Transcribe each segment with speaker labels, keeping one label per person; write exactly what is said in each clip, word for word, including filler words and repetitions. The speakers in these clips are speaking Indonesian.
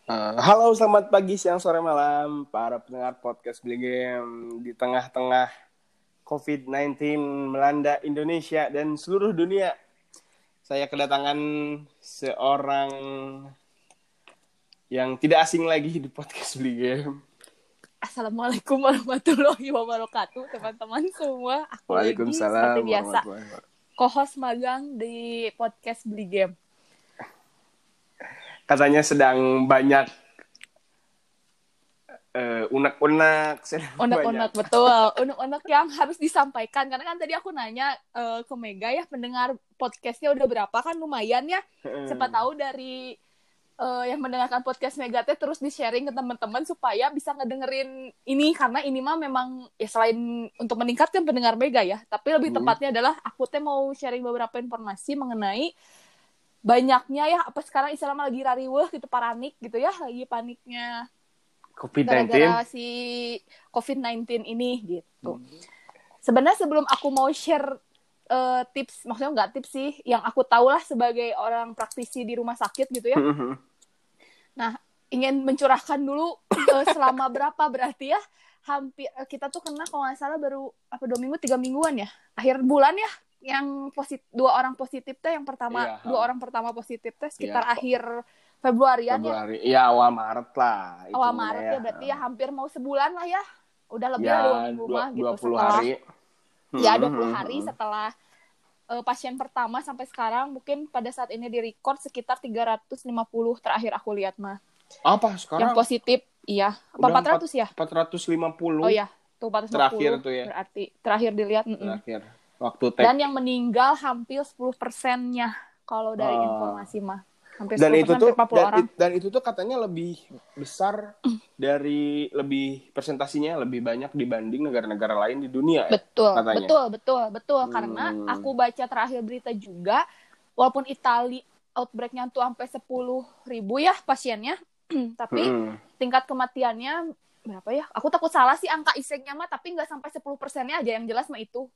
Speaker 1: Uh, halo, selamat pagi, siang, sore, malam para pendengar podcast Beli Game. Di tengah-tengah covid sembilan belas melanda Indonesia dan seluruh dunia, saya kedatangan seorang yang tidak asing lagi di podcast Beli Game.
Speaker 2: Assalamualaikum warahmatullahi wabarakatuh, teman-teman semua. Aku lagi seperti biasa co-host magang di podcast Beli Game.
Speaker 1: Katanya sedang banyak uh, unek-unek, sedang
Speaker 2: unek-unek
Speaker 1: banyak.
Speaker 2: Betul, unek-unek yang harus disampaikan. Karena kan tadi aku nanya uh, ke Mega ya, pendengar podcastnya udah berapa, kan lumayan ya. Siapa tahu dari uh, yang mendengarkan podcast Mega teh terus di-sharing ke teman-teman supaya bisa ngedengerin ini. Karena ini mah memang ya selain untuk meningkatkan pendengar Mega ya, tapi lebih hmm. tepatnya adalah aku teh mau sharing beberapa informasi mengenai banyaknya ya apa sekarang istilahnya lagi rariweuh gitu, paranik gitu ya, lagi paniknya
Speaker 1: covid sembilan belas
Speaker 2: gara-gara si covid sembilan belas ini gitu. Hmm. Sebenarnya sebelum aku mau share uh, tips, maksudnya nggak tips sih, yang aku tahu lah sebagai orang praktisi di rumah sakit gitu ya. Nah, ingin mencurahkan dulu uh, selama berapa berarti ya, hampir uh, kita tuh kena kalau nggak salah baru apa dua minggu tiga mingguan ya, akhir bulan ya, yang positif dua orang positif teh, yang pertama iya, dua orang pertama positif teh sekitar iya, akhir Februarian
Speaker 1: Februari.
Speaker 2: ya.
Speaker 1: Iya, awal Maret lah.
Speaker 2: Awal Maret ya, ya berarti ya hampir mau sebulan lah ya. Udah lebih ya, dua minggu mah gitu
Speaker 1: dua puluh
Speaker 2: setelah
Speaker 1: hari.
Speaker 2: Ya dua puluh hari setelah uh, pasien pertama sampai sekarang, mungkin pada saat ini di record sekitar tiga ratus lima puluh terakhir aku lihat mah.
Speaker 1: Apa sekarang?
Speaker 2: Yang positif, iya. Apa empat ratus ya?
Speaker 1: empat ratus lima puluh.
Speaker 2: Oh ya, tuh empat ratus lima puluh.
Speaker 1: Terakhir tuh ya.
Speaker 2: Berarti terakhir dilihat.
Speaker 1: Terakhir. Waktu tek.
Speaker 2: Dan yang meninggal hampir sepuluh persennya kalau dari uh, informasi mah. Hampir
Speaker 1: dan itu tuh
Speaker 2: dan,
Speaker 1: orang. dan itu tuh katanya lebih besar dari lebih persentasinya lebih banyak dibanding negara-negara lain di dunia.
Speaker 2: Betul,
Speaker 1: ya, katanya.
Speaker 2: betul, betul, betul. Hmm. Karena aku baca terakhir berita juga, walaupun Italia outbreak-nya tuh sampai sepuluh ribu ya pasiennya, tapi hmm. tingkat kematiannya berapa ya? Aku takut salah sih angka isengnya mah, tapi nggak sampai sepuluh persennya aja, yang jelas mah itu.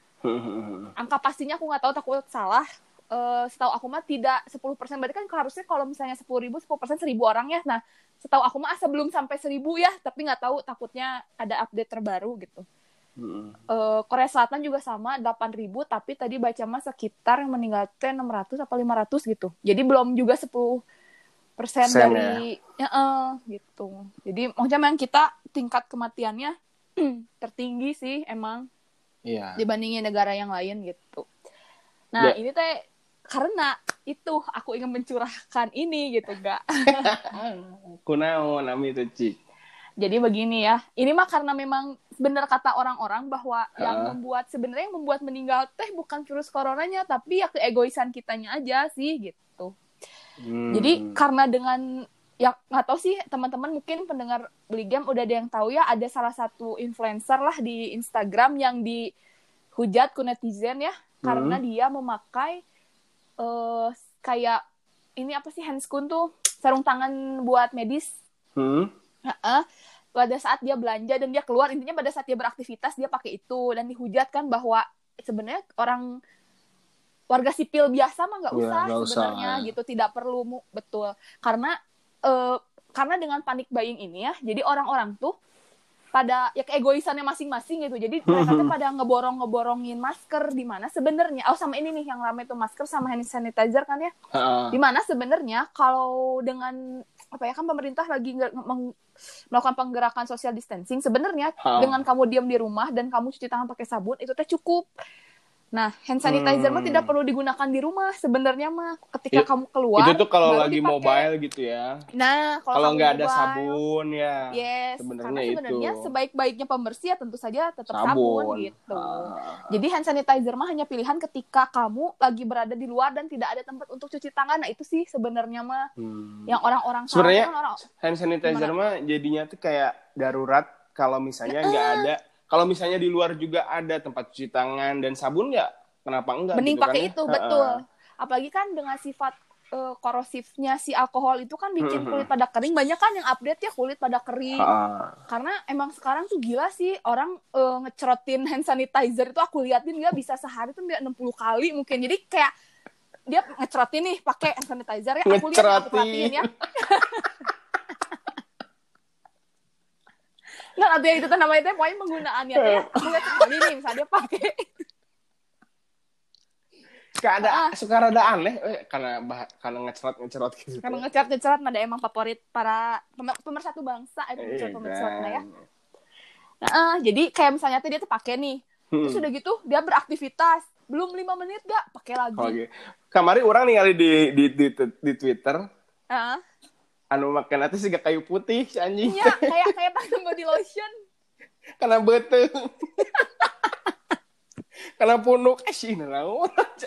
Speaker 2: Angka pastinya aku nggak tahu, takut salah. Uh, setahu aku mah tidak sepuluh persen, berarti kan harusnya kalau misalnya sepuluh ribu, sepuluh persen seribu orang ya. Nah, setahu aku mah sebelum sampai seribu ya, tapi nggak tahu, takutnya ada update terbaru gitu. Hmm. Uh, Korea Selatan juga sama, delapan ribu, tapi tadi baca mah sekitar yang meninggal enam ratus atau lima ratus gitu. Jadi belum juga sepuluh persen dari ya, uh, gitu. Jadi maksudnya memang kita tingkat kematiannya tertinggi sih emang. Iya. Dibandingin negara yang lain gitu. Nah, ya. Ini teh karena itu aku ingin mencurahkan ini gitu, enggak.
Speaker 1: Kunaon nami itu, Ci.
Speaker 2: Jadi begini ya. Ini mah karena memang benar kata orang-orang bahwa uh. yang membuat sebenarnya yang membuat meninggal teh bukan virus coronanya, tapi ya keegoisan kitanya aja sih gitu. Hmm. Jadi karena dengan ya nggak tahu sih teman-teman, mungkin pendengar Beli Game udah ada yang tahu ya, ada salah satu influencer lah di Instagram yang dihujat ku netizen ya, hmm. karena dia memakai uh, kayak ini apa sih, handscoon tuh, sarung tangan buat medis. Hmm. Uh-uh. Pada saat dia belanja dan dia keluar, intinya pada saat dia beraktivitas dia pakai itu, dan dihujat kan bahwa sebenarnya orang warga sipil biasa mah nggak usah ya, sebenarnya usah. Gitu, tidak perlu betul karena Uh, karena dengan panic buying ini ya, jadi orang-orang tuh pada ya keegoisannya masing-masing gitu. Jadi mereka tuh pada ngeborong-ngeborongin masker, di mana sebenarnya oh sama ini nih yang ramai tuh masker sama hand sanitizer kan ya. Uh. Di mana sebenarnya kalau dengan apa ya, kan pemerintah lagi nge- meng- melakukan penggerakan social distancing, sebenarnya uh. dengan kamu diam di rumah dan kamu cuci tangan pakai sabun itu teh cukup. Nah, hand sanitizer hmm. mah tidak perlu digunakan di rumah sebenarnya mah, ketika ya, kamu keluar.
Speaker 1: Itu tuh kalau lagi dipake. Mobile gitu ya.
Speaker 2: Nah,
Speaker 1: kalau nggak ada sabun ya.
Speaker 2: Yes,
Speaker 1: sebenarnya
Speaker 2: karena sebenarnya
Speaker 1: itu.
Speaker 2: sebaik-baiknya pembersih ya tentu saja tetap sabun, sabun gitu.
Speaker 1: Ah.
Speaker 2: Jadi hand sanitizer mah hanya pilihan ketika kamu lagi berada di luar dan tidak ada tempat untuk cuci tangan. Nah, itu sih sebenarnya mah hmm. yang orang-orang
Speaker 1: sebenarnya
Speaker 2: kan orang
Speaker 1: hand sanitizer gimana? Mah jadinya tuh kayak darurat kalau misalnya nggak uh. ada. Kalau misalnya di luar juga ada tempat cuci tangan dan sabun ya, kenapa enggak?
Speaker 2: Mending
Speaker 1: gitu
Speaker 2: pakai
Speaker 1: kan,
Speaker 2: itu,
Speaker 1: ya?
Speaker 2: betul. Apalagi kan dengan sifat uh, korosifnya si alkohol itu kan bikin kulit pada kering. Banyak kan yang update ya kulit pada kering. Ha. Karena emang sekarang tuh gila sih orang uh, ngecerotin hand sanitizer itu, aku liatin dia bisa sehari tuh dia enam puluh kali mungkin. Jadi kayak dia ngecerotin nih pakai hand sanitizer ya, aku lihat, aku perhatiin ya. Nggak, atau yang itu tuh namanya teh pokoknya penggunaannya teh aku lihat sekali nih misalnya dia pakai.
Speaker 1: Suka ada
Speaker 2: Ah.
Speaker 1: suka rada aneh eh, karena bah, karena ngecerat ngecerat gitu.
Speaker 2: Karena ngecerat-ngecerat mah ada emang favorit para pemer- pemersatu bangsa itu
Speaker 1: Eh,
Speaker 2: ngecerat-ngecerat nah ya.
Speaker 1: kan.
Speaker 2: Nah, uh, jadi kayak misalnya tuh dia tuh pakai nih.
Speaker 1: Hmm.
Speaker 2: Terus udah gitu dia beraktivitas. Belum lima menit gak pakai lagi.
Speaker 1: Oke. Kemarin orang ningali di di di, di Twitter.
Speaker 2: Uh.
Speaker 1: Anu makan nanti sih gak kayu putih si anjing.
Speaker 2: Iya, kayak kayak pakai body lotion.
Speaker 1: Karena bete. Karena punuk eh sih naon.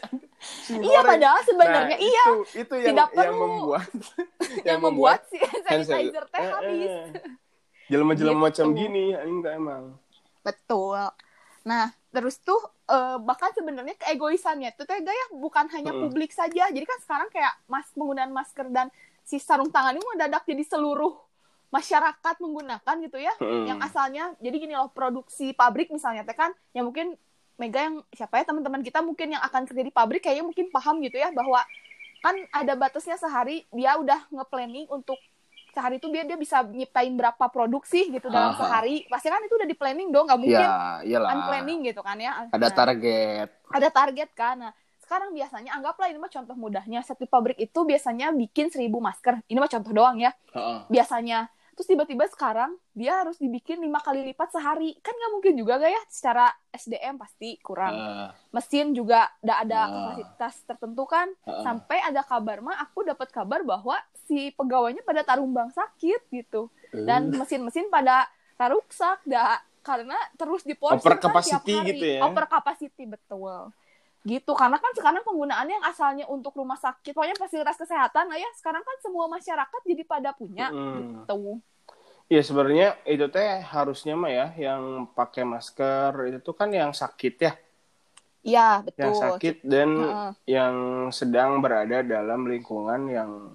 Speaker 2: Iya padahal sebenarnya
Speaker 1: nah,
Speaker 2: iya.
Speaker 1: Itu, itu yang,
Speaker 2: tidak perlu
Speaker 1: yang membuat
Speaker 2: yang, yang membuat si sanitizer teh
Speaker 1: eh,
Speaker 2: habis.
Speaker 1: Eh, jelema-jelema
Speaker 2: Gitu.
Speaker 1: macam gini anjing teh emang.
Speaker 2: Betul. Nah, terus tuh uh, bahkan sebenarnya keegoisannya itu teh gaya bukan hanya
Speaker 1: Hmm.
Speaker 2: publik saja. Jadi kan sekarang kayak mas penggunaan masker dan si sarung tangan ini mendadak jadi seluruh masyarakat menggunakan gitu ya.
Speaker 1: Hmm.
Speaker 2: Yang asalnya jadi gini loh, produksi pabrik misalnya teh kan yang mungkin Mega yang siapa ya teman-teman kita mungkin yang akan kerja di pabrik kayaknya mungkin paham gitu ya bahwa kan ada batasnya sehari dia udah nge-planning untuk sehari itu dia dia bisa nyiptain berapa produksi gitu dalam
Speaker 1: Aha.
Speaker 2: sehari. Pasti kan itu udah di planning dong, nggak mungkin
Speaker 1: Ya, iyalah.
Speaker 2: unplanning gitu kan ya.
Speaker 1: Ada
Speaker 2: Nah,
Speaker 1: target.
Speaker 2: ada target kan. Nah, sekarang biasanya anggaplah ini mah contoh mudahnya satu pabrik itu biasanya bikin seribu masker. Ini mah contoh doang ya.
Speaker 1: Uh-uh.
Speaker 2: Biasanya. Terus tiba-tiba sekarang dia harus dibikin lima kali lipat sehari. Kan nggak mungkin juga gak ya? Secara S D M pasti kurang.
Speaker 1: Uh,
Speaker 2: Mesin juga udah ada
Speaker 1: Ah.
Speaker 2: kapasitas tertentu kan.
Speaker 1: uh-uh.
Speaker 2: Sampai ada kabar mah aku dapat kabar bahwa si pegawainya pada tarumbang sakit gitu. Dan mesin-mesin pada taruksak dah karena terus diporsir
Speaker 1: Over
Speaker 2: kan tiap
Speaker 1: capacity
Speaker 2: hari.
Speaker 1: gitu ya.
Speaker 2: Over capacity betul. Gitu. Karena kan sekarang penggunaannya yang asalnya untuk rumah sakit, pokoknya fasilitas kesehatan lah ya. Sekarang kan semua masyarakat jadi pada punya
Speaker 1: Hmm.
Speaker 2: gitu.
Speaker 1: Ya sebenarnya itu teh harusnya mah ya yang pakai masker itu tuh kan yang sakit ya.
Speaker 2: Iya, betul.
Speaker 1: Yang sakit dan
Speaker 2: Heeh.
Speaker 1: yang sedang berada dalam lingkungan yang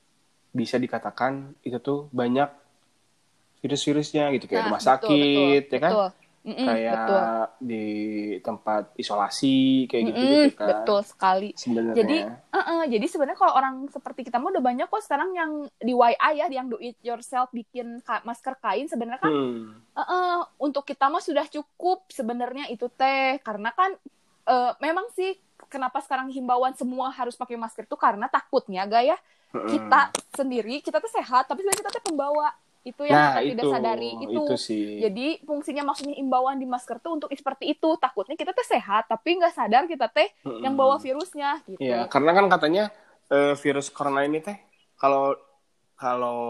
Speaker 1: bisa dikatakan itu tuh banyak virus-virusnya gitu kayak
Speaker 2: Nah,
Speaker 1: rumah
Speaker 2: betul,
Speaker 1: sakit
Speaker 2: betul,
Speaker 1: ya kan.
Speaker 2: betul. Mm-mm,
Speaker 1: Kayak
Speaker 2: betul.
Speaker 1: di tempat isolasi kayak
Speaker 2: Mm-mm,
Speaker 1: gitu-gitu kan.
Speaker 2: betul sekali.
Speaker 1: Sebenarnya.
Speaker 2: Jadi, uh-uh, jadi sebenarnya kalau orang seperti kita mah udah banyak kok sekarang yang D I Y ya, yang do it yourself bikin ka- masker kain sebenarnya kan
Speaker 1: Hmm.
Speaker 2: uh-uh, untuk kita mah sudah cukup sebenarnya itu teh karena kan uh, memang sih kenapa sekarang himbauan semua harus pakai masker itu karena takutnya gaya
Speaker 1: Hmm.
Speaker 2: kita sendiri kita tuh sehat tapi sebenarnya kita tuh pembawa itu yang
Speaker 1: Nah,
Speaker 2: kita
Speaker 1: itu,
Speaker 2: tidak sadari itu.
Speaker 1: itu sih.
Speaker 2: Jadi fungsinya maksudnya imbauan di masker tuh untuk seperti itu. Takutnya kita teh sehat tapi nggak sadar kita teh
Speaker 1: Hmm.
Speaker 2: yang bawa virusnya gitu.
Speaker 1: Iya, karena kan katanya eh, virus corona ini teh kalau kalau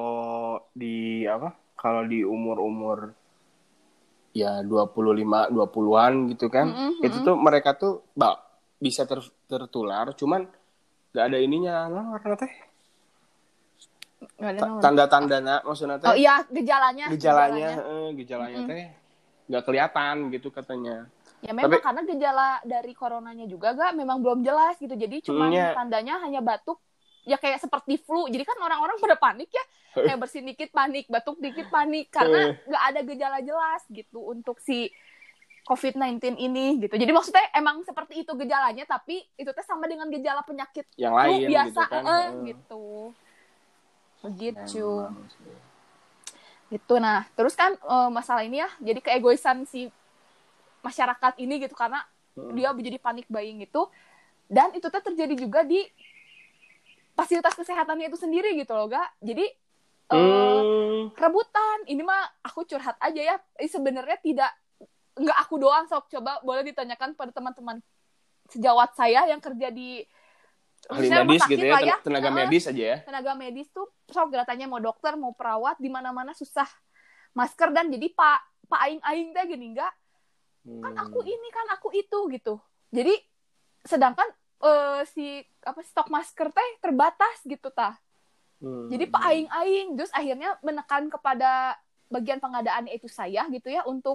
Speaker 1: di apa? Kalau di umur-umur ya dua puluh lima dua puluhan gitu kan.
Speaker 2: Mm-mm,
Speaker 1: Itu tuh mereka tuh bah, bisa ter- tertular cuman nggak ada ininya nah, karena teh
Speaker 2: Nggak ada
Speaker 1: ta-
Speaker 2: naon.
Speaker 1: tanda-tandana maksudnya teh
Speaker 2: Oh iya gejalanya.
Speaker 1: gejalanya eh, gejalanya
Speaker 2: Mm-mm.
Speaker 1: teh nggak kelihatan gitu katanya.
Speaker 2: Ya memang
Speaker 1: Tapi-
Speaker 2: karena gejala dari coronanya juga gak memang belum jelas gitu. Jadi cuma
Speaker 1: Hmm, ya.
Speaker 2: tandanya hanya batuk. Ya kayak seperti flu. Jadi kan orang-orang pada panik ya. Kayak bersin dikit panik, batuk dikit panik. Karena gak ada gejala jelas gitu untuk si covid sembilan belas ini gitu. Jadi maksudnya emang seperti itu gejalanya. Tapi itu teh sama dengan gejala penyakit
Speaker 1: yang
Speaker 2: flu
Speaker 1: lain
Speaker 2: biasa.
Speaker 1: gitu kan.
Speaker 2: eh,
Speaker 1: Eh.
Speaker 2: gitu. Begitu.
Speaker 1: Emang sih.
Speaker 2: Gitu. Nah, terus kan eh, masalah ini ya. Jadi keegoisan si masyarakat ini gitu. Karena
Speaker 1: Hmm.
Speaker 2: dia menjadi panik buying gitu. Dan itu tuh terjadi juga di fasilitas kesehatannya itu sendiri gitu loh, Gak. Jadi eh,
Speaker 1: Hmm.
Speaker 2: rebutan. Ini mah aku curhat aja ya. Ini sebenarnya tidak nggak aku doang, sok coba boleh ditanyakan pada teman-teman sejawat saya yang kerja di
Speaker 1: Ahli
Speaker 2: khususnya rumah
Speaker 1: medis
Speaker 2: sakit
Speaker 1: gitu ya,
Speaker 2: lah
Speaker 1: ten- tenaga
Speaker 2: Heeh.
Speaker 1: medis aja ya.
Speaker 2: Tenaga medis tuh sok tanya mau dokter, mau perawat, di mana-mana susah masker dan jadi pak pak aing aing teh gini enggak kan aku ini kan aku itu gitu. Jadi sedangkan eh, si apa stok masker teh terbatas gitu tah.
Speaker 1: Hmm.
Speaker 2: Jadi pak aing aing terus akhirnya menekan kepada bagian pengadaan itu saya gitu ya untuk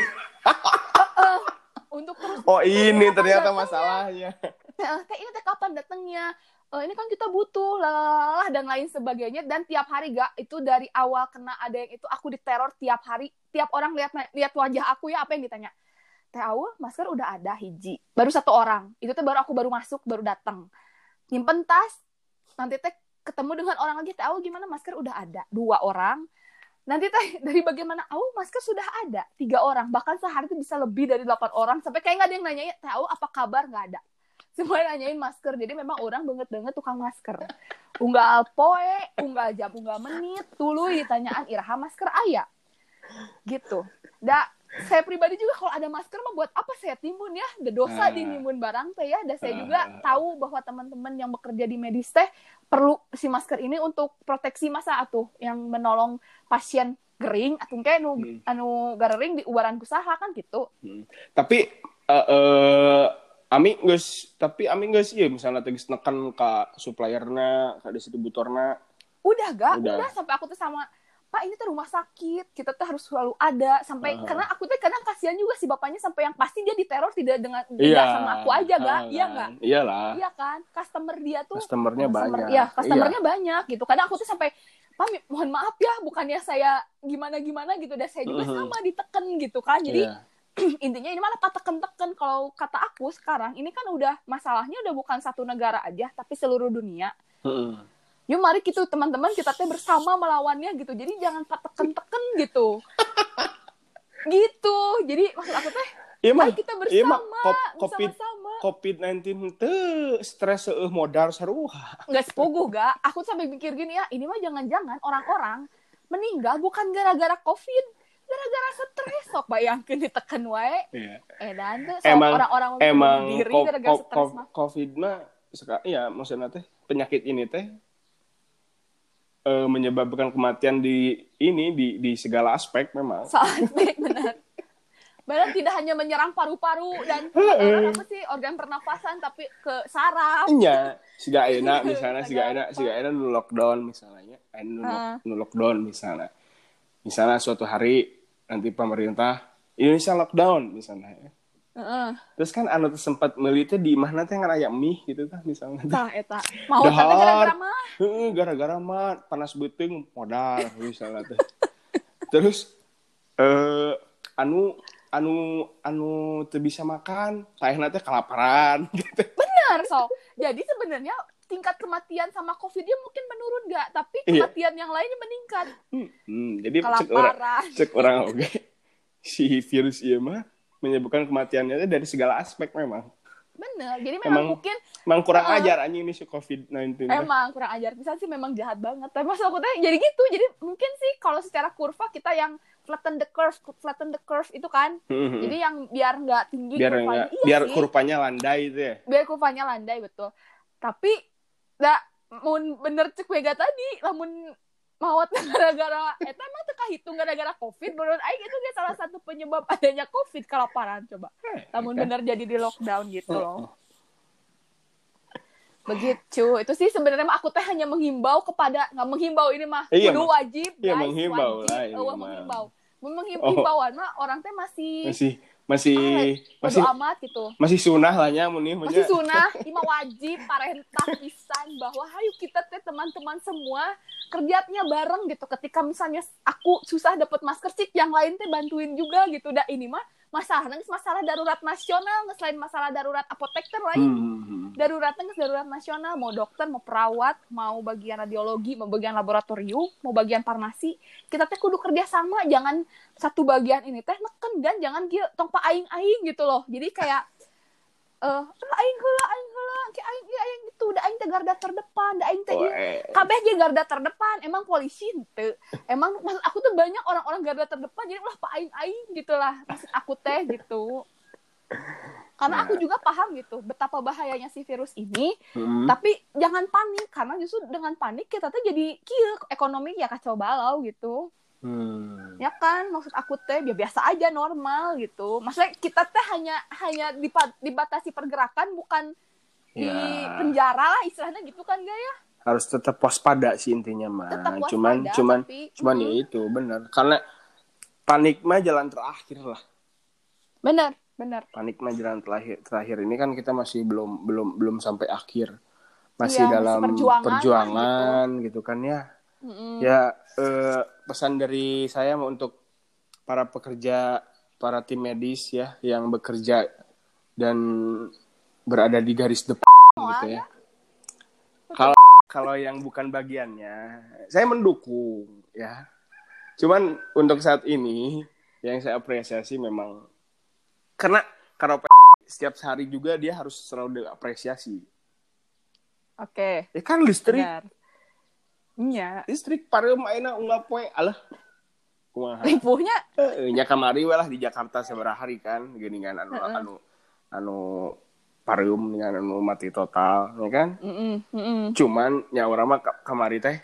Speaker 2: eh, eh, untuk terus
Speaker 1: Oh ini
Speaker 2: kapan
Speaker 1: ternyata
Speaker 2: datangnya?
Speaker 1: masalahnya.
Speaker 2: Eh, teh ini teh kapan datangnya? Eh, ini kan kita butuh lah dan lain sebagainya dan tiap hari gak itu dari awal kena ada yang itu aku diteror tiap hari tiap orang lihat lihat wajah aku ya apa yang ditanya teh awal masker udah ada hiji baru satu orang itu teh baru aku baru masuk baru datang nyimpen tas nanti teh ketemu dengan orang lagi teh awal gimana masker udah ada dua orang nanti teh dari bagaimana oh masker sudah ada tiga orang, bahkan sehari itu bisa lebih dari delapan orang, sampai kayak nggak ada yang nanyain tahu apa kabar, nggak ada, semua nanyain masker. Jadi memang orang banget-banget tukang masker, unggal poe unggal jam unggal menit tuluy ditanyaan iraha masker aya gitu. Da saya pribadi juga kalau ada masker mah buat apa saya timbun ya, ada dosa uh, di nimbun barang teh ya. Dan saya uh, juga tahu bahwa teman-teman yang bekerja di medis teh perlu si masker ini untuk proteksi masa atuh yang menolong pasien gering atau kayak anu hmm. anu garering di ubaran kusaha kan gitu.
Speaker 1: Hmm. Tapi uh, uh, ami geus tapi ami geus ieu misalnya teh geus nekan ka supplierna, ka distributorna.
Speaker 2: Udah gak? Udah, udah sampai aku tuh sama Pak ini tuh rumah sakit, kita tuh harus selalu ada sampai uh-huh. karena aku tuh kadang kasihan juga si bapaknya sampai yang pasti dia diteror tidak dengan tidak
Speaker 1: iya,
Speaker 2: sama aku aja gak, uh, iya nggak?
Speaker 1: Iyalah.
Speaker 2: Iya kan, customer dia tuh
Speaker 1: customernya customer, banyak,
Speaker 2: ya customernya iya. banyak gitu. Kadang aku tuh sampai Pak mohon maaf ya, bukannya saya gimana gimana gitu, dan saya juga uh-huh. sama diteken gitu kan, jadi yeah. intinya ini malah teken-teken. Kalau kata aku sekarang ini kan udah masalahnya udah bukan satu negara aja, tapi seluruh dunia. Uh-uh. Yuk mari gitu teman-teman kita teh bersama melawannya gitu. Jadi jangan teken-teken gitu. Gitu. Jadi maksud aku teh
Speaker 1: iya mah
Speaker 2: kita bersama
Speaker 1: ko- COVID covid sembilan belas teh stres seueuh modal saruha.
Speaker 2: Enggak sepuguh ga. Aku sampai mikir gini ya, ini mah jangan-jangan orang-orang meninggal bukan gara-gara Covid, gara-gara stres. Sok bayangkeun diteken wae.
Speaker 1: Iya.
Speaker 2: Edan tuh
Speaker 1: emang,
Speaker 2: orang-orang
Speaker 1: emang
Speaker 2: diri
Speaker 1: ko-
Speaker 2: gara-gara
Speaker 1: ko-
Speaker 2: stres
Speaker 1: ko-
Speaker 2: mah.
Speaker 1: Covid mah ya maksudnya teh penyakit ini teh Uh, menyebabkan kematian di ini di di segala aspek memang.
Speaker 2: Aspek benar. Benar, tidak hanya menyerang paru-paru dan uh, apa sih organ pernapasan, tapi ke saraf.
Speaker 1: Iya, siga ayeuna misalnya siga ayeuna siga ayeuna nu lockdown misalnya, anu uh. nu lockdown misalnya. Misalnya suatu hari nanti pemerintah Indonesia lockdown misalnya ya. Uh-uh. Terus kan anu sempat meuli teh di imahna teh ngan aya mie gitu kan misalnya.
Speaker 2: Tah eta. Mau teh gara-gara mah.
Speaker 1: Heeh, gara-gara mah panas beuteung modal misalnya teh. Terus eh anu anu anu teu bisa makan, saehna teh kelaparan gitu.
Speaker 2: Benar, so. Jadi sebenarnya tingkat kematian sama Covid-nya mungkin menurun enggak, tapi kematian iya. yang lainnya meningkat.
Speaker 1: Hmm, hmm. Jadi cek orang cek orang oke. Okay. Si virus ieu mah menyebabkan kematiannya dari segala aspek memang.
Speaker 2: Bener, jadi memang
Speaker 1: emang,
Speaker 2: mungkin
Speaker 1: emang kurang uh, ajar anjing ini si covid sembilan belas.
Speaker 2: Emang kurang ajar, bisa sih memang jahat banget. Tapi maksud aku tuh jadi gitu, jadi mungkin sih kalau secara kurva kita yang flatten the curve, flatten the curve itu kan. Mm-hmm. Jadi yang biar nggak tinggi
Speaker 1: biar
Speaker 2: kurvanya.
Speaker 1: Iya biar sih. Kurvanya landai itu ya.
Speaker 2: Biar kurvanya landai, betul. Tapi, dah, mun bener cek Vega tadi, lamun mawat gara-gara eta emang teu kahitung gara-gara Covid, menurut aing itu dia salah satu penyebab adanya Covid, kelaparan coba. Namun okay. benar jadi di lockdown gitu loh. Begitu. Itu sih sebenarnya aku teh hanya menghimbau kepada, enggak menghimbau ini mah
Speaker 1: iya,
Speaker 2: kudu wajib guys,
Speaker 1: iya, menghimbau
Speaker 2: wajib.
Speaker 1: Lah,
Speaker 2: oh, menghimbau. Menghimbauan oh. mah orang teh masih
Speaker 1: masih masih ah, masih
Speaker 2: amat gitu.
Speaker 1: Masih sunah lah nya mun
Speaker 2: Masih sunah, ima wajib parentah pisan bahwa hayu kita teh teman-teman semua kerjanya bareng gitu. Ketika misalnya aku susah dapat masker sih, yang lain teh bantuin juga gitu. Da ini mah masalah nangis masalah darurat nasional, selain masalah darurat apoteker lain. Hmm. Daruratnya nggak darurat nasional, mau dokter, mau perawat, mau bagian radiologi, mau bagian laboratorium, mau bagian farmasi. Kita teh kudu kerja sama, jangan satu bagian ini teh neken dan jangan gitu tong pa aing-aing gitu loh. Jadi kayak eh uh, aing heula aing heula kayak aing ge aing gitu, da aing teh garda terdepan, da aing teh ieu kabeh ge garda terdepan. Emang polisi henteu. Emang maksud aku tuh banyak orang-orang garda terdepan, jadi ulah pa aing-aing gitulah maksud aku teh gitu. Karena aku juga paham gitu betapa bahayanya si virus ini, hmm. tapi jangan panik karena justru dengan panik kita tuh jadi kieu ekonomi ya kacau balau gitu. Hmm. Ya kan, maksud aku teh ya biasa aja normal gitu. Maksudnya kita teh hanya hanya dibatasi pergerakan, bukan ya. Di penjara lah istilahnya gitu kan gak ya?
Speaker 1: Harus tetap waspada sih intinya mah.
Speaker 2: Waspada,
Speaker 1: cuman cuman
Speaker 2: tapi,
Speaker 1: cuman
Speaker 2: hmm.
Speaker 1: ya itu benar. Karena panik mah jalan terakhir lah.
Speaker 2: Benar, benar.
Speaker 1: Panik mah jalan terakhir terakhir ini kan kita masih belum belum belum sampai akhir. Masih
Speaker 2: ya,
Speaker 1: dalam
Speaker 2: masih perjuangan,
Speaker 1: perjuangan
Speaker 2: gitu.
Speaker 1: gitu kan ya.
Speaker 2: Mm-mm.
Speaker 1: Ya eh, pesan dari saya untuk para pekerja, para tim medis ya yang bekerja dan berada di garis depan oh, gitu ya. Kalau kalau yang bukan bagiannya, saya mendukung ya. Cuman untuk saat ini yang saya apresiasi memang karena kalau setiap hari juga dia harus selalu diapresiasi.
Speaker 2: Oke.
Speaker 1: Ya kan listrik.
Speaker 2: Benar. Iya.
Speaker 1: Listrik pareum ayeuna unggal poe alah. Kumaha?
Speaker 2: Ripuhnya.
Speaker 1: Heeh, nya kamari we lah di Jakarta sabaraha hari kan geuningan anu
Speaker 2: Heeh.
Speaker 1: anu anu pareum dengan anu mati total, ya kan?
Speaker 2: Mm-mm, mm-mm.
Speaker 1: Cuman nya urang mah kamari teh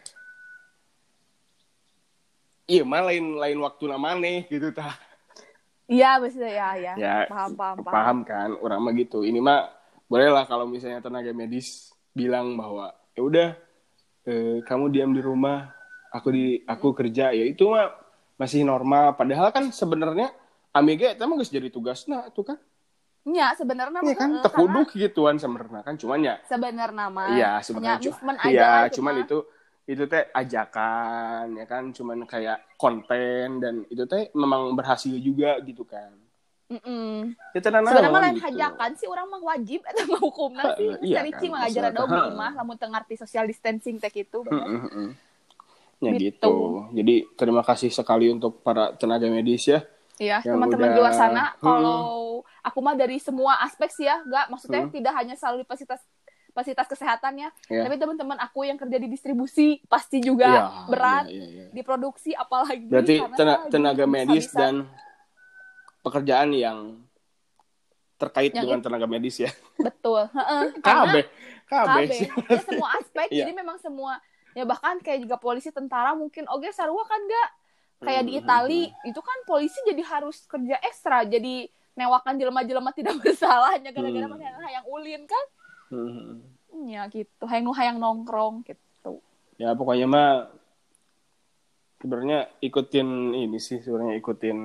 Speaker 1: iya mah lain lain waktu namane gitu tah.
Speaker 2: Iya, betul ya, ya.
Speaker 1: Ya,
Speaker 2: Paham, paham, paham.
Speaker 1: paham kan? Urang mah gitu. Ini mah boleh lah kalau misalnya tenaga medis bilang bahwa ya udah eh, kamu diam di rumah, aku di aku kerja, ya itu mah masih normal. Padahal kan sebenarnya Amiga itu mah geus jadi tugasna tuh kan.
Speaker 2: Iya, sebenarnya
Speaker 1: Iya kan, tekuduk gituan sebenarnya kan cuman ya.
Speaker 2: Sebenarnya mah.
Speaker 1: Iya, sebenarnya cu-
Speaker 2: aja
Speaker 1: iya,
Speaker 2: lah,
Speaker 1: cuman itu itu teh ajakan ya kan, cuman kayak konten dan itu teh memang berhasil juga gitu kan.
Speaker 2: Mm-mm.
Speaker 1: Ya tenan
Speaker 2: Sebenarnya mah lain
Speaker 1: gitu.
Speaker 2: hajakan sih orang mah wajib eta mah hukumna sih.
Speaker 1: Uh, iya
Speaker 2: Cari
Speaker 1: kan,
Speaker 2: cing ngajar
Speaker 1: maksudnya,
Speaker 2: dong di
Speaker 1: uh.
Speaker 2: imah lamun teu ngarti social distancing teh kitu bener.
Speaker 1: Mm, mm, mm. Ya gitu.
Speaker 2: Gitu.
Speaker 1: Jadi terima kasih sekali untuk para tenaga medis ya.
Speaker 2: Iya,
Speaker 1: yang
Speaker 2: teman-teman
Speaker 1: udah-
Speaker 2: di luar sana
Speaker 1: Hmm.
Speaker 2: kalau aku mah dari semua aspek sih ya, enggak maksudnya
Speaker 1: Hmm.
Speaker 2: tidak hanya selalu di fasilitas fasilitas kesehatannya,
Speaker 1: Ya.
Speaker 2: tapi teman-teman aku yang kerja di distribusi pasti juga
Speaker 1: Iya,
Speaker 2: berat
Speaker 1: iya, iya, iya.
Speaker 2: di produksi apalagi
Speaker 1: Berarti
Speaker 2: di sana
Speaker 1: tena-
Speaker 2: lagi
Speaker 1: tenaga medis
Speaker 2: bisa-bisa.
Speaker 1: dan pekerjaan yang terkait
Speaker 2: Yang
Speaker 1: dengan tenaga medis ya.
Speaker 2: betul. Heeh. Karena
Speaker 1: Kabe, kabe.
Speaker 2: K B, ya semua aspek.
Speaker 1: Iya.
Speaker 2: Jadi memang semua, ya bahkan kayak juga polisi, tentara mungkin oke sarua kan enggak kayak di
Speaker 1: Hmm,
Speaker 2: Itali itu kan polisi jadi harus kerja ekstra, jadi newakan jelema-jelema tidak bersalahnya gara-gara
Speaker 1: Hmm.
Speaker 2: mana yang ulin kan.
Speaker 1: Hmm.
Speaker 2: Ya gitu, hayang nu hayang nongkrong gitu.
Speaker 1: Ya pokoknya mah sebenarnya ikutin ini sih sebenarnya ikutin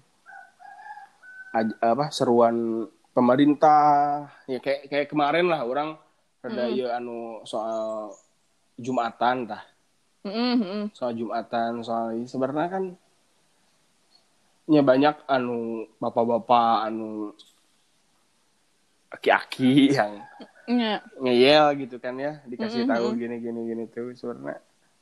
Speaker 1: aj- apa seruan pemerintah ya kayak kayak kemarin lah orang ada
Speaker 2: Mm-mm.
Speaker 1: ya anu soal Jumatan tah
Speaker 2: Mm-mm.
Speaker 1: soal Jumatan soal ini sebenarnya kan ya banyak anu bapak-bapak anu aki-aki yang
Speaker 2: Iya.
Speaker 1: ngeyel gitu kan ya dikasih
Speaker 2: Mm-mm.
Speaker 1: tahu gini gini gini tuh sebenarnya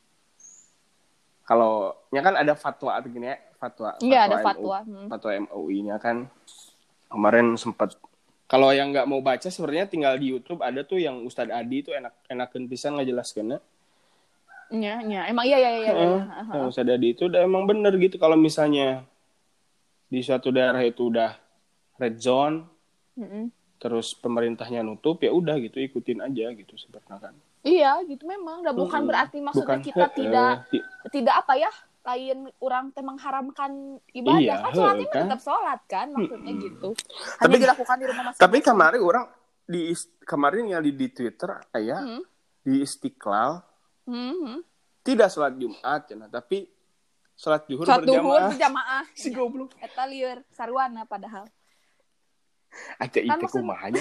Speaker 1: kalau ya kan ada fatwa atau gini ya fatwa
Speaker 2: Iya, ada
Speaker 1: M U,
Speaker 2: fatwa. Hmm.
Speaker 1: fatwa M U I-nya kan kemarin sempat kalau yang nggak mau baca sebenarnya tinggal di YouTube ada tuh yang Ustadz Adi tuh enak enakan pisan ngejelaskeunna.
Speaker 2: Iya, iya. Emang iya iya iya. iya.
Speaker 1: Heeh. Yang Ustadz Adi itu udah emang bener gitu kalau misalnya di suatu daerah itu udah red zone
Speaker 2: Mm-mm.
Speaker 1: terus pemerintahnya nutup ya udah gitu ikutin aja gitu sebenarnya kan.
Speaker 2: Iya, gitu memang. Udah bukan
Speaker 1: Mm-mm.
Speaker 2: berarti maksudnya
Speaker 1: Bukan,
Speaker 2: kita
Speaker 1: eh,
Speaker 2: tidak
Speaker 1: ti-
Speaker 2: tidak apa ya, lain orang teh mengharamkan ibadah
Speaker 1: Iya,
Speaker 2: kan, sholatnya
Speaker 1: kan?
Speaker 2: tetap sholat kan maksudnya
Speaker 1: Mm-mm.
Speaker 2: gitu. Hanya
Speaker 1: Tapi-
Speaker 2: dilakukan di rumah masing-masing.
Speaker 1: Tapi kemarin orang di kemarin yang di, di Twitter ya
Speaker 2: Hmm.
Speaker 1: di Istiqlal
Speaker 2: Hmm.
Speaker 1: tidak sholat Jumat ya, tapi sholat zuhur
Speaker 2: Sholat duhur
Speaker 1: berjamaah.
Speaker 2: berjamaah.
Speaker 1: Si goblok.
Speaker 2: Eta lieur sarwana padahal.
Speaker 1: Aja
Speaker 2: Kan
Speaker 1: itu
Speaker 2: maksud-
Speaker 1: kumahanya.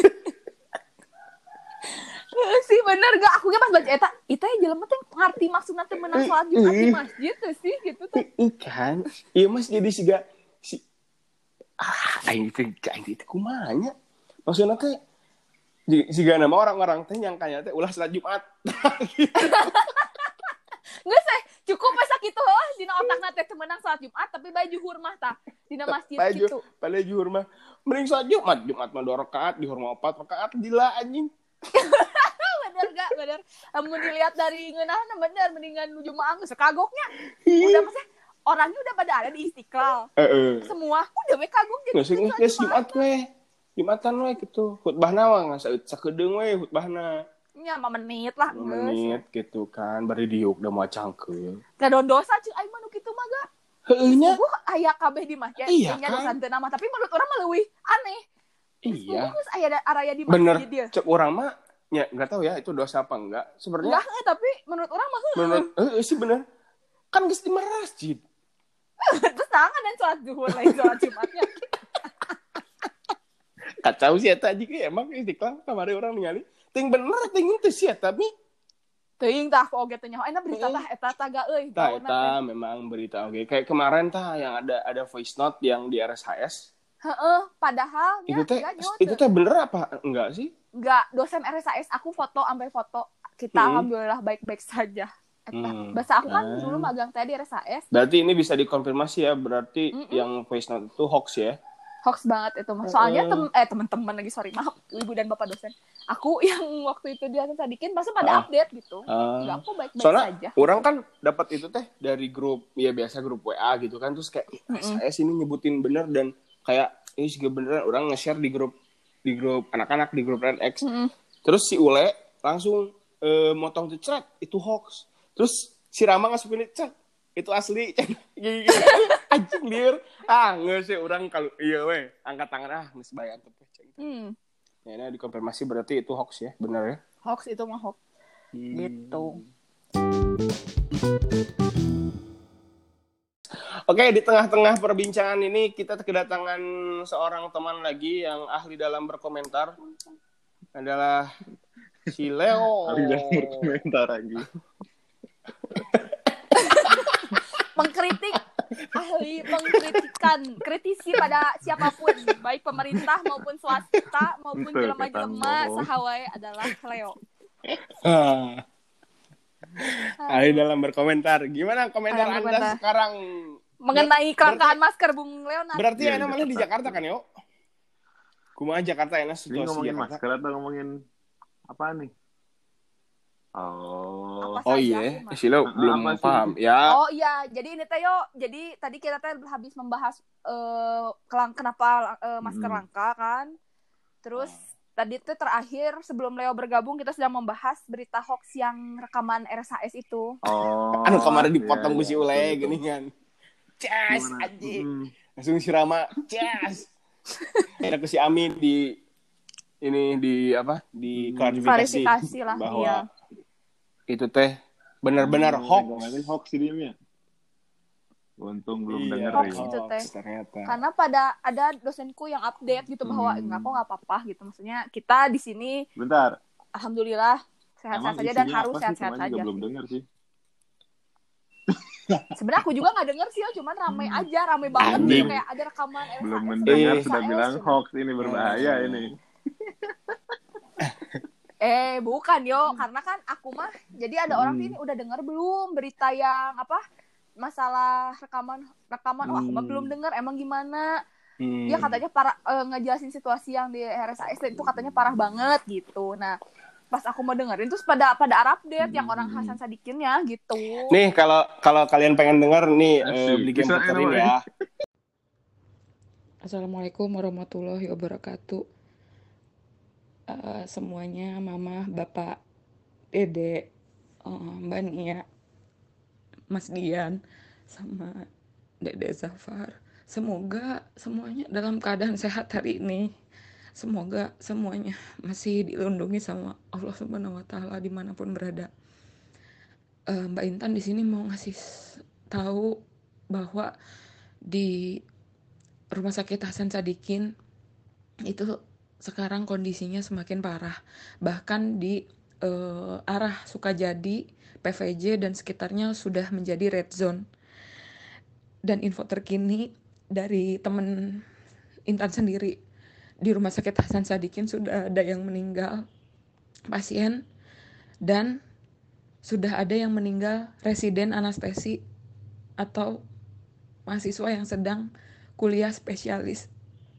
Speaker 2: Eh, sih bener gak, aku ge pas baca eta eta ya jelema teh ngarti maksudna teh menang sholat Jumat di masjid teh sih gitu teh.
Speaker 1: Ikan, iya mas jadi siga si ah aing itu aing itu kumahanya. Maksudnya teh siga nama orang-orang teh yang kayaknya teh ulah sholat Jumat.
Speaker 2: Geus teh cukup we sakitu heuh dina otakna teh teu menang sholat Jumat tapi bae juhur mah tah dina masjid
Speaker 1: Pada
Speaker 2: gitu.
Speaker 1: pada zuhur mah mending sholat Jumat, Jumat mah dua rakaat, zuhur mah empat rakaat, gila anjing.
Speaker 2: Bener gak bener, amun dilihat dari ngeunahna bener mendingan nu jumaah geus kagoknya. Udah maksudnya orangnya udah pada ada di Istiqlal.
Speaker 1: Heeh.
Speaker 2: Semua udah we kagok jadi
Speaker 1: Nggak sih,
Speaker 2: sholat
Speaker 1: nggak Jumat we. Jumatan we gitu. Khutbahna mah nggak sakedeung we khutbahna.
Speaker 2: nya lima menit lah
Speaker 1: lima
Speaker 2: geus.
Speaker 1: menit gitu kan, bari diuk udah mau cangkeul.
Speaker 2: Gadon dosa cing aing mah nu kitu mah gak.
Speaker 1: Heeh nya.
Speaker 2: Gua aya kabeh di masjid.
Speaker 1: Iya,
Speaker 2: nya
Speaker 1: kan?
Speaker 2: dosa teu nama tapi menurut orang mah leuwih aneh.
Speaker 1: Iya.
Speaker 2: Geus aya da- araya di
Speaker 1: Bener.
Speaker 2: masjid dia.
Speaker 1: Cek orang mah ya nggak tahu ya itu dosa apa enggak. Sebenarnya
Speaker 2: Enggak, eh, tapi menurut orang mah heuh.
Speaker 1: menurut eh sih bener. Kan geus di masjid.
Speaker 2: Terus tangan dan sholat zuhur lain sholat Jumatnya.
Speaker 1: Kacau sih eta anjing emang Istiqlal kemarin orang ningali. Ting bener ting teh sih tapi
Speaker 2: Teuing tah kok oge teh nyaho. Ayeuna berita tah eta taga euy.
Speaker 1: tah
Speaker 2: bauna
Speaker 1: eta
Speaker 2: teh.
Speaker 1: memang berita oke. Kayak kemarin tah yang ada ada voice note yang di R S H S.
Speaker 2: Heeh, padahal
Speaker 1: Itu teh
Speaker 2: nya
Speaker 1: itu teh bener apa enggak sih?
Speaker 2: enggak dosen R S A S aku foto sampai foto kita
Speaker 1: Hmm.
Speaker 2: alhamdulillah baik-baik saja. Eta, bahasa aku kan
Speaker 1: Ah.
Speaker 2: dulu magang tadi R S A S.
Speaker 1: Berarti ini bisa dikonfirmasi ya, berarti
Speaker 2: Mm-mm.
Speaker 1: yang voice note itu hoax ya?
Speaker 2: Hoax banget itu mah. Soalnya
Speaker 1: Uh.
Speaker 2: tem eh teman-teman lagi sorry maaf ibu dan bapak dosen. Aku yang waktu itu di Hasan Sadikin masa pada
Speaker 1: Uh.
Speaker 2: update gitu.
Speaker 1: Uh.
Speaker 2: Enggak, aku baik-baik
Speaker 1: Soalnya
Speaker 2: saja.
Speaker 1: orang kan dapat itu teh dari grup ya biasa grup W A gitu kan, terus kayak
Speaker 2: Mm-mm.
Speaker 1: saya sini nyebutin bener dan kayak ini juga beneran orang nge-share di grup di grup anak-anak di grup Red X.
Speaker 2: Mm-mm.
Speaker 1: Terus si Ule langsung uh, motong tuh chat itu hoax. Terus si Rama ngasukin chat itu asli gini anjing liur ah nggak sih orang kalau iya weh angkat tangan ah nggak bayar tuh
Speaker 2: hmm.
Speaker 1: Ya ini dikonfirmasi berarti itu hoax ya benar ya
Speaker 2: hoax itu mah hoax hmm. gitu.
Speaker 1: Oke, di tengah-tengah perbincangan ini kita kedatangan seorang teman lagi yang ahli dalam berkomentar adalah si Leo.
Speaker 3: Ahli dalam berkomentar lagi.
Speaker 2: Mengkritik, ahli mengkritikan, kritisi pada siapapun, baik pemerintah maupun swasta maupun jelema-jelema sahawai adalah Leo.
Speaker 1: Ah. Ahli dalam berkomentar. Gimana komentar
Speaker 2: Ahli
Speaker 1: Anda
Speaker 2: komentar.
Speaker 1: sekarang
Speaker 2: mengenai kelangkaan
Speaker 1: berarti,
Speaker 2: masker Bung Leonard?
Speaker 1: Berarti
Speaker 3: ya,
Speaker 1: enak mana di Jakarta kan, yo? Kumaha Jakarta enak situasi
Speaker 3: Ini ngomongin
Speaker 1: Jakarta.
Speaker 3: masker atau ngomongin apa nih? Oh.
Speaker 2: Apa
Speaker 1: oh
Speaker 2: saja,
Speaker 1: iya,
Speaker 2: Mas?
Speaker 1: si Leo belum
Speaker 3: Apa sih?
Speaker 1: paham. Ya.
Speaker 2: Oh iya, jadi ini teh yo, jadi tadi kita teh habis membahas uh, kelang kenapa uh, masker
Speaker 3: hmm.
Speaker 2: langka kan. Terus oh. tadi tuh terakhir sebelum Leo bergabung kita sedang membahas berita hoax yang rekaman R S A S itu.
Speaker 3: Oh.
Speaker 1: Anu kemarin dipotong
Speaker 3: ya,
Speaker 1: si Ule ya, gini kan. Cas anjing.
Speaker 3: Hmm.
Speaker 1: Langsung si Rama, cas. Ada ke si Amin di ini di apa? Di klarifikasi,
Speaker 2: klarifikasi lah,
Speaker 1: bahwa
Speaker 2: iya.
Speaker 1: Itu teh benar-benar
Speaker 3: hmm,
Speaker 1: hoax.
Speaker 3: Ngomongin hoax ini ya. Untung belum
Speaker 1: iya,
Speaker 3: dengar
Speaker 2: hoax
Speaker 3: ya.
Speaker 2: itu teh.
Speaker 1: Ternyata.
Speaker 2: Karena pada ada dosenku yang update gitu bahwa
Speaker 3: hmm.
Speaker 2: enggak kok enggak apa-apa gitu. Maksudnya kita di sini
Speaker 3: Bentar.
Speaker 2: Alhamdulillah sehat-sehat saja dan harus sehat-sehat
Speaker 3: saja.
Speaker 2: saja.
Speaker 3: Belum dengar sih.
Speaker 2: Sebenarnya aku juga nggak denger sih, cuman rame aja, rame banget
Speaker 1: Anjing.
Speaker 2: gitu kayak ada rekaman R S A S.
Speaker 3: Belum mendengar
Speaker 1: eh.
Speaker 3: sudah bilang hoax ini berbahaya
Speaker 1: eh.
Speaker 3: ini.
Speaker 2: Eh bukan yo, karena kan aku mah jadi ada orang
Speaker 3: hmm.
Speaker 2: sini udah dengar belum berita yang apa masalah rekaman rekaman oh aku mah
Speaker 1: Hmm.
Speaker 2: belum dengar emang gimana.
Speaker 1: Hmm.
Speaker 2: Dia katanya parah e, ngejelasin situasi yang di R S A S itu katanya parah banget gitu. Nah, pas aku mau dengerin terus pada pada update
Speaker 3: hmm.
Speaker 2: yang orang Hasan Sadikinnya gitu.
Speaker 1: Nih kalau kalau kalian pengen denger nih uh, beli game
Speaker 3: Bisa
Speaker 1: puterin
Speaker 3: enak,
Speaker 1: ya.
Speaker 4: Assalamualaikum warahmatullahi wabarakatuh. Uh, semuanya, Mama, Bapak, Dede, uh, Mbak Nia, Mas Dian, sama Dede Zafar. Semoga semuanya dalam keadaan sehat hari ini. Semoga semuanya masih dilindungi sama Allah Subhanahu wa Ta'ala dimanapun berada. Uh, Mbak Intan di sini mau ngasih tahu bahwa di Rumah Sakit Hasan Sadikin itu sekarang kondisinya semakin parah. Bahkan di uh, arah Sukajadi, P V J dan sekitarnya sudah menjadi red zone. Dan info terkini dari teman Intan sendiri, di Rumah Sakit Hasan Sadikin sudah ada yang meninggal pasien dan sudah ada yang meninggal residen anestesi atau mahasiswa yang sedang kuliah spesialis.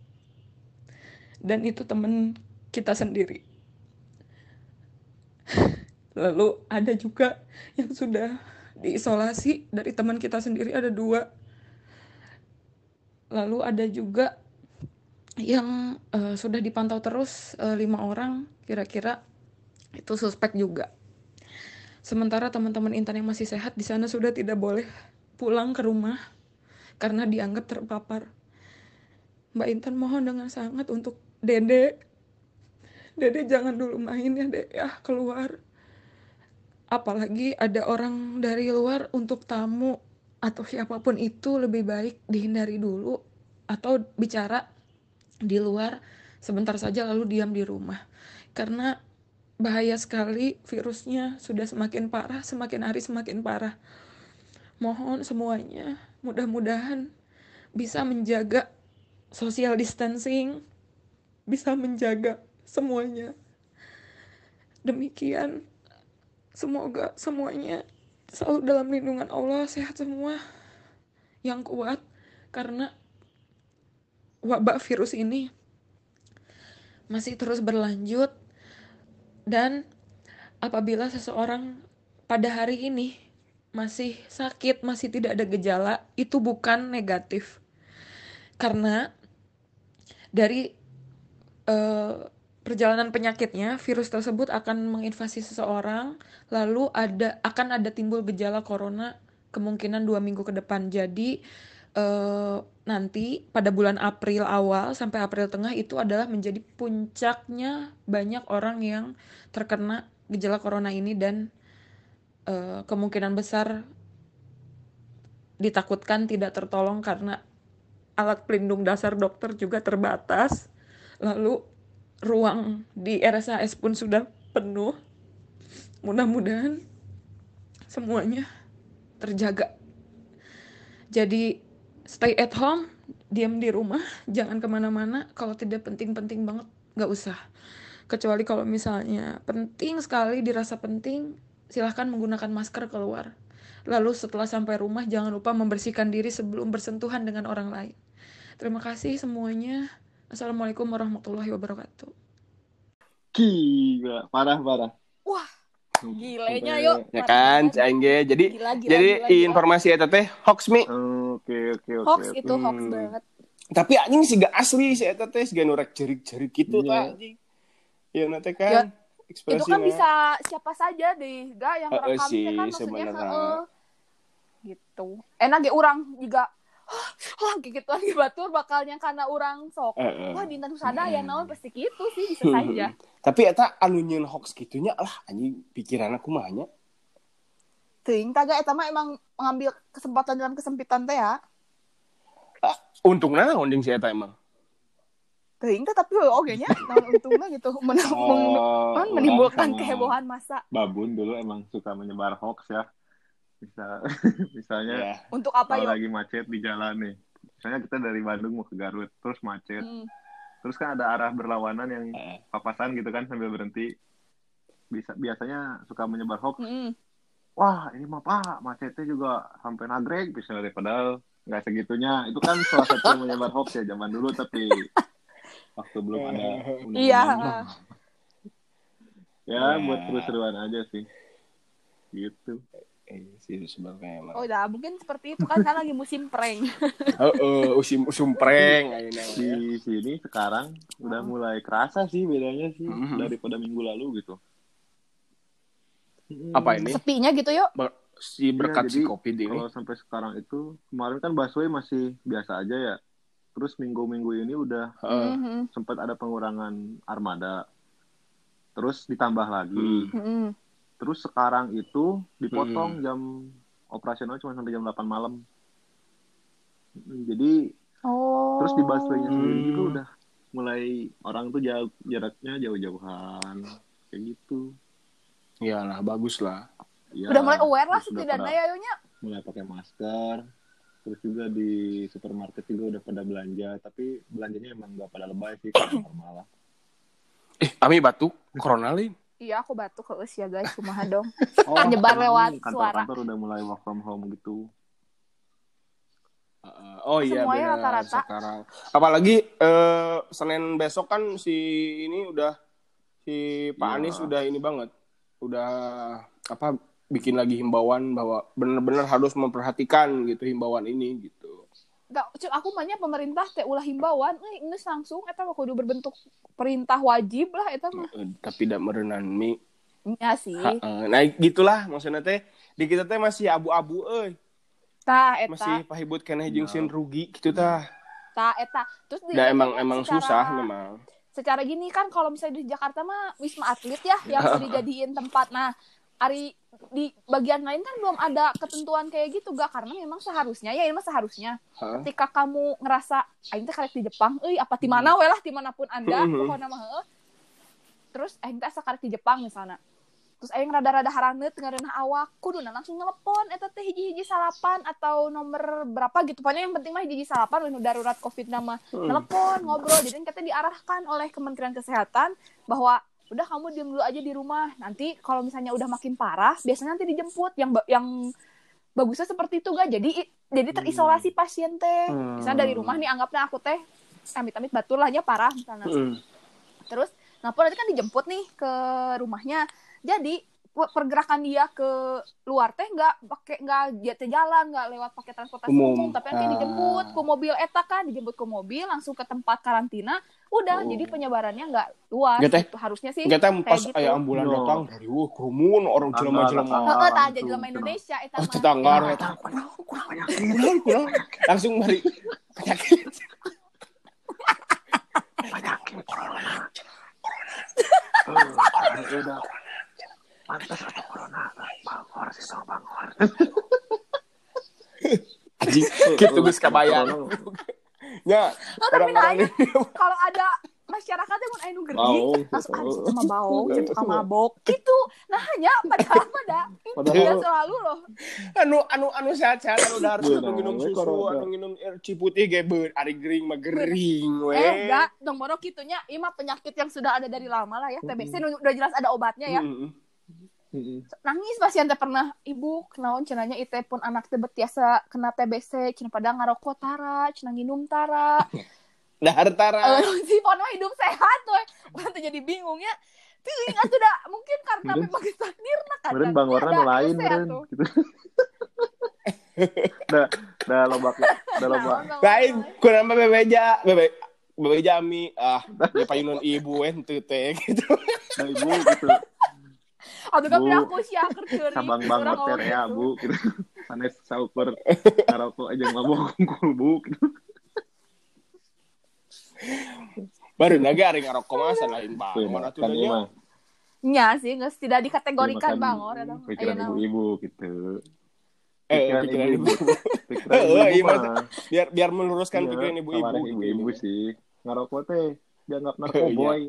Speaker 4: Dan itu teman kita sendiri. Lalu ada juga yang sudah diisolasi dari teman kita sendiri, ada dua. Lalu ada juga yang uh, sudah dipantau terus uh, lima orang, kira-kira itu suspek juga. Sementara teman-teman Intan yang masih sehat di sana sudah tidak boleh pulang ke rumah karena dianggap terpapar. Mbak Intan mohon dengan sangat untuk Dede, Dede jangan dulu main ya Dek ya keluar. Apalagi ada orang dari luar untuk tamu atau siapapun itu lebih baik dihindari dulu atau bicara di luar sebentar saja lalu diam di rumah. Karena bahaya sekali, virusnya sudah semakin parah, semakin hari semakin parah. Mohon semuanya mudah-mudahan bisa menjaga social distancing, bisa menjaga semuanya. Demikian, semoga semuanya selalu dalam lindungan Allah, sehat semua, yang kuat, karena wabah virus ini masih terus berlanjut. Dan apabila seseorang pada hari ini masih sakit, masih tidak ada gejala, itu bukan negatif. Karena dari uh, perjalanan penyakitnya, virus tersebut akan menginvasi seseorang, lalu ada akan ada timbul gejala corona kemungkinan dua minggu ke depan. Jadi uh, nanti pada bulan April awal sampai April tengah itu adalah menjadi puncaknya banyak orang yang terkena gejala corona ini, dan uh, kemungkinan besar ditakutkan tidak tertolong karena alat pelindung dasar dokter juga terbatas. Lalu ruang di R S A S pun sudah penuh. Mudah-mudahan semuanya terjaga. Jadi stay at home, diam di rumah, jangan kemana-mana. Kalau tidak penting-penting banget, gak usah. Kecuali kalau misalnya penting sekali, dirasa penting, silahkan menggunakan masker keluar. Lalu setelah sampai rumah, jangan lupa membersihkan diri sebelum bersentuhan dengan orang lain. Terima kasih semuanya. Assalamualaikum warahmatullahi wabarakatuh.
Speaker 3: Gila, parah-parah.
Speaker 2: Wah, gilenya yuk.
Speaker 1: Ya kan, Cengge. Jadi
Speaker 2: Gila, gila,
Speaker 1: jadi
Speaker 2: gila, gila.
Speaker 1: informasi eta teh hoax mi.
Speaker 3: Oke, oke, oke.
Speaker 2: Hoax
Speaker 3: oke.
Speaker 2: itu hoax
Speaker 1: Hmm.
Speaker 2: banget.
Speaker 1: Tapi anjing sih gak asli si eta teh siga nu rek jerik-jerik gitu
Speaker 3: Iya.
Speaker 1: tah anjing. Iya nanti kan
Speaker 2: Ya,
Speaker 1: ekspresinya.
Speaker 2: Itu kan bisa siapa saja deh, gak yang
Speaker 1: Heeh
Speaker 2: rekam
Speaker 1: sih,
Speaker 2: kan maksudnya
Speaker 1: sebenarnya.
Speaker 2: heeh. Gitu. Enak ge urang juga wah gitu lagi batur bakalnya karena urang sok.
Speaker 1: Heeh.
Speaker 2: Wah dinten sada ya naon pasti gitu sih bisa saja.
Speaker 1: Tapi eta anu nyeun hoax gitunya lah anjing pikiran aku mah nya.
Speaker 2: Teuing taga eta mah emang mengambil kesempatan dalam kesempitan teh ya.
Speaker 1: Ah, untungna naon jeung si eta emang.
Speaker 2: Teuing teh tapi oge nya naon untungna gitu men-
Speaker 3: Oh,
Speaker 2: men- menimbulkan
Speaker 3: orang sama
Speaker 2: kehebohan massa.
Speaker 3: Babun dulu emang suka menyebar hoax ya. Bisa, misalnya
Speaker 1: Ya.
Speaker 2: Untuk apa
Speaker 3: kalau
Speaker 2: yuk?
Speaker 3: lagi macet di jalan nih. Misalnya kita dari Bandung mau ke Garut, terus macet.
Speaker 2: Hmm.
Speaker 3: Terus kan ada arah berlawanan yang
Speaker 1: Eh.
Speaker 3: papasan gitu kan sambil berhenti. Bisa biasanya suka menyebar hoax.
Speaker 2: Mm-mm.
Speaker 3: Wah, ini mah Pak, macetnya juga sampai nagreg misalnya, padahal nggak segitunya. Itu kan salah satu yang menyebar hoax ya zaman dulu, tapi waktu belum ada undang-undang.
Speaker 2: Iya.
Speaker 3: Ya,
Speaker 1: Ya.
Speaker 3: buat seru-seruan aja sih. Gitu.
Speaker 1: Eh, sih sebenarnya emang.
Speaker 2: Oh udah mungkin seperti itu kan karena lagi musim prank.
Speaker 1: Heeh, usim usum prank ayeuna ya.
Speaker 3: Di sini sekarang udah mulai kerasa sih bedanya sih
Speaker 1: Mhm.
Speaker 3: daripada minggu lalu gitu.
Speaker 1: Apa ini?
Speaker 2: Sepinya gitu yuk.
Speaker 1: Ber- si berkat
Speaker 3: Iya,
Speaker 1: si
Speaker 3: jadi
Speaker 1: Covid ini.
Speaker 3: Kalau sampai sekarang itu, kemarin kan busway masih biasa aja ya. Terus minggu-minggu ini udah
Speaker 1: Heeh.
Speaker 2: Mhm.
Speaker 3: sempat ada pengurangan armada. Terus ditambah lagi.
Speaker 1: Hmm.
Speaker 2: Mhm.
Speaker 3: Terus sekarang itu dipotong
Speaker 1: Hmm.
Speaker 3: jam operasional cuma sampai jam delapan malam. Hmm, Jadi
Speaker 2: Oh.
Speaker 3: terus di busway-nya sendiri
Speaker 1: Hmm.
Speaker 3: juga udah mulai orang tuh jauh, jaraknya jauh-jauhan kayak gitu.
Speaker 1: Iyalah, bagus lah.
Speaker 3: Ya,
Speaker 2: Udah mulai aware lah
Speaker 3: terus udah
Speaker 2: setidaknya
Speaker 3: pada
Speaker 2: ya yonya.
Speaker 3: mulai pakai masker. Terus juga di supermarket juga udah pada belanja, tapi belanjanya emang nggak pada lebay sih, kayak normal lah.
Speaker 1: Eh, Ami batuk corona lain.
Speaker 2: Iya aku batuk heus ya guys, kumaha dong.
Speaker 3: Oh,
Speaker 2: Nyebar
Speaker 3: emang
Speaker 2: lewat
Speaker 3: kantor-
Speaker 2: suara.
Speaker 3: Kantor udah mulai work from home gitu.
Speaker 1: Uh, oh iya
Speaker 2: Semuanya
Speaker 1: benar
Speaker 2: rata-rata.
Speaker 1: sekarang. Apalagi eh, Senin besok kan si ini udah si Pak
Speaker 3: Iya.
Speaker 1: Anies udah ini banget. Udah apa bikin lagi himbauan bahwa benar-benar harus memperhatikan gitu himbauan ini gitu.
Speaker 2: Gak, cuk, aku mahnya pemerintah teh ulah himbauan, eh geus langsung eta mah kudu berbentuk perintah wajib lah eta mah.
Speaker 1: Eh, tapi tidak merenan mi.
Speaker 2: Nya sih.
Speaker 1: Ha, eh, nah gitulah maksudnya teh di kita teh masih abu-abu euy.
Speaker 2: Tah eta.
Speaker 1: Masih pahibut keneh jeung sin rugi gitu tah.
Speaker 2: Tah eta. Terus di
Speaker 1: Nah, emang
Speaker 2: eta
Speaker 1: emang
Speaker 2: secara-
Speaker 1: susah memang.
Speaker 2: Secara gini kan kalau misalnya di Jakarta mah Wisma Atlet ya yang mau dijadiin tempat. Nah, ari di bagian lain kan belum ada ketentuan kayak gitu gak, karena memang seharusnya ya ini mah seharusnya
Speaker 1: Hah?
Speaker 2: ketika kamu ngerasa aing teh karek di Jepang, euy apa di mana we lah dimanapun Anda
Speaker 1: Mhm.
Speaker 2: pokoknya mah heuh. Terus aing teh asa karek di Jepang misalnya. Terus aing rada-rada haraneut ngareunah awak, kuduna langsung nelepon eta teh hiji-hiji salapan atau nomor berapa gitu. Pokoknya yang penting mah hiji-hiji salapan nu darurat Covid nama.
Speaker 1: Hmm.
Speaker 2: Nelepon, ngobrol. Jadi katanya diarahkan oleh Kementerian Kesehatan bahwa udah kamu diem dulu aja di rumah. Nanti kalau misalnya udah makin parah, biasanya nanti dijemput. Yang yang bagusnya seperti itu gak? Jadi jadi terisolasi pasien teh.
Speaker 1: Hmm.
Speaker 2: Misalnya dari rumah nih, anggapnya aku teh amit-amit batur lahnya parah misalnya.
Speaker 1: Hmm.
Speaker 2: Terus, nah nanti kan dijemput nih ke rumahnya. Jadi pergerakan dia ke luar teh nggak pakai nggak dia teh jalan nggak lewat pakai transportasi umum,
Speaker 1: Umum.
Speaker 2: tapi nanti
Speaker 1: Ah.
Speaker 2: dijemput ke mobil eta kan dijemput ke mobil langsung ke tempat karantina udah
Speaker 1: Oh.
Speaker 2: jadi penyebarannya nggak luas
Speaker 1: Nggak, teh.
Speaker 2: gitu harusnya sih
Speaker 1: Kita
Speaker 2: kayak
Speaker 1: pas
Speaker 2: gitu.
Speaker 1: ayah ambulan
Speaker 3: Yo.
Speaker 1: datang dari wah kerumun orang
Speaker 3: Tetangga,
Speaker 1: jelema-jelema.
Speaker 3: tetangga.
Speaker 2: Heeh, tah
Speaker 3: langsung
Speaker 2: jadi lama
Speaker 3: cenah.
Speaker 2: Indonesia eta
Speaker 1: Oh,
Speaker 2: mah.
Speaker 1: tetangga
Speaker 2: Ya.
Speaker 1: eta. Kurang kurang langsung mari penyakit.
Speaker 3: Penyakit corona. Corona. Eh, udah. Pantas atau corona? Bangor sih sama Bangor.
Speaker 1: Anjing, gitu geus kabayang. Ya,
Speaker 2: Oh, tapi
Speaker 1: orang-orang
Speaker 2: nanya
Speaker 1: ini
Speaker 2: kalau ada masyarakat yang mun anu gering
Speaker 3: Baong.
Speaker 2: langsung ah itu mah baong itu tukang mabok gitu nah hanya padahal pada
Speaker 3: Padahal-
Speaker 2: tidak selalu loh
Speaker 1: anu anu anu sehat-sehat anu udah harus
Speaker 3: Beunang
Speaker 1: anu minum
Speaker 3: we
Speaker 1: susu,
Speaker 3: corona.
Speaker 1: anu minum air ciputih ge beun, ari gering mah gering we.
Speaker 2: eh enggak dong moro kitunya ieu mah penyakit yang sudah ada dari lama lah ya T B C nu udah jelas ada obatnya ya.
Speaker 1: Heeh.
Speaker 3: Heeh.
Speaker 2: Nangis pasien teh pernah ibu kenaon cenanya ieu teh pun anak teh betiasa kena T B C cenah pada ngarokok tara cenah nginum tara.
Speaker 1: Dahar tara.
Speaker 2: Eh si pon mah hidup sehat we. Urang teh jadi bingung ya. Teuing atuh da mungkin karena
Speaker 3: Meureun-
Speaker 2: memang takdirna kan.
Speaker 3: Meureun Bangorna nu lain meureun gitu. Da da lobak da lobak.
Speaker 1: Lain kurang mah bebeja, bebe bebeja mi ah dia payunan ibu we henteu teh gitu.
Speaker 3: Da ibu gitu.
Speaker 2: Aduh kan
Speaker 3: Bu,
Speaker 2: aku sia keur
Speaker 3: Sabang Bangor teh ya, Bu gitu. Sanes saukur ngarokok aja mabok kungkul Bu gitu.
Speaker 1: Baru naga ari ngarokok mah lain
Speaker 3: Tuh,
Speaker 1: Bangor atuh
Speaker 3: kan ieu mah.
Speaker 2: nya sih geus tidak dikategorikan
Speaker 3: Makan
Speaker 2: Bangor eta.
Speaker 3: pikiran ibu-ibu gitu.
Speaker 1: Eh,
Speaker 3: Pikiran
Speaker 1: pikiran
Speaker 3: ibu-ibu. Pikiran
Speaker 1: Eh,
Speaker 3: ibu-ibu
Speaker 1: iya,
Speaker 3: mah.
Speaker 1: biar biar meluruskan
Speaker 3: Iya,
Speaker 1: pikiran ibu-ibu.
Speaker 3: sawareh
Speaker 1: gitu.
Speaker 3: ibu-ibu sih. Ngarokok teh dianggap
Speaker 1: Iya.
Speaker 3: narkoboy.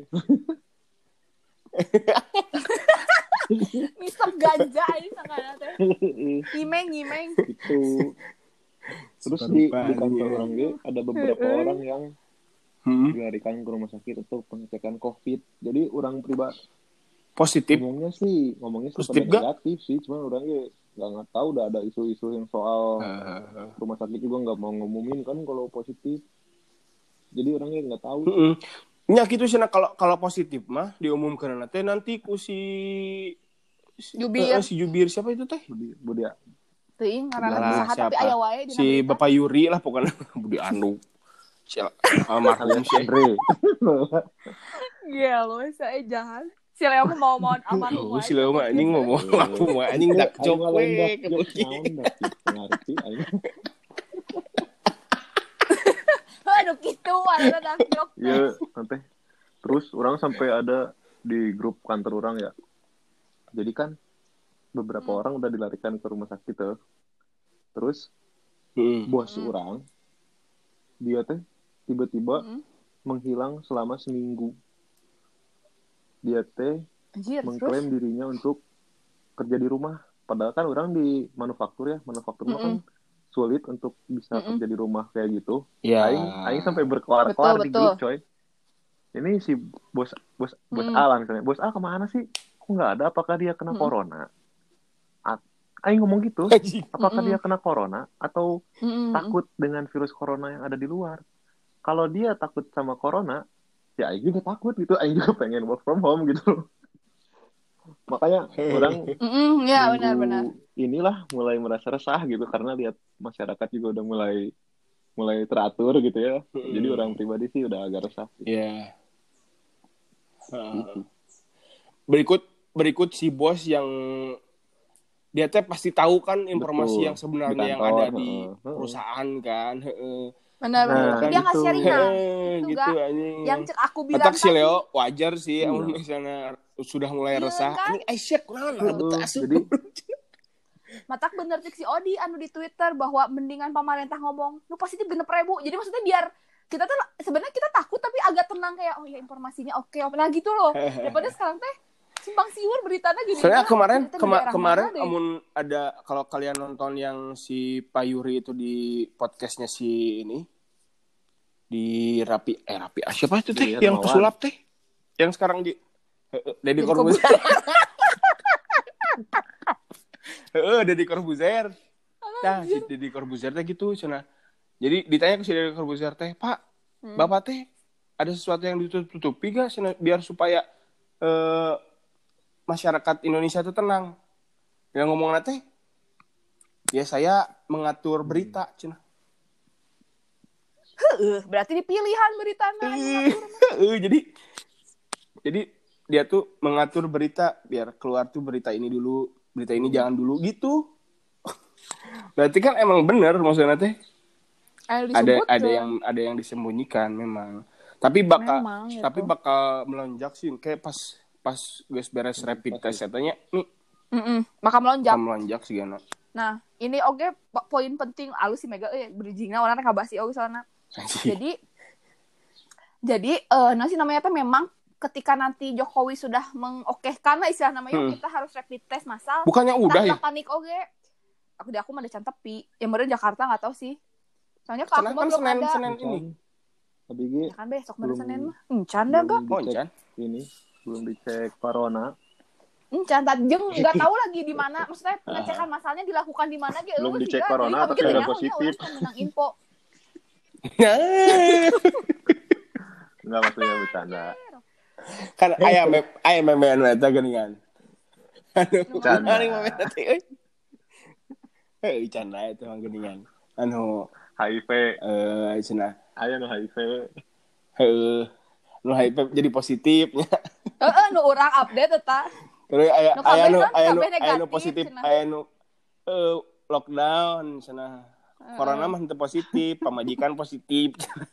Speaker 2: Ngisep ganja ini sangana teh. Ngimeng ngimeng.
Speaker 3: Gitu. Terus di, di kantor orang ge ada beberapa orang yang
Speaker 1: Hmm.
Speaker 3: dilarikan ke rumah sakit untuk pengecekan COVID. Jadi orang pribadi
Speaker 1: Positif.
Speaker 3: ngomongnya sih, ngomongnya sih
Speaker 1: Positif
Speaker 3: pada
Speaker 1: gak?
Speaker 3: negatif sih. Cuma orang ge nggak nggak tahu udah ada isu-isu yang soal
Speaker 1: Uh,
Speaker 3: rumah sakit juga nggak mau ngumumin kan kalau positif. Jadi orangnya nggak tahu.
Speaker 1: Heeh. Nya kitu cenah kalau kalau positif mah diumumkeun teh nanti ku si, si
Speaker 2: Jubir.
Speaker 1: eh, si Jubir siapa itu teh?
Speaker 3: Budi, Budi,
Speaker 2: Teuing ngaranna
Speaker 1: Lah,
Speaker 2: saha tapi
Speaker 1: siapa?
Speaker 2: aya wae dina
Speaker 1: Si
Speaker 2: berita.
Speaker 1: Bapak Yuri lah pokoknya Budi Anu. Si almarhum si
Speaker 3: Andre.
Speaker 2: Gelo saya jahat. Si Leo mah mau mau almarhum
Speaker 1: Oh,
Speaker 2: wae.
Speaker 1: si Leo mah anjing ngomong aku mah anjing dak jok we kemudian.
Speaker 3: Ngerti aing.
Speaker 2: Aduh gitu warna dak jok.
Speaker 3: Iya, nanti terus orang sampai ada di grup kantor orang ya. Jadi kan beberapa
Speaker 2: Hmm.
Speaker 3: orang udah dilarikan ke rumah sakit tuh. Terus
Speaker 1: Heeh.
Speaker 3: bos
Speaker 2: Hmm.
Speaker 3: orang dia teh tiba-tiba
Speaker 2: Hmm.
Speaker 3: menghilang selama seminggu. Dia teh
Speaker 2: Anjir, terus.
Speaker 3: mengklaim dirinya untuk kerja di rumah. Padahal kan orang di manufaktur ya, manufaktur mah kan sulit untuk bisa
Speaker 2: Mm-mm.
Speaker 3: kerja di rumah kayak gitu.
Speaker 1: Ya.
Speaker 3: Aing, Aing sampai berkelar-kelar
Speaker 2: Betul,
Speaker 3: di
Speaker 2: betul.
Speaker 3: grup coy. Ini si bos bos bos
Speaker 2: Mm.
Speaker 3: A lah misalnya. Bos A kemana sih? Kok nggak ada? Apakah dia kena
Speaker 2: Mm.
Speaker 3: corona? A- Aing ngomong gitu.
Speaker 1: Anjing.
Speaker 3: Apakah
Speaker 2: Mm-mm.
Speaker 3: dia kena corona atau
Speaker 2: Mm-mm.
Speaker 3: takut dengan virus corona yang ada di luar? Kalau dia takut sama corona, ya Aing juga takut gitu. Aing juga pengen work from home gitu. Makanya orang
Speaker 2: Mm-mm, ya
Speaker 3: minggu
Speaker 2: benar-benar.
Speaker 3: inilah mulai merasa resah gitu karena lihat masyarakat juga udah mulai mulai teratur gitu ya.
Speaker 1: Mm.
Speaker 3: Jadi orang pribadi sih udah agak resah. Sih.
Speaker 1: Ya. Uh, berikut berikut si bos yang dia teh pasti tahu kan informasi
Speaker 3: Betul.
Speaker 1: yang sebenarnya
Speaker 3: Di
Speaker 1: yang
Speaker 3: kantor,
Speaker 1: ada di
Speaker 3: heeh, heeh.
Speaker 1: perusahaan kan. Heeh.
Speaker 2: Benar-benar.
Speaker 3: Nah,
Speaker 2: Tapi dia nggak
Speaker 3: gitu.
Speaker 2: sharing nah.
Speaker 1: Heeh,
Speaker 2: Itu
Speaker 1: gitu
Speaker 2: gak
Speaker 1: anjing.
Speaker 2: yang cek aku bilang
Speaker 1: Atak si
Speaker 2: tadi.
Speaker 1: Leo wajar sih
Speaker 3: Iya.
Speaker 1: amun misalnya sudah mulai
Speaker 2: Iya,
Speaker 1: resah.
Speaker 2: kan?
Speaker 1: Anjing Aisyah kunaon
Speaker 3: Heeh,
Speaker 1: betah asup.
Speaker 3: jadi
Speaker 2: Matak bener cek si Odi anu di Twitter bahwa mendingan pemerintah ngomong lu positif genep ribu. Jadi maksudnya biar kita tuh sebenarnya kita takut tapi agak tenang kayak oh ya informasinya oke oke nah gitu loh. Daripada sekarang teh simpang siur beritanya gini.
Speaker 1: Soalnya
Speaker 2: "Nah,
Speaker 1: kemarin
Speaker 2: kita di
Speaker 1: kema-
Speaker 2: daerah
Speaker 1: kemarin
Speaker 2: mana deh?"
Speaker 1: amun ada kalau kalian nonton yang si Pak Yuri itu di podcastnya si ini di Rapi eh Rapi ah, siapa itu teh
Speaker 3: Di
Speaker 1: yang
Speaker 3: Hermawan.
Speaker 1: pesulap teh yang sekarang di Deddy Corbuzier. Heeh, Deddy Corbuzier. Nah, si Deddy Corbuzier teh gitu cenah. Jadi ditanya ke si Deddy Corbuzier teh, "Pak, hmm. Bapak teh ada sesuatu yang ditutup-tutupi gak biar supaya eh, masyarakat Indonesia itu tenang?" Yang ngomongnya teh, "Ya saya mengatur berita," cenah.
Speaker 2: Heeh, berarti dipilihan beritanya.
Speaker 1: Heeh, jadi jadi dia tuh mengatur berita biar keluar tuh berita ini dulu, berita ini jangan dulu gitu. Berarti kan emang bener maksudnya teh. Ada ada yang ada yang disembunyikan memang. Tapi bakal memang, gitu. Tapi bakal melonjak sih kayak pas pas guys beres rapid test katanya nih.
Speaker 2: Heeh, bakal melonjak.
Speaker 1: Bakal melonjak sih gana.
Speaker 2: Nah, ini oke okay, poin penting alus si Mega euy bridging-na urang kabasi oge soalna. Jadi jadi eh uh, nasi namanya teh memang ketika nanti Jokowi sudah mengokehkan lah istilah namanya hmm. kita harus rapid test massal.
Speaker 1: Bukannya udah ya?
Speaker 2: Panik oke. Okay. Aku di aku mah ada can tepi. Yang bener Jakarta enggak tahu sih. Soalnya kalau aku belum
Speaker 1: Senin,
Speaker 2: ada.
Speaker 1: Senin ini.
Speaker 3: Tapi ge.
Speaker 2: Ya kan besok bener Senin mah. Encan dah gak?
Speaker 1: Oh, encan.
Speaker 3: Ini belum dicek corona.
Speaker 2: Encan tajeng enggak tahu lagi di mana. Maksudnya pengecekan masalahnya dilakukan di mana ge.
Speaker 3: Belum dicek corona tapi ada positif.
Speaker 2: Menang info.
Speaker 3: Enggak maksudnya bercanda.
Speaker 1: Kan ayam ayam memean eta geuningan. Anu
Speaker 3: bercanda.
Speaker 1: Ari memean teh euy. Heuh bercanda eta mah geuningan. Anu
Speaker 3: H I V
Speaker 1: eh cenah.
Speaker 3: Aya nu H I V.
Speaker 1: Heuh. Nu H I V jadi positif nya.
Speaker 2: Heeh, nu urang update eta.
Speaker 1: Terus aya aya nu aya nu aya nu positif, aya nu eh lockdown cenah. Corona mah henteu positif, pamajikan positif.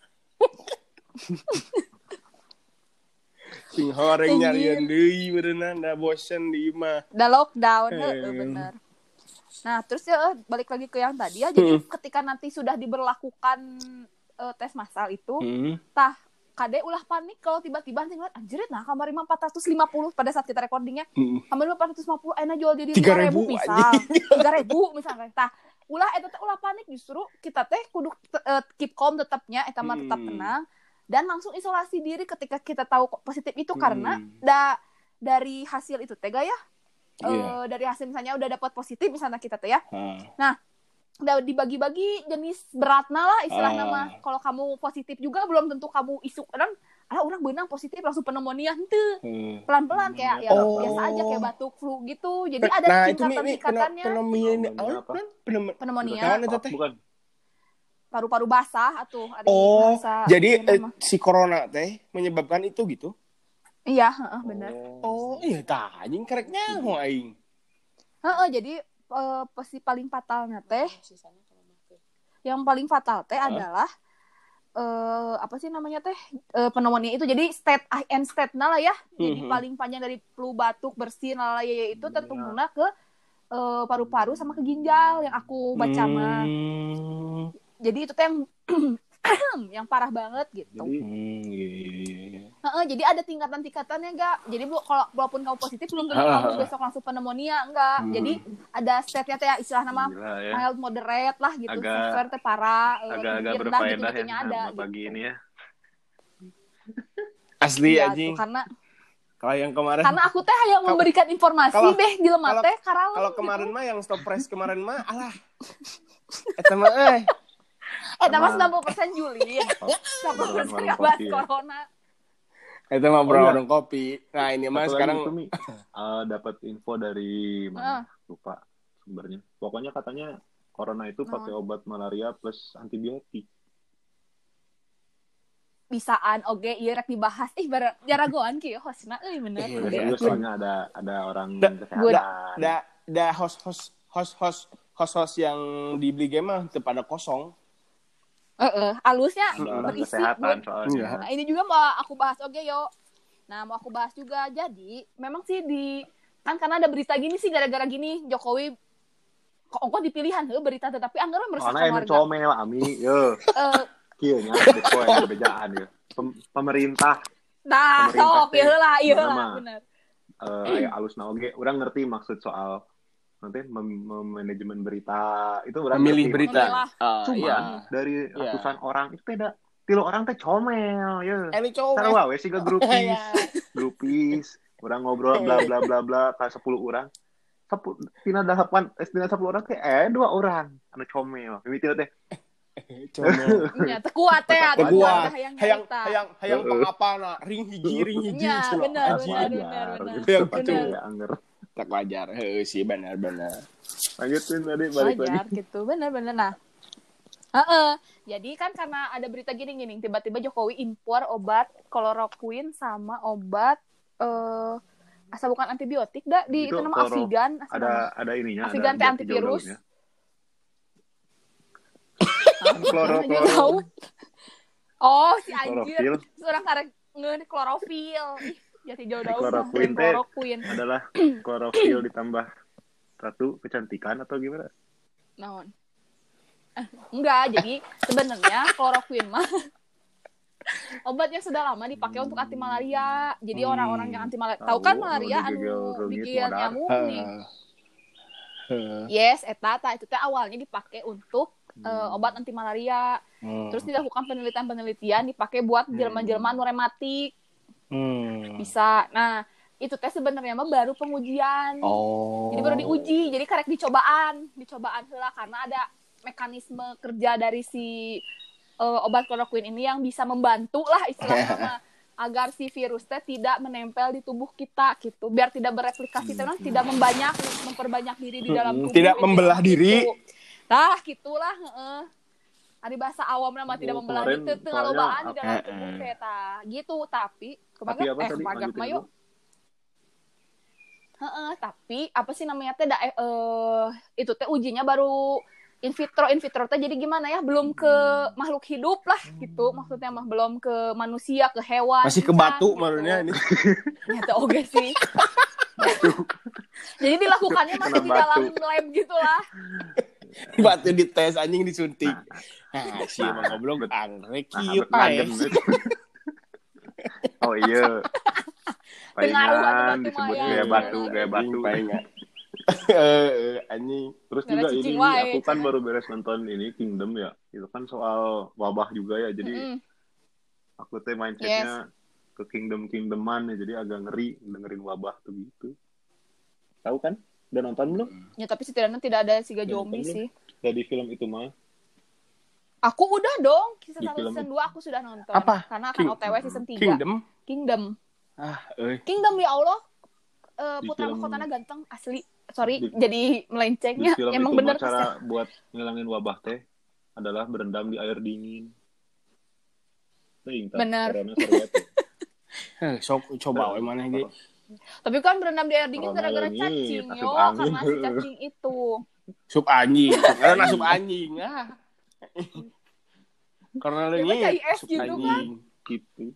Speaker 1: Sing horeng nyarian deui beureunan da bosen di imah.
Speaker 2: Da lockdown heeh bener. Nah, terus ya balik lagi ke yang tadi ya. Jadi hmm. ketika nanti sudah diberlakukan uh, tes massal itu, hmm. tah Kade ulah panik kalau tiba-tiba nanti ngeliat anjirit nah kamar empat ratus lima puluh pada saat kita recordingnya. Hmm. Kamar empat ratus lima puluh enak jual jadi tiga ribu misal. tiga ribu misalnya. Tah ulah eta teh ulah panik justru kita teh kudu uh, keep calm tetapnya eta mah tetap tenang dan langsung isolasi diri ketika kita tahu positif itu hmm. karena da dari hasil itu teh ya yeah. uh, dari hasil misalnya udah dapat positif misalnya kita teh ya hmm. nah udah dibagi-bagi jenis beratna lah istilahnya uh. mah kalau kamu positif juga belum tentu kamu isu kan ah orang benang positif langsung pneumonia henteu hmm. pelan-pelan kayak ya oh. biasa aja kayak batuk flu gitu jadi ada
Speaker 1: nah,
Speaker 2: tingkatan-tingkatannya
Speaker 1: pneumonia ini
Speaker 2: pneumonia
Speaker 3: bukan
Speaker 2: paru-paru basah atuh ada
Speaker 1: oh bahasa, jadi eh, si corona teh menyebabkan itu gitu
Speaker 2: iya heeh benar
Speaker 1: oh iya tah anjing kereknya ho aing
Speaker 2: heeh jadi uh, pasti paling fatalnya teh yang paling fatal teh huh? adalah Uh, apa sih namanya teh uh, pneumonia itu jadi state end state nah lah ya mm-hmm. jadi paling panjang dari flu batuk bersin lah ya itu tertumbuhnya ke uh, paru-paru sama ke ginjal yang aku baca mah mm. jadi itu teh yang yang parah banget gitu
Speaker 1: jadi, hmm, iya, iya, iya.
Speaker 2: Uh, jadi ada tingkatan-tingkatannya enggak jadi kalau walaupun kamu positif belum tentu kamu besok langsung pneumonia enggak hmm. jadi ada state-nya teh ya istilah nama ya. mild moderate lah gitu sesuai teh parah
Speaker 3: agak-agak uh, berfaedah gitu, ya ada bagi gitu. Ini ya
Speaker 1: asli ya, anjing
Speaker 2: karena
Speaker 1: kalau yang kemarin
Speaker 2: karena aku teh yang memberikan informasi
Speaker 1: kalo,
Speaker 2: beh jelema teh karang
Speaker 1: kalau kemarin gitu. Mah yang stop press kemarin mah alah eta mah euy
Speaker 2: Eh, nama sembilan puluh persen Juli. sembilan puluh persen nggak bahas corona.
Speaker 1: Itu mah bro warung kopi. Nah ini mah sekarang
Speaker 3: uh, dapat info dari mana? Uh. Lupa sumbernya. Pokoknya katanya corona itu pakai uh. obat malaria plus antibiotik.
Speaker 2: Bisaan oge ieu rek dibahas. Ih bara jaragoan kieu hostna euy bener.
Speaker 3: Iya, soalnya ada ada orang
Speaker 1: da,
Speaker 3: kesehatan.
Speaker 1: Da da host-host host-host host-host yang dibeli game mah teu pada kosong.
Speaker 2: Heeh, uh, uh, alusnya berisi.
Speaker 3: Soalnya.
Speaker 2: Nah, ini juga mau aku bahas oke okay, yo. Nah, mau aku bahas juga. Jadi, memang sih di kan karena ada berita gini sih gara-gara gini Jokowi kok kok dipilihan heuh berita tetapi anggaran meresahkan warga.
Speaker 3: Karena comel ami, yo. Eh, kieu nya poe bejaan ya. Pemerintah.
Speaker 2: Nah, sok ieu lah, ieu lah bener.
Speaker 3: Eh, aya alusna oge, urang ngerti maksud soal nanti mem- manajemen berita itu orang
Speaker 1: memilih berita
Speaker 3: uh, cuma iya. Dari ratusan yeah. orang itu beda tilu orang teh comel ya
Speaker 1: ini cowok
Speaker 3: sarua we siga grupis grupis Orang ngobrol bla bla bla bla ka sepuluh orang. Sepuluh tina delapan eh tina sepuluh orang teh eh dua orang anu comel. Mimiti teh.
Speaker 1: Comel.
Speaker 2: Nya teu kuat teh
Speaker 3: Teu
Speaker 2: atuh
Speaker 1: kuat.
Speaker 2: hayang
Speaker 1: Hayang
Speaker 2: nyarita.
Speaker 1: hayang hayang
Speaker 3: Heeh.
Speaker 1: pangapana ring hiji ring hiji
Speaker 2: Nya,
Speaker 1: cenah.
Speaker 2: bener,
Speaker 1: Anjing.
Speaker 2: bener, bener, bener.
Speaker 3: Gitu.
Speaker 1: Yang
Speaker 3: Pasti
Speaker 1: bener.
Speaker 3: ya anger.
Speaker 1: Tak wajar. Heeh sih benar-benar.
Speaker 3: Lanjutin tadi balik
Speaker 2: Wajar
Speaker 3: lagi.
Speaker 2: gitu, bener-bener. Nah, heeh. Jadi kan karena ada berita gini-gini, tiba-tiba Jokowi impor obat kloroquine sama obat eh asal bukan antibiotik dah di
Speaker 3: Itu
Speaker 2: itu nama
Speaker 3: kloro-
Speaker 2: Avigan, asal
Speaker 3: Ada
Speaker 2: nama
Speaker 3: ada ininya,
Speaker 2: Avigan
Speaker 3: ada
Speaker 2: teh
Speaker 3: jati
Speaker 2: antivirus.
Speaker 3: daunnya.
Speaker 2: Hah?
Speaker 3: Kloro
Speaker 2: Nggak
Speaker 3: kloro.
Speaker 2: tahu. Oh, si anjir.
Speaker 3: Klorofil.
Speaker 2: Seorang karek ngeun klorofil. Ih, jati jauh daun.
Speaker 3: Kloroquine teh
Speaker 2: Kloroquine.
Speaker 3: adalah klorofil ditambah satu kecantikan atau gimana?
Speaker 2: Naon? Eh, enggak, jadi sebenarnya kloroquine mah obatnya sudah lama dipakai untuk anti malaria. Jadi
Speaker 1: Hmm.
Speaker 2: orang-orang yang anti malaria, tahu
Speaker 3: Tahu,
Speaker 2: kan
Speaker 3: anu
Speaker 2: malaria anu
Speaker 3: digegel reungit
Speaker 2: bikin
Speaker 3: modar.
Speaker 2: nyamuk nih.
Speaker 1: Heeh.
Speaker 2: Yes, eta ta itu teh awalnya dipakai untuk eh, obat anti malaria.
Speaker 1: Hmm.
Speaker 2: Terus dilakukan penelitian-penelitian dipakai buat jelema-jelema anu rematik.
Speaker 1: Hmm.
Speaker 2: Bisa. Nah, itu teh sebenarnya mah baru pengujian.
Speaker 1: Oh.
Speaker 2: Jadi baru diuji, jadi karek dicobaan, dicobaan heula karena ada mekanisme kerja dari si uh, obat kloroquine ini yang bisa membantu lah istilahnya mah, agar si virus teh tidak menempel di tubuh kita gitu, biar tidak bereplikasi, hmm. tidak membanyak, memperbanyak diri di dalam tubuh.
Speaker 1: Tidak membelah
Speaker 2: gitu.
Speaker 1: diri.
Speaker 2: Nah, gitulah, heeh. Ari bahasa awam nama tidak
Speaker 3: Oh,
Speaker 2: membelah
Speaker 3: kemarin
Speaker 2: diri, teu
Speaker 3: soalnya
Speaker 2: ngalobaan di
Speaker 3: apa-
Speaker 2: dalam tubuh teh tah. Gitu, tapi
Speaker 3: Tapi
Speaker 2: kebaga
Speaker 3: apa
Speaker 2: eh
Speaker 3: tadi?
Speaker 2: kebaga
Speaker 3: Lanjutin
Speaker 2: mah
Speaker 3: dulu.
Speaker 2: yuk. Heeh, tapi apa sih namanya teh da, eh, eh, itu teh ujinya baru in vitro in vitro teh jadi gimana ya, belum ke makhluk hidup lah gitu, maksudnya mah belum ke manusia, ke hewan,
Speaker 1: Masih ke
Speaker 2: insan,
Speaker 1: batu
Speaker 2: gitu.
Speaker 1: maksudnya ini.
Speaker 2: Ya teh oge sih. Jadi dilakukannya masih
Speaker 3: Kena
Speaker 2: di dalam
Speaker 3: batu.
Speaker 2: lab gitulah.
Speaker 1: Batu dites anjing disuntik. Nah, si emang goblok angrek
Speaker 3: Nah,
Speaker 1: kieu
Speaker 3: abet
Speaker 1: ae.
Speaker 3: nagen. Oh iya.
Speaker 2: Pengaruh anu
Speaker 3: Palingan
Speaker 2: batu
Speaker 3: disebut
Speaker 2: maya.
Speaker 3: gaya batu, gaya batu.
Speaker 1: Palingan. Eh, anjing.
Speaker 3: Terus
Speaker 2: Gara
Speaker 3: juga
Speaker 2: cicing
Speaker 3: ini
Speaker 2: wae,
Speaker 3: aku kan
Speaker 2: cenah.
Speaker 3: baru beres nonton ini Kingdom ya. Itu kan soal wabah juga ya. Jadi
Speaker 2: Mm-mm.
Speaker 3: aku teh mindsetnya ke Kingdom Kingdoman ya. Jadi agak ngeri dengerin wabah tuh gitu. Tahu kan? Udah nonton belum?
Speaker 2: Ya tapi setidaknya tidak ada siga
Speaker 3: Udah
Speaker 2: zombie
Speaker 3: nonton
Speaker 2: sih.
Speaker 3: Dari film itu mah.
Speaker 2: Aku udah dong, season
Speaker 3: Di
Speaker 2: satu
Speaker 3: film
Speaker 2: season dua aku sudah nonton.
Speaker 1: Apa?
Speaker 2: Karena akan
Speaker 1: King-
Speaker 2: O T W season tiga.
Speaker 1: Kingdom.
Speaker 2: Kingdom.
Speaker 1: Ah, euy.
Speaker 2: Kingdom ya Allah. Eh,
Speaker 3: Di
Speaker 2: putra
Speaker 3: film-
Speaker 2: mahkotana ganteng asli. Sorry,
Speaker 3: Di-
Speaker 2: jadi
Speaker 3: Di
Speaker 2: melencengnya.
Speaker 3: film
Speaker 2: Emang
Speaker 3: itu
Speaker 2: bener
Speaker 3: mah cara buat ngilangin wabah teh adalah berendam di air dingin. Teuing tah,
Speaker 2: Bener.
Speaker 3: corona sarua teh.
Speaker 1: Eh, sok coba we maneh ge.
Speaker 2: Tapi kan berendam di air dingin
Speaker 3: Corona
Speaker 2: gara-gara
Speaker 3: leungit,
Speaker 2: cacing,
Speaker 3: asup
Speaker 2: yo.
Speaker 3: angin.
Speaker 2: Karena si cacing itu.
Speaker 1: Sup anjing. Karena sup anjing. Ah. Karena
Speaker 2: Ya,
Speaker 1: leungit.
Speaker 2: kan I S
Speaker 1: sup
Speaker 2: gitu
Speaker 1: anjing.
Speaker 3: Gitu.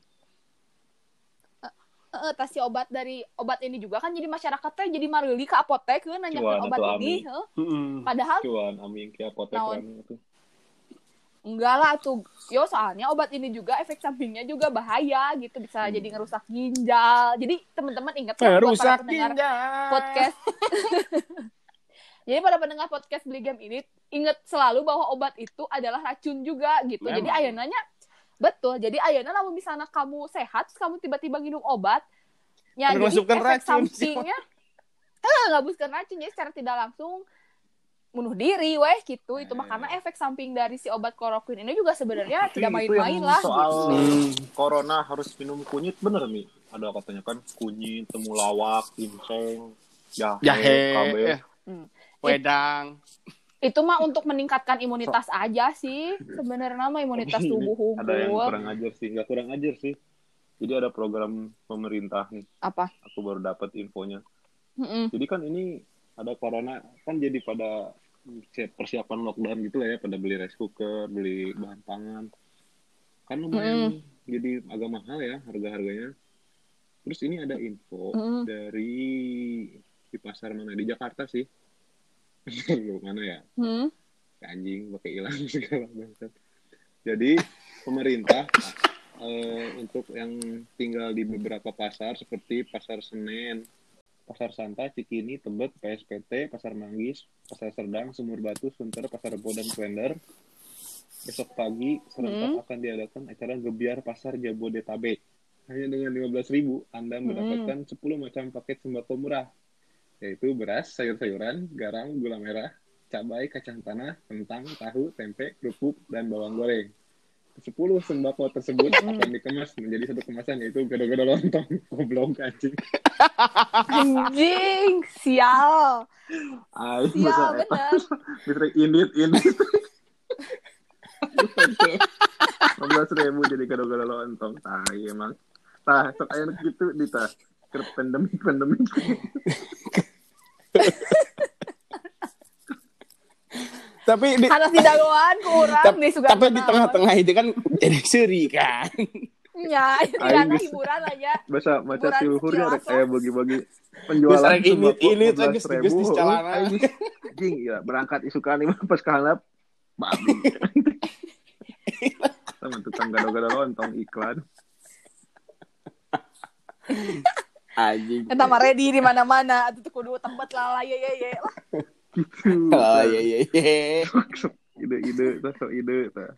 Speaker 2: Eh, tas si obat dari obat ini juga kan jadi masyarakat teh jadi marili ke apotek ke nanyakeun
Speaker 3: Cuan
Speaker 2: obat
Speaker 3: atuh,
Speaker 2: ini,
Speaker 3: Ami.
Speaker 2: heuh.
Speaker 1: Heeh.
Speaker 2: Padahal
Speaker 3: Cuan aming ke apotek
Speaker 2: Naon?
Speaker 3: rame itu.
Speaker 2: enggak lah tuh. Yo soalnya obat ini juga efek sampingnya juga bahaya gitu, bisa
Speaker 3: Hmm.
Speaker 2: jadi ngerusak ginjal. Jadi teman-teman ingat ya
Speaker 1: Eh,
Speaker 2: buat para
Speaker 1: rusak
Speaker 2: pendengar
Speaker 1: ginjal.
Speaker 2: podcast. Jadi pada pendengar podcast Beli Game ini ingat selalu bahwa obat itu adalah racun juga gitu.
Speaker 1: Memang.
Speaker 2: Jadi ayeunanya betul. Jadi ayeuna lamun misalnya kamu sehat, terus kamu tiba-tiba minum obat, ya jadi
Speaker 1: Termasukkan
Speaker 2: efek
Speaker 1: racun.
Speaker 2: sampingnya eh ngabuskeun racun, jadi secara tidak langsung bunuh diri weh gitu. Itu mah karena efek samping dari si obat kloroquine ini juga sebenarnya
Speaker 3: Tapi
Speaker 2: tidak
Speaker 3: itu
Speaker 2: main-main
Speaker 3: yang
Speaker 2: lah
Speaker 3: soal
Speaker 2: gitu.
Speaker 3: corona harus minum kunyit bener nih. Ada katanya kan kunyit, temulawak, ginseng, jahe,
Speaker 1: Jahe.
Speaker 3: kabe.
Speaker 1: eh,
Speaker 2: Hmm.
Speaker 1: Wedang.
Speaker 2: Itu mah untuk meningkatkan imunitas aja sih. Sebenarnya mah imunitas
Speaker 3: Tapi ini
Speaker 2: tubuh
Speaker 3: ada yang
Speaker 2: unggul.
Speaker 3: kurang ajar sih, nggak kurang ajar sih. Jadi ada program pemerintah nih,
Speaker 2: Apa?
Speaker 3: aku baru dapat infonya.
Speaker 2: Mm-mm.
Speaker 3: Jadi kan ini ada corona, kan jadi pada persiapan lockdown gitu lah ya, pada beli rice cooker, beli bahan pangan. Kan lumayan jadi agak mahal ya harga-harganya. Terus ini ada info
Speaker 2: Mm.
Speaker 3: dari di pasar mana, di Jakarta sih. Lu mana ya?
Speaker 2: Hmm.
Speaker 3: Anjing pakai hilang segala macam. Jadi pemerintah eh, untuk yang tinggal di beberapa pasar seperti Pasar Senen, Pasar Santa, Cikini, Tebet, P S P T, Pasar Manggis, Pasar Serdang, Sumur Batu, Sunter, Pasar Rebo, dan Klender. Besok pagi serentak
Speaker 2: Hmm.
Speaker 3: akan diadakan acara Gebiar Pasar Jabodetabek. Hanya dengan lima belas ribu Anda mendapatkan hmm. sepuluh macam paket sembako murah, yaitu beras, sayur-sayuran, garam, gula merah, cabai, kacang tanah, kentang, tahu, tempe, kerupuk, dan bawang goreng. Sepuluh sembako tersebut akan dikemas menjadi satu kemasan, yaitu gado-gado lontong. Goblok anjing.
Speaker 2: Anjing, sial.
Speaker 3: Ay,
Speaker 2: sial bener.
Speaker 3: Bisa init init. lima belas ribu jadi gado-gado lontong. Tai emang. Tah, sok aya gitu di tah. Ke pandemik pandemik.
Speaker 1: Tapi di,
Speaker 2: harus didagoan kurang
Speaker 1: tapi,
Speaker 2: nih
Speaker 1: tapi di tengah-tengah itu kan jadi seri kan.
Speaker 2: Ya, itu kan hiburan aja.
Speaker 3: Bahasa macam tiluhurnya rek aya bagi-bagi penjualan
Speaker 1: ini ini tuh geus geus di celana.
Speaker 3: Anjing ya berangkat isukan lima pas kahalap babi. Sama tukang gado-gado lontong iklan.
Speaker 1: Anjing.
Speaker 2: Eta mah ready di mana-mana, atuh kudu tempat lah ye ye ye lah.
Speaker 3: Gitu.
Speaker 1: Oh iya iya iya.
Speaker 3: Ide-ide, tak ide tak.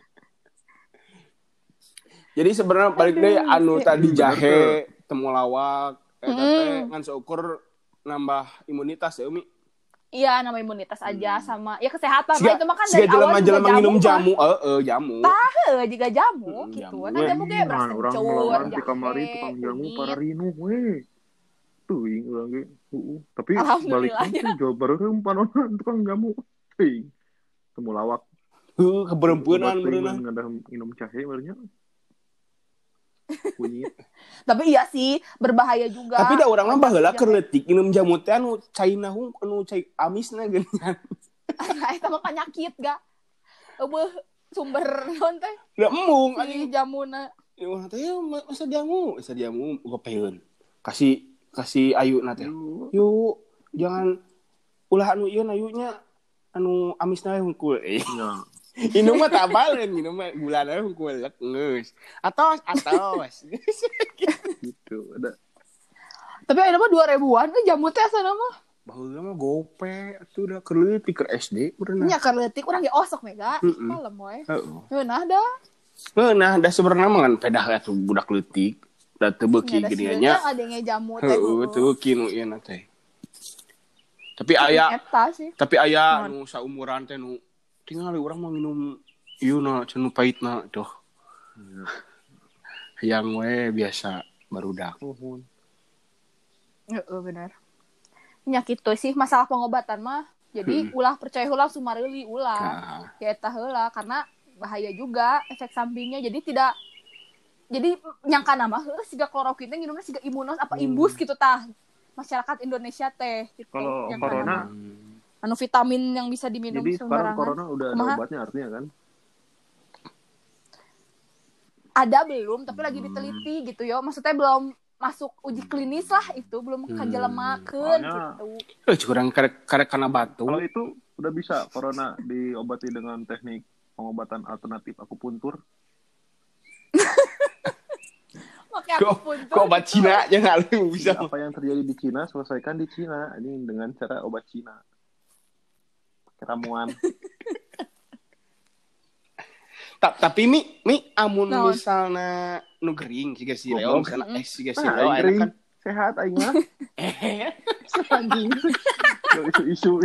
Speaker 1: Jadi sebenarnya balik deh anu tadi jahe, temulawak, eta teh ngan seukur nambah imunitas ya Umi.
Speaker 2: Iya, nambah imunitas aja hmm. sama ya kesehatan.
Speaker 1: Siga,
Speaker 2: nah itu mah kan dari awal
Speaker 1: juga jamu. minum jamu, heeh, jamu.
Speaker 2: Tah, juga jamu
Speaker 1: hmm,
Speaker 2: gitu.
Speaker 1: Jamu.
Speaker 2: Nah, jamu ge beras kencur,
Speaker 3: di kamari tukang jamu para rino we. Tuh ing urang ge. Heeh. Tapi balik kan Jawa Barat panonan tukang jamu. Teuing. Temulawak.
Speaker 1: Heuh, keberempunan beunang
Speaker 3: ngadah minum jahe barunya. Kunyit.
Speaker 2: Tapi iya sih berbahaya juga.
Speaker 1: Tapi da urang mah baheula keur leutik minum jamu teh anu caina hung anu cai amisna geuningan.
Speaker 2: Eta mah penyakit ga. Eueuh sumber naon teh?
Speaker 1: Da embung
Speaker 2: anjing jamuna.
Speaker 1: Ya teh masa jamu, masa jamu gopeun. Kasih kasih ayuna teh. Yuk, jangan ulah anu ieu ayunya anu amisna hungkul. Iya. Minum mah tak balen, minum mah gulana hungkul geus. Atos, atos.
Speaker 3: Gitu, ada.
Speaker 2: Tapi ada mah dua ribuan kan jamu teh asana mah.
Speaker 1: Baheula mah gope, atuh udah keur leutik keur S D urang.
Speaker 2: Nya keur leutik urang ge osok mega. Malem we. Heeh. Heunah da.
Speaker 1: Heunah da sebenarnya mah kan pedah atuh budak leutik. Da teu beuki geuning nya.
Speaker 2: Ada nge jamu teh.
Speaker 1: Heeh, teu beuki nu ieu na teh. Tapi aya Tapi aya nu saumuran teh nu tinggal orang mau minum ieu na cenah pahitna doh. Yang we biasa barudak.
Speaker 2: Heeh benar. Nya kitu sih masalah pengobatan mah. Jadi hmm. ulah percaya heula sumareuli ulah. Nah. Ya eta heula karena bahaya juga efek sampingnya. Jadi tidak jadi nyangka nama heula siga kloroquine teh nginumna siga imunos apa hmm. imbus gitu tah. Masyarakat Indonesia teh gitu.
Speaker 3: Kalau corona
Speaker 2: anu vitamin yang bisa diminum
Speaker 3: jadi sekarang corona udah ada Maha? Obatnya artinya kan?
Speaker 2: Ada belum, tapi hmm. lagi diteliti gitu yo. Maksudnya belum masuk uji klinis lah itu, belum hmm. kajelemakeun gitu.
Speaker 1: Eh curang karek karek kana batu.
Speaker 3: Kalau itu udah bisa corona diobati dengan teknik pengobatan alternatif akupuntur.
Speaker 2: Pakai akupuntur.
Speaker 1: Kok obat Cina aja enggak lu bisa.
Speaker 3: Apa yang terjadi di Cina selesaikan di Cina. Ini dengan cara obat Cina. Ramuan.
Speaker 1: Ta- tapi mi mi amun no. misalna nu gering siga si Leo misalna eh siga si Leo enak kan
Speaker 3: sehat aing mah. Eh. Anjing. Isu-isu.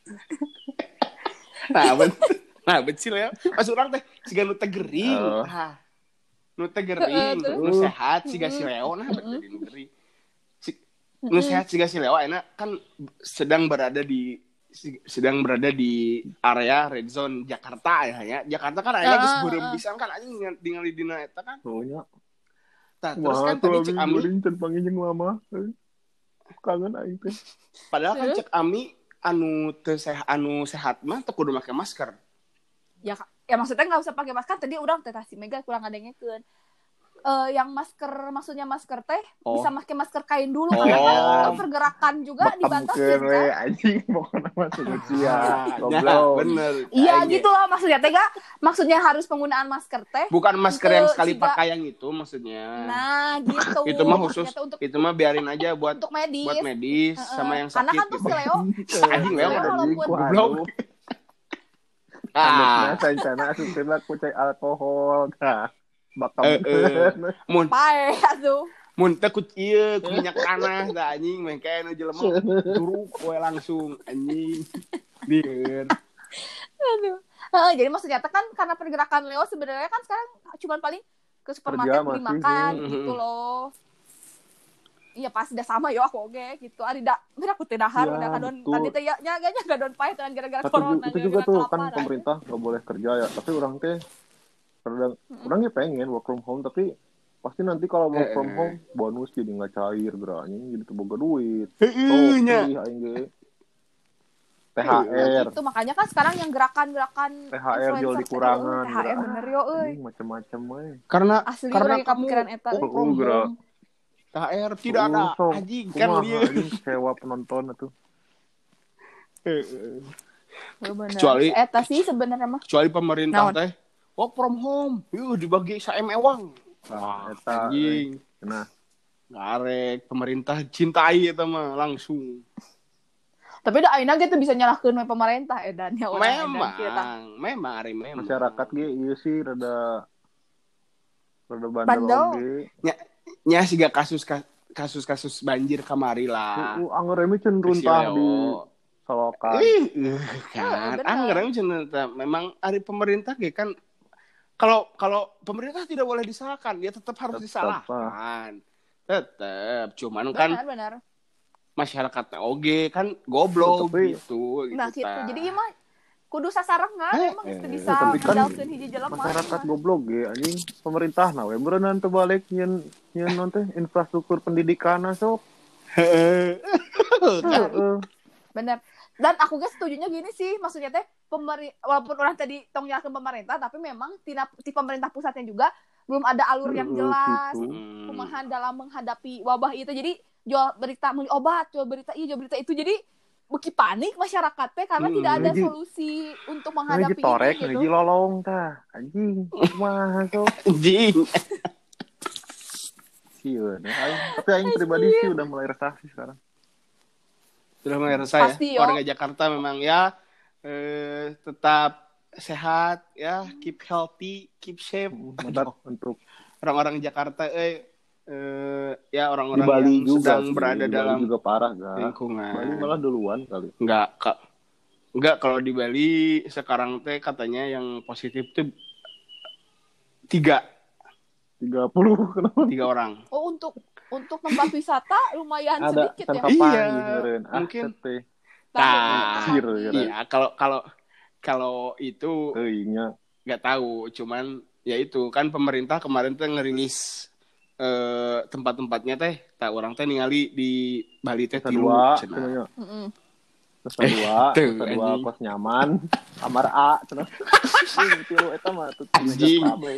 Speaker 1: Nah, ben. Nah, becil ya. Pas urang teh siga nu teh gering. Oh. Nah. Nu teh gering, nu sehat siga si Leo nah jadi nu gering. Si, nu sehat siga si Leo enak kan sedang berada di sedang berada di area red zone Jakarta ya ya. Jakarta kan aya geus beureum pisan kan anjing ningali dina eta kan.
Speaker 3: Oh nya.
Speaker 1: Tah terus kan tadi cek Ami
Speaker 3: teu panggiljeung mama. Kangen aing teh.
Speaker 1: Padahal kan cek Ami anu teu sehat anu sehat mah teu kudu make masker.
Speaker 2: Ya ya maksudnya enggak usah pakai masker tadi urang teh si Mega kurang ngadengekeun. Uh, yang masker maksudnya masker teh oh. bisa pakai masker kain dulu oh. karena kan pergerakan juga dibatasi kan
Speaker 3: anjing pokoknya masuk usia
Speaker 1: goblok bener
Speaker 2: iya gitu loh maksudnya teh gak maksudnya harus penggunaan masker teh
Speaker 1: bukan masker yang sekali siga... pakai yang itu maksudnya
Speaker 2: nah gitu
Speaker 1: itu mah khusus untuk... itu mah biarin aja buat
Speaker 2: untuk medis
Speaker 1: buat medis uh-uh. sama yang sakit
Speaker 2: karena kan tuh si Leo
Speaker 1: anjing Leo goblok
Speaker 3: ah saya sana asup ku cai alkohol tah bakal
Speaker 1: Eh, eh. mun
Speaker 2: Pae atuh.
Speaker 1: mun teh ku ieu ku minyak tanah da anjing main kae nu jelema duruk we langsung anjing lieur.
Speaker 2: Aduh. Heeh, jadi maksudnya teh kan karena pergerakan Leo sebenarnya kan sekarang cuman paling ke supermarket
Speaker 3: Kerja
Speaker 2: beli
Speaker 3: masih
Speaker 2: makan
Speaker 1: sih.
Speaker 2: gitu loh. Iya pas udah sama yo aku oge gitu. Ari da bener aku teh dahar
Speaker 3: Iya,
Speaker 2: udah kadon
Speaker 3: betul.
Speaker 2: tadi teh ya nya nya kadon pae teh gara-gara
Speaker 3: Tapi
Speaker 2: corona.
Speaker 3: itu juga
Speaker 2: gara-gara
Speaker 3: tuh kan
Speaker 2: kelaparan.
Speaker 3: pemerintah nggak boleh kerja ya. Tapi orang teh kadang orangnya pengen work from home tapi pasti nanti kalau work from
Speaker 1: Eh, eh.
Speaker 3: home bonus jadi nggak cair geraknya jadi teboga duit.
Speaker 1: Heeh
Speaker 3: Oh,
Speaker 1: nya.
Speaker 3: pilih aing ge. T H R,
Speaker 2: Itu makanya kan sekarang yang gerakan-gerakan
Speaker 3: T H R jual
Speaker 2: influencer teh,
Speaker 3: dikurangan.
Speaker 2: T H R bener yo euy.
Speaker 3: Anjing, macam-macam we.
Speaker 1: Karena
Speaker 2: Asli
Speaker 1: karena
Speaker 2: orang yang
Speaker 1: kamu
Speaker 2: kepikiran eta
Speaker 1: work
Speaker 2: euy.
Speaker 1: from
Speaker 3: Oh, gerak.
Speaker 1: home. T H R tidak ada
Speaker 3: Uh, sok.
Speaker 1: anjing kan
Speaker 3: Kumaha,
Speaker 1: lieu.
Speaker 3: anjing sewa penonton atuh.
Speaker 1: Heeh.
Speaker 2: Bener.
Speaker 1: Kecuali
Speaker 2: Eta sih sebenarnya mah.
Speaker 1: kecuali pemerintah
Speaker 2: Naon?
Speaker 1: teh work from home, yuk dibagi saemewang.
Speaker 3: Nah,
Speaker 1: Ah,
Speaker 3: eta
Speaker 1: anjing.
Speaker 3: nah
Speaker 1: Ngarek pemerintah cintai eta mah langsung.
Speaker 2: Tapi da ayeuna ge teh bisa nyalahkeun we pemerintah edan ya orang edan kieu tah.
Speaker 1: Memang, memang ari memang.
Speaker 3: masyarakat ge ieu sih rada rada bandel
Speaker 2: Bandel.
Speaker 3: oge.
Speaker 1: Nya nya siga kasus kasus-kasus banjir kamari lah.
Speaker 3: Uh, anggeremi cenah runtah di solokan.
Speaker 1: Ih,
Speaker 2: Oh,
Speaker 1: kan
Speaker 2: bener.
Speaker 1: anggaran cenah memang ari pemerintah ge kan kalau kalau pemerintah tidak boleh disalahkan, dia tetap harus
Speaker 3: Tetep,
Speaker 1: disalahkan. Tetap, cuman kan
Speaker 2: Benar, benar.
Speaker 1: masyarakat oge kan goblok
Speaker 3: Tapi-
Speaker 1: gitu
Speaker 2: Nah,
Speaker 1: gitu.
Speaker 2: gitu.
Speaker 1: tah.
Speaker 2: Jadi ieu mah kudu sasarengan
Speaker 1: Eh,
Speaker 2: emang
Speaker 1: eh,
Speaker 2: teu
Speaker 3: eh,
Speaker 2: bisa
Speaker 3: tapi kan
Speaker 2: ngandalkeun hiji jelema.
Speaker 3: Masyarakat goblok ge anjing pemerintah nah we berenang teu balik nyeun nyeun non teh infrastruktur pendidikan sok.
Speaker 1: Heeh.
Speaker 2: Benar.
Speaker 3: Heeh.
Speaker 2: Benar. Dan aku guys setujunya gini sih, maksudnya teh pemeri walaupun orang tadi tong nyalakeun pemerintah, tapi memang tina di pemerintah pusatnya juga belum ada alur yang
Speaker 3: Heeh,
Speaker 2: jelas.
Speaker 3: gitu.
Speaker 1: Hmm.
Speaker 2: Kumaha dalam menghadapi wabah itu. Jadi jual berita beli obat, jual berita ini, jual berita itu. Jadi beki panik masyarakat teh karena
Speaker 1: Hmm,
Speaker 2: tidak ada
Speaker 3: lagi-
Speaker 2: solusi untuk
Speaker 3: Ngiji
Speaker 2: menghadapi
Speaker 3: torek,
Speaker 2: ini gitu.
Speaker 3: ngiji lolong tah. Anjing, kumaha sok.
Speaker 1: Anjing.
Speaker 3: Sieun. Aing, tapi aing pribadi sih udah mulai resah sih sekarang.
Speaker 1: Sudah mulai resah
Speaker 2: Pasti,
Speaker 1: ya.
Speaker 2: yo.
Speaker 1: Warga Jakarta memang ya eh, tetap sehat ya, keep healthy, keep safe.
Speaker 3: Mantap untuk
Speaker 1: Orang-orang Jakarta eh, eh ya
Speaker 3: di
Speaker 1: orang-orang
Speaker 3: Bali
Speaker 1: yang
Speaker 3: juga
Speaker 1: sedang
Speaker 3: sih,
Speaker 1: berada
Speaker 3: di Bali
Speaker 1: dalam
Speaker 3: juga parah gak?
Speaker 1: lingkungan.
Speaker 3: Bali malah duluan kali.
Speaker 1: Enggak, Kak. Enggak, kalau di Bali sekarang teh katanya yang positif tuh tiga,
Speaker 3: tiga puluh kenapa?
Speaker 1: tiga orang.
Speaker 2: Oh, untuk untuk tempat wisata lumayan
Speaker 3: Ada
Speaker 2: sedikit
Speaker 3: kan
Speaker 2: ya.
Speaker 3: kapan
Speaker 1: Iya,
Speaker 3: ngeureun. Ah,
Speaker 1: mungkin.
Speaker 3: teh.
Speaker 1: Nah,
Speaker 3: Anjir, ya.
Speaker 1: iya, kalau kalau kalau itu
Speaker 3: Teuing nya.
Speaker 1: nggak tahu, cuman ya itu kan pemerintah kemarin tuh ngerilis eh, tempat-tempatnya teh, tak orang teh ningali di Bali teh
Speaker 3: Nusa
Speaker 1: tilu,
Speaker 3: dua,
Speaker 1: cenah.
Speaker 3: cenanya.
Speaker 2: Mm-mm.
Speaker 3: Nusa dua,
Speaker 1: tuh,
Speaker 3: Nusa dua
Speaker 1: anjing.
Speaker 3: kos nyaman, kamar A, cenah. Ini tilu eta mah tuh
Speaker 1: Anjing.
Speaker 3: kabeh.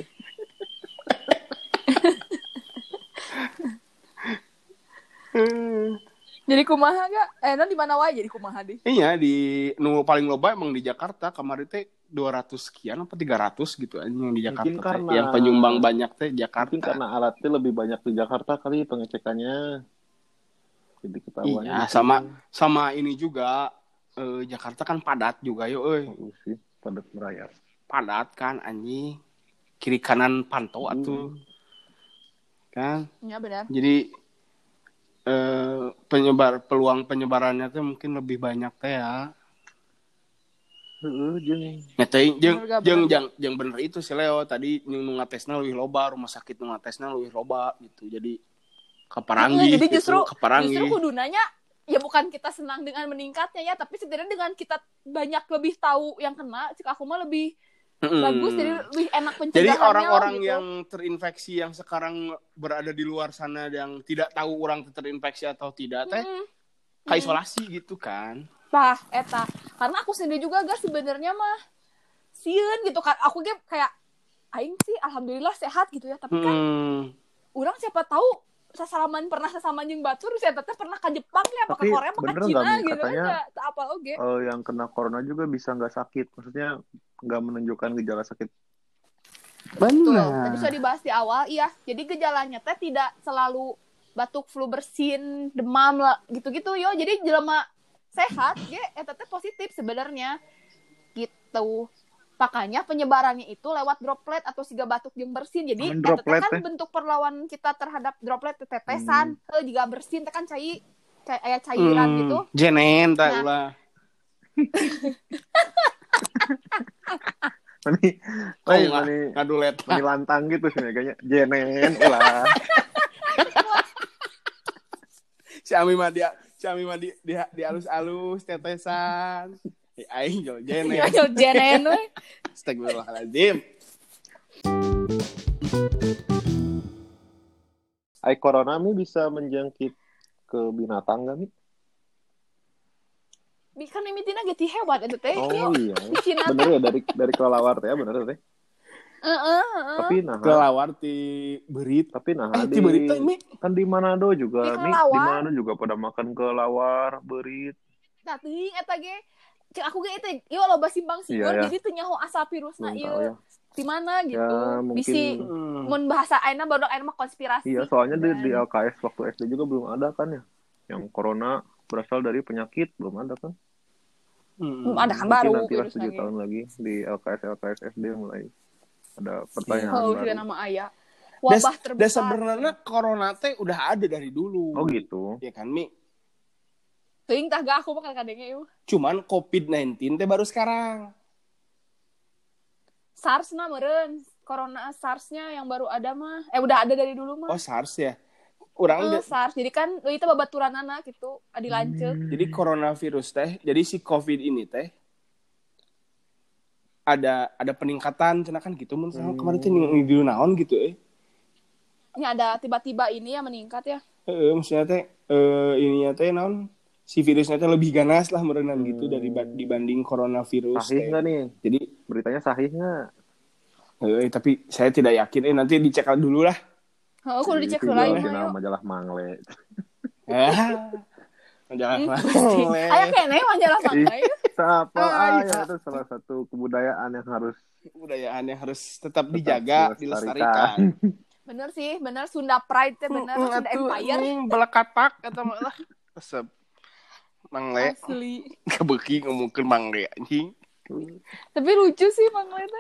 Speaker 2: Jadi kumaha gak? Eh, non di mana wae jadi kumaha deh.
Speaker 1: Iya di nu paling loba emang di Jakarta kemarin teh dua ratus sekian apa tiga ratus gitu anjing yang di Jakarta
Speaker 3: Mungkin
Speaker 1: teh.
Speaker 3: karena-
Speaker 1: Yang penyumbang banyak teh
Speaker 3: Mungkin
Speaker 1: Jakarta.
Speaker 3: karena alatnya lebih banyak di Jakarta kali pengecekannya. Jadi ketahuan.
Speaker 1: Iya, sama sama ini juga eh, Jakarta kan padat juga yo euy.
Speaker 3: Oh, sih, padat merayap.
Speaker 1: Padat kan anjing. Kiri kanan pantau atuh.
Speaker 3: Hmm.
Speaker 1: Kan?
Speaker 2: Ya benar.
Speaker 1: Jadi eh, penyebar peluang penyebarannya tuh mungkin lebih banyak teh ya.
Speaker 3: Heeh, jeung
Speaker 1: Ngeteuing jeung
Speaker 2: Bener gak,
Speaker 1: jeung
Speaker 2: bener.
Speaker 1: jeung jeung bener itu si Leo tadi nu ngatesna leuwih loba, rumah sakit nu ngatesna leuwih loba gitu. Jadi keparanggih
Speaker 2: Jadi
Speaker 1: gitu,
Speaker 2: justru
Speaker 1: keparanggih.
Speaker 2: justru kudunanya ya bukan kita senang dengan meningkatnya ya, tapi setidaknya dengan kita banyak lebih tahu yang kena, cik aku mah lebih
Speaker 1: Mm-mm.
Speaker 2: bagus, jadi lebih enak
Speaker 1: Jadi
Speaker 2: pencegahannya.
Speaker 1: orang-orang
Speaker 2: gitu.
Speaker 1: yang terinfeksi yang sekarang berada di luar sana yang tidak tahu orang terinfeksi atau tidak teh
Speaker 2: Mm-mm.
Speaker 1: kayak isolasi gitu kan.
Speaker 2: Tah, eta. Karena aku sendiri juga gak sebenarnya mah sieun gitu kan. Aku ge kayak aing sih alhamdulillah sehat gitu ya, tapi kan
Speaker 1: Hmm.
Speaker 2: orang siapa tahu sesalaman pernah sesalaman jeung batur, saya teteh pernah ke Jepang ya, apa ke
Speaker 3: Tapi
Speaker 2: Korea, apa ke
Speaker 3: bener
Speaker 2: Cina
Speaker 3: nggak, Mi?
Speaker 2: gitu
Speaker 3: Katanya,
Speaker 2: kan. Tak apa oge.
Speaker 3: eh, yang kena corona juga bisa nggak sakit. Maksudnya nggak menunjukkan gejala sakit.
Speaker 2: Betul. Tadi sudah dibahas di awal, iya. Jadi gejalanya teh tidak selalu batuk, flu bersin, demam lah, gitu-gitu yo. Jadi jelema sehat, ge eta teh positif sebenarnya. Gitu. Makanya penyebarannya itu lewat droplet atau siga batuk jeung bersin. Jadi
Speaker 3: Hmm,
Speaker 2: eta teh
Speaker 3: droplet
Speaker 2: kan
Speaker 3: teh.
Speaker 2: bentuk perlawanan kita terhadap droplet tetesan. Heuh juga bersin teh kan cai kayak aya
Speaker 1: Hmm,
Speaker 2: cairan gitu.
Speaker 1: jenen tak
Speaker 2: Nah.
Speaker 1: ulah.
Speaker 3: Mani,
Speaker 1: Kau
Speaker 3: mani,
Speaker 1: nggak
Speaker 3: mani,
Speaker 1: ngadulet.
Speaker 3: mani lantang gitu sih kayaknya. Jenen, ulah.
Speaker 1: Si Ami mah dia, si Ami mah di, di, di alus-alus tetesan. Eh, aing jo jenen.
Speaker 2: Yo jenen we.
Speaker 1: Astagfirullahaladzim.
Speaker 3: Ai corona mi bisa menjangkit ke binatang nggak mi?
Speaker 2: Kan mimitina ge ti hewan eta teh.
Speaker 3: Oh iya,
Speaker 2: Di Cina
Speaker 3: bener ya dari dari kelelawar teh, bener teh.
Speaker 2: Heeh, heeh.
Speaker 3: Tapi nah,
Speaker 1: Kelawar ti berit.
Speaker 3: tapi nah
Speaker 1: Eh,
Speaker 3: di
Speaker 1: ti berit teh, Mi.
Speaker 3: kan di Manado juga
Speaker 2: Di
Speaker 3: mi,
Speaker 2: kelelawar.
Speaker 3: di Manado juga pada makan kelelawar, berit.
Speaker 2: Tah teuing eta ge cek aku ge eta ieu loba simpang siur
Speaker 3: Iya, ya.
Speaker 2: jadi teu nyaho asal virusna
Speaker 3: Belum
Speaker 2: ieu.
Speaker 3: tahu ya.
Speaker 2: Di mana gitu.
Speaker 3: Ya, mungkin-
Speaker 2: Bisi
Speaker 1: Hmm.
Speaker 2: mun bahasa ayeuna baru ayeuna mah konspirasi.
Speaker 3: Iya, soalnya di,
Speaker 2: Dan-
Speaker 3: di L K S waktu S D juga belum ada kan ya. Yang corona berasal dari penyakit belum ada kan.
Speaker 1: Hmm.
Speaker 2: Belum ada kan
Speaker 3: Mungkin
Speaker 2: baru
Speaker 3: nanti lah
Speaker 2: virusna
Speaker 3: tujuh
Speaker 2: ge.
Speaker 3: tahun lagi di L K S L K S S D mulai ada pertanyaan
Speaker 2: Oh,
Speaker 3: baru.
Speaker 2: kira nama aya.
Speaker 1: Das,
Speaker 2: Wabah
Speaker 1: das
Speaker 2: terbesar.
Speaker 1: sebenarnya corona teh udah ada dari dulu.
Speaker 3: Oh gitu.
Speaker 1: Ya kan, Mi?
Speaker 2: Teuing tah ga aku mah kadang-kadang ieu.
Speaker 1: Cuman covid sembilan belas teh baru sekarang.
Speaker 2: SARS na meureun. Corona SARS-nya yang baru ada mah. Eh udah ada dari dulu mah.
Speaker 1: Oh, SARS ya. Orang
Speaker 2: Eh, SARS. Jadi kan itu babaturanana gitu, adi lanceuk.
Speaker 1: jadi coronavirus teh, jadi si covid ini teh ada ada peningkatan cenah kan gitu mun
Speaker 3: Hmm.
Speaker 1: kemarin teh ning di naon gitu eh.
Speaker 2: Ini ada tiba-tiba ini ya meningkat ya.
Speaker 1: Heeh, maksudnya teh eh ininya teh naon si virusnya teh lebih ganas lah merenang
Speaker 3: Hmm.
Speaker 1: gitu dari dibanding coronavirus
Speaker 3: Sahih
Speaker 1: teh.
Speaker 3: nggak nih?
Speaker 1: Jadi
Speaker 3: Beritanya sahih nggak?
Speaker 1: eh, tapi saya tidak yakin eh nanti dicek dulu lah.
Speaker 2: Oh, aku udah dicek
Speaker 3: Itu
Speaker 2: lain
Speaker 3: jual
Speaker 2: mah yuk.
Speaker 3: majalah Mangle.
Speaker 1: Ah. Jangan lah.
Speaker 2: Aya keneh majalah mangga ya.
Speaker 3: Siapa
Speaker 1: Ah,
Speaker 3: ah,
Speaker 1: iya.
Speaker 3: ya itu salah satu kebudayaan yang harus
Speaker 1: Kebudayaan yang harus tetap dijaga, dilestarikan.
Speaker 2: Bener sih, bener Sunda Pride teh bener Sunda Empire.
Speaker 1: Belakatak eta mah lah. Resep. Mangle.
Speaker 2: Asli.
Speaker 1: Kebeki ngomongkeun mangle anjing.
Speaker 2: Tapi lucu sih mangga teh.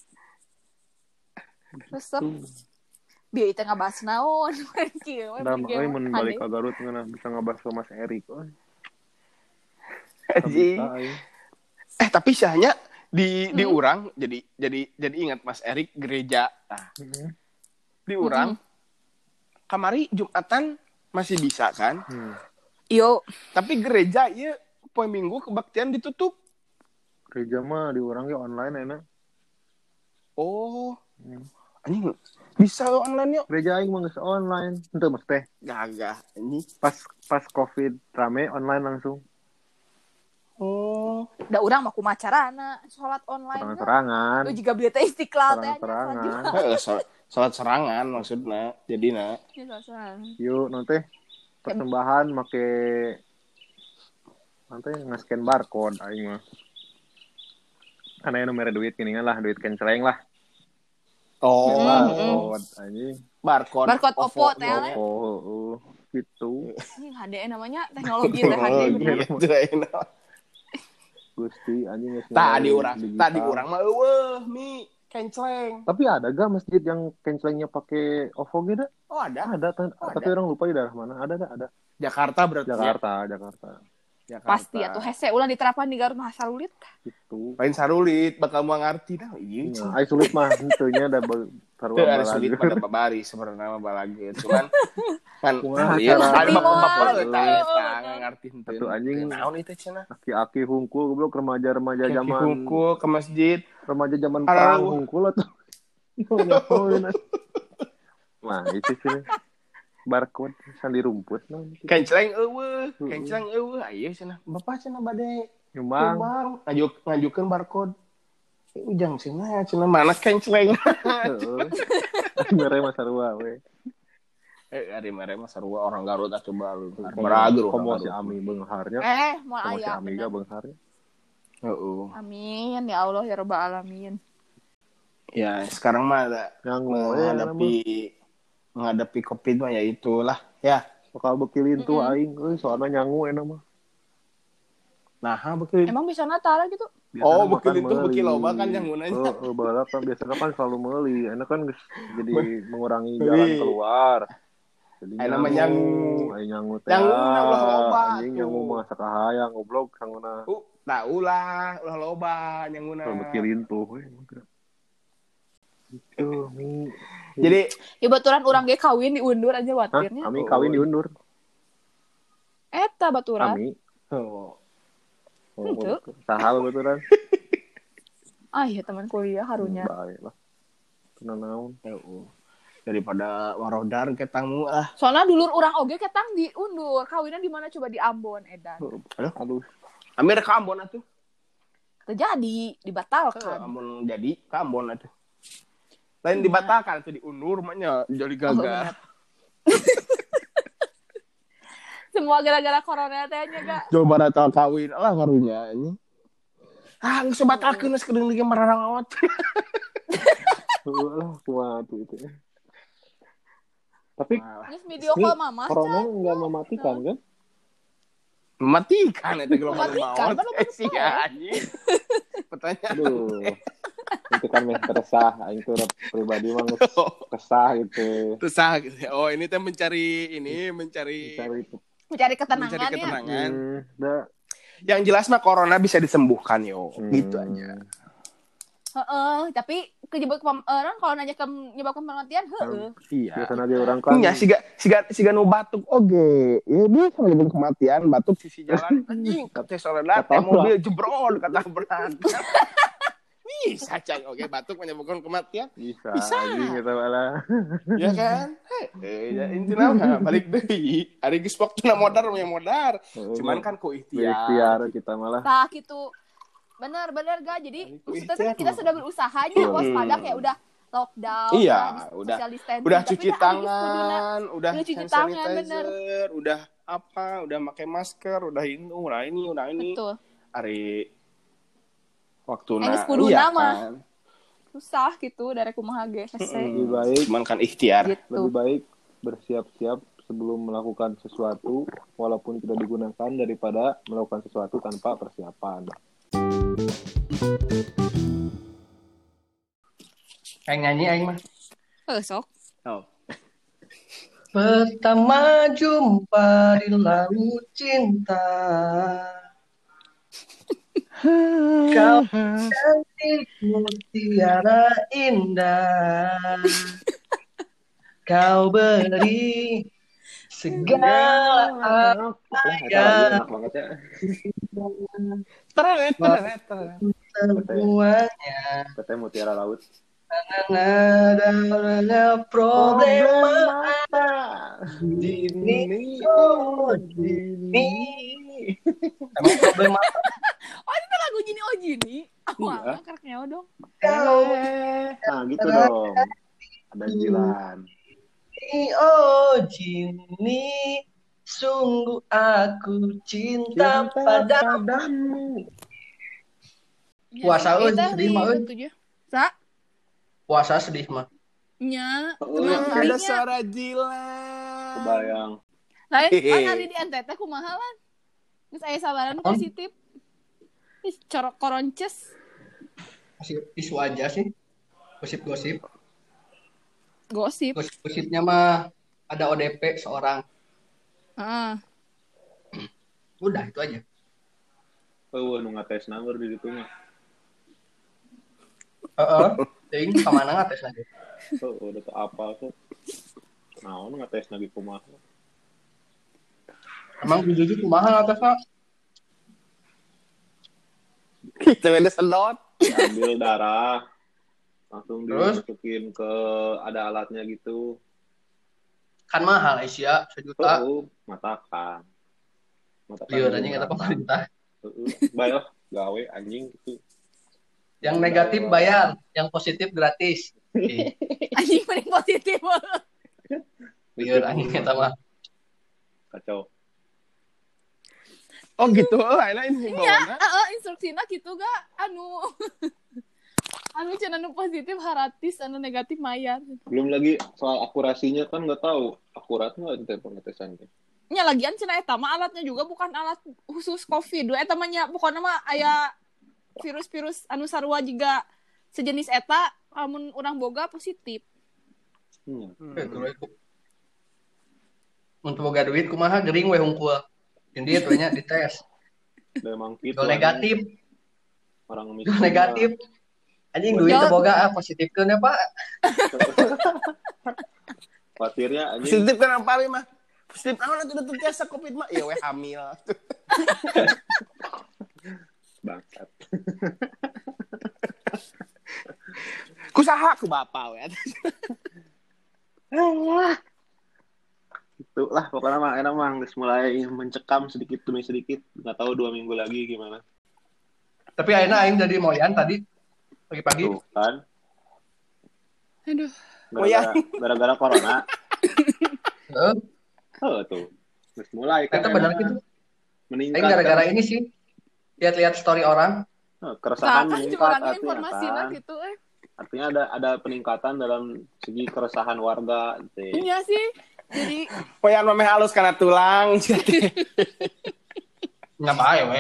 Speaker 2: Resep. Bieu teh ngabahas naon. Kieu we.
Speaker 3: Udah euy mun balik ka Garut ngeunah bisa ngabahas ke Mas Erik euy.
Speaker 1: Anjing.
Speaker 3: Bisa, euy.
Speaker 1: Eh tapi sahnya di di
Speaker 2: Hmm.
Speaker 1: urang jadi jadi jadi ingat Mas Erik gereja. Nah, di urang kamari Jumatan masih bisa kan?
Speaker 3: Hmm.
Speaker 2: Yo,
Speaker 1: Tapi gereja ieu poe Minggu kebaktian ditutup.
Speaker 3: Gereja mah di urang ge online enak.
Speaker 1: Oh,
Speaker 3: Hmm.
Speaker 1: anjing bisa lo online yuk.
Speaker 3: Gereja aing mah geus online. Henteu mah teh.
Speaker 1: Gagah anjing.
Speaker 3: Pas pas Covid rame online langsung.
Speaker 1: Oh,
Speaker 2: da urang mah kumaha carana salat online.
Speaker 3: Terang-terangan.
Speaker 2: Lu juga beli teh Istiqlal teh.
Speaker 3: Terang-terangan.
Speaker 1: heeh, sal- salat serangan maksudna. Jadina.
Speaker 3: Yuk nanti persembahan make nanti nge-scan barcode aing mah. Kan aya nu mere duit geuningan lah, duit kenceleng lah.
Speaker 1: Oh,
Speaker 2: Mm,
Speaker 3: Barcode anjing.
Speaker 1: barcode.
Speaker 2: Barcode Oppo teh.
Speaker 3: Oh, heeh. Gitu.
Speaker 2: Ini H D namanya teknologi teh H D.
Speaker 1: Gitu ayeuna.
Speaker 3: Gusti anjing geus
Speaker 1: Tadi
Speaker 3: nilai
Speaker 1: orang,
Speaker 3: digital.
Speaker 1: tadi orang mah eueuh mi kenceleng.
Speaker 3: Tapi ada gak masjid yang kencelengnya pakai O V O gitu?
Speaker 1: Oh ada.
Speaker 3: Ada, t-
Speaker 1: Oh,
Speaker 3: tapi
Speaker 1: ada.
Speaker 3: orang lupa di daerah mana. Ada, ada, ada.
Speaker 1: Jakarta berarti.
Speaker 3: Jakarta, Jakarta.
Speaker 1: Jakarta.
Speaker 2: Pasti atuh hese ulah diterapkan di Garut mah salulit.
Speaker 3: Gitu.
Speaker 1: Lain sarulit bakal mau ngarti dah. Iya.
Speaker 3: Nah, ai sulit mah tentunya ada ba- sarua
Speaker 1: Itu ada sulit
Speaker 3: balageun.
Speaker 1: pada babari sebenarnya mah balageun. Cuman kan
Speaker 3: Kumaha
Speaker 1: iya
Speaker 3: cara-
Speaker 1: kan bapak-bapak
Speaker 2: Timur.
Speaker 1: eta eta ngarti henteu.
Speaker 3: Atuh anjing.
Speaker 1: Naon itu cenah?
Speaker 3: Aki-aki hungkul goblok remaja-remaja
Speaker 1: Kaki
Speaker 3: zaman
Speaker 1: hungkul ke masjid.
Speaker 3: remaja zaman
Speaker 1: Halo.
Speaker 3: perang hungkul atuh. Ngapain? Wah, itu sih. Barcode sandi rumput nah.
Speaker 1: Kenceleng eueuh,
Speaker 3: Heeh.
Speaker 1: kenceleng eueuh. Aya cenah. Bapak cenah bade
Speaker 3: Nyumbang.
Speaker 1: Bang, ngajuk ngajukeun barcode. Eh, ujang cenah, cenah mana kenceleng.
Speaker 3: Heeh. Mere mah sarua we.
Speaker 1: Eh, ari mere mah sarua orang Garut atuh balu. Barager
Speaker 3: Komo si Ami beungharnya.
Speaker 2: Eh, mau
Speaker 3: Komo si
Speaker 2: aya.
Speaker 3: Ami ga beungharnya.
Speaker 1: Heeh.
Speaker 2: Amin ya Allah ya rabbal alamin.
Speaker 1: Ya, sekarang mah ada
Speaker 3: Yang
Speaker 1: menghadapi menghadapi Covid mah ya itulah ya.
Speaker 3: bakal bekilin tuh
Speaker 2: Mm-mm.
Speaker 3: aing euy soalna nyangu enak mah.
Speaker 1: Nah, betul.
Speaker 2: Emang bisa natara gitu?
Speaker 1: Oh, bekil itu bekil loba kan yang gunanya.
Speaker 3: Oh, oh balap kan biasanya kan selalu meuli. Enak kan jadi mengurangi jalan keluar. Jadi
Speaker 1: Ay namanya
Speaker 3: nyangu, ay nyangu teh.
Speaker 1: Nyangu ulah loba.
Speaker 3: Anjing nyangu mah sakahayang goblok sanguna.
Speaker 1: Uh, tahu lah, ulah loba nyanguna.
Speaker 3: Kalau bekilin tuh. Itu mi.
Speaker 1: Jadi
Speaker 2: ya baturan urang ge kawin diundur aja
Speaker 3: Hah?
Speaker 2: watirnya.
Speaker 3: Ami kawin diundur.
Speaker 2: Eta baturan.
Speaker 3: Ami.
Speaker 1: oh.
Speaker 2: Henteu.
Speaker 3: Sahal baturan.
Speaker 2: Ah ya teman kuliah harunya.
Speaker 3: Baik lah. Kena naon.
Speaker 1: Heeh. Daripada warodar ketangmu ah.
Speaker 2: Soalnya dulur urang oge ketang diundur. Kawinnya di mana coba di Ambon edan.
Speaker 1: Aduh,
Speaker 3: aduh.
Speaker 1: Amir ke Ambon atuh.
Speaker 2: Terjadi, dibatalkan.
Speaker 1: Ambon jadi ke Ambon atuh. Lain dibatalkan atuh diundur maknya jadi gagal.
Speaker 2: Oh, semua gara-gara corona teh nya ga.
Speaker 1: Coba batal kawin lah karunya ini. Ah, geus batalkeun geus kedeung lagi mararang awat.
Speaker 3: Heeh lah kuat itu. Tapi
Speaker 2: Geus video call mama.
Speaker 3: corona enggak mematikan kan?
Speaker 1: Mematikan eta gelombang
Speaker 2: Mematikan,
Speaker 1: maut.
Speaker 2: mana
Speaker 1: Eh, sih anjing. Pertanyaan.
Speaker 3: Aduh. Itu kan meh resah aing tuh pribadi mah resah gitu.
Speaker 1: Resah gitu. Oh, ini teh mencari ini mencari
Speaker 3: Cari
Speaker 2: Mencari ketenangan
Speaker 1: mencari
Speaker 2: ya.
Speaker 1: ketenangan.
Speaker 3: hmm, dah.
Speaker 1: Yang jelas mah corona bisa disembuhkan yo.
Speaker 3: Hmm.
Speaker 1: Gitu aja.
Speaker 2: Heeh, tapi kejebak orang kalau nanya ke menyebabkan kematian, heeh.
Speaker 1: Iya.
Speaker 3: Biasanya dia orang kan
Speaker 1: Nya siga siga siga nu batuk oge. Ya bisa menyebabkan kematian, batuk sisi jalan anjing. Teh sore teh mobil jebrol kata berat. Bisa cai oge batuk menyebabkan kematian.
Speaker 3: bisa,
Speaker 1: Bisa.
Speaker 3: anjing gitu malah.
Speaker 1: Ya kan? Eh, ya intinya mah balik deui. Ari geus waktuna modar mah modar. Cuman kan ku ikhtiar.
Speaker 3: Ikhtiar kita malah.
Speaker 2: Tah gitu. Benar, benar ga. Jadi
Speaker 1: Itu
Speaker 2: maksudnya
Speaker 1: ikhtiar
Speaker 2: kita
Speaker 1: mah.
Speaker 2: sudah berusahanya
Speaker 1: Hmm.
Speaker 2: waspada kayak udah lockdown,
Speaker 1: Iya,
Speaker 2: udah,
Speaker 1: udah
Speaker 2: social distancing,
Speaker 1: udah
Speaker 2: tapi
Speaker 1: cuci
Speaker 2: dah, aduh, kuduna.
Speaker 1: tangan, udah
Speaker 2: Udah cuci
Speaker 1: hand
Speaker 2: tangan,
Speaker 1: sanitizer, udah apa, udah pakai masker, udah ini, udah ini, udah ini.
Speaker 2: Betul.
Speaker 1: Ari waktu
Speaker 2: Enggeus
Speaker 1: na,
Speaker 2: kuduna
Speaker 1: iya
Speaker 2: mah.
Speaker 1: kan.
Speaker 2: Susah gitu dari kumaha ge hese.
Speaker 3: Lebih baik
Speaker 1: Cuman kan ikhtiar.
Speaker 2: Gitu.
Speaker 3: lebih baik bersiap-siap sebelum melakukan sesuatu walaupun tidak digunakan daripada melakukan sesuatu tanpa persiapan.
Speaker 1: Kayak nyanyi aing mah.
Speaker 2: Eh, sok.
Speaker 1: Oh.
Speaker 5: Pertama jumpa di laut cinta, kau cantik mutiara indah, kau beri segala apa yang
Speaker 3: Enak banget ya.
Speaker 1: Teret, teret, teret.
Speaker 5: semuanya.
Speaker 3: Katanya mutiara laut.
Speaker 5: Ada problema dini, oh dini. Emang problema
Speaker 2: Oh, itu lagu Jini Oh Jini. Wah,
Speaker 3: Iya.
Speaker 2: karek nyawa dong.
Speaker 5: kau
Speaker 3: Nah gitu dong. Ada Jilan.
Speaker 5: ini, oh Jini, sungguh aku cinta, padamu. Puasa, euy, sedih mah, euy.
Speaker 2: Sa,
Speaker 5: Puasa sedih mah.
Speaker 2: nya,
Speaker 1: Oh,
Speaker 2: tenang
Speaker 1: ada
Speaker 2: harinya.
Speaker 1: suara Jilan.
Speaker 3: Kebayang.
Speaker 2: Lain,
Speaker 1: Hehe.
Speaker 2: kan hari di N T T kumaha lan? Geus aya sabaran positif. Ih, corok koronces.
Speaker 5: Masih isu aja sih. Gosip-gosip.
Speaker 2: Gosip.
Speaker 5: Gosip-gosipnya mah ada O D P seorang.
Speaker 2: Heeh.
Speaker 5: Udah itu aja.
Speaker 3: Oh, nu ngates nanggur di ditu mah.
Speaker 5: Heeh. Ting kemana ngates lagi?
Speaker 3: Oh, udah tuh apa tuh. Naon ngates lagi kumaha.
Speaker 5: Emang jujur kumaha ngates Kak?
Speaker 1: Kita beda selot.
Speaker 3: Diambil darah. Langsung
Speaker 5: Terus?
Speaker 3: dimasukin ke ada alatnya gitu.
Speaker 5: Kan mahal Asia sejuta.
Speaker 3: Oh, matakan. Matakan.
Speaker 5: Liurannya kita pemerintah.
Speaker 3: Heeh. Bayo gawe anjing gitu.
Speaker 5: Yang negatif bayar, yang positif gratis. Oke.
Speaker 2: Anjing paling positif.
Speaker 5: Liur anjing kita mah.
Speaker 3: Kacau.
Speaker 1: Oh gitu lah, ini
Speaker 2: Iya,
Speaker 1: himbauanna.
Speaker 2: heeh, instruksina gitu ga anu anu cenah nu positif haratis, anu negatif mayar.
Speaker 3: Belum lagi soal akurasinya kan nggak tahu akurat nggak itu pengetesan.
Speaker 2: nya lagian cenah eta mah alatnya juga bukan alat khusus covid eta mah nya pokona mah aya virus-virus anu sarua juga sejenis eta lamun urang boga positif.
Speaker 3: Hmm.
Speaker 5: Betul itu. Untuk boga duit kumaha gering we hungkul. Jadi itu nya dites.
Speaker 3: Memang gitu.
Speaker 5: Kalau negatif,
Speaker 3: orang
Speaker 5: kalau
Speaker 3: miskin.
Speaker 5: negatif. Anjing duit teu boga ah positifkeun ya, Pak.
Speaker 3: Khawatirnya anjing.
Speaker 1: Positif kan apa mah? Positif naon atuh udah biasa covid mah? Ya we hamil.
Speaker 3: Bangsat.
Speaker 1: Kusaha ku bapak we.
Speaker 3: Itulah pokoknya mah enak mah geus mulai mencekam sedikit demi sedikit. Enggak tahu dua minggu lagi gimana.
Speaker 5: Tapi ayeuna aing jadi moyan tadi pagi-pagi.
Speaker 3: Tuh kan.
Speaker 2: Aduh.
Speaker 3: Gara-gara, gara-gara corona.
Speaker 5: Heeh.
Speaker 3: Oh tuh. Terus mulai kan.
Speaker 5: Eta benar gitu.
Speaker 3: Meningkat.
Speaker 5: Aing gara-gara
Speaker 3: kan.
Speaker 5: ini sih lihat-lihat story orang.
Speaker 3: Oh, keresahan
Speaker 2: Nah,
Speaker 3: meningkat
Speaker 2: juga orangnya
Speaker 3: artinya
Speaker 2: informasi lah
Speaker 3: kan.
Speaker 2: gitu eh.
Speaker 3: Artinya ada ada peningkatan dalam segi keresahan warga. Teh.
Speaker 2: Iya sih. Jadi
Speaker 1: Poyan mah meh halus kana tulang.
Speaker 5: Ngapain we?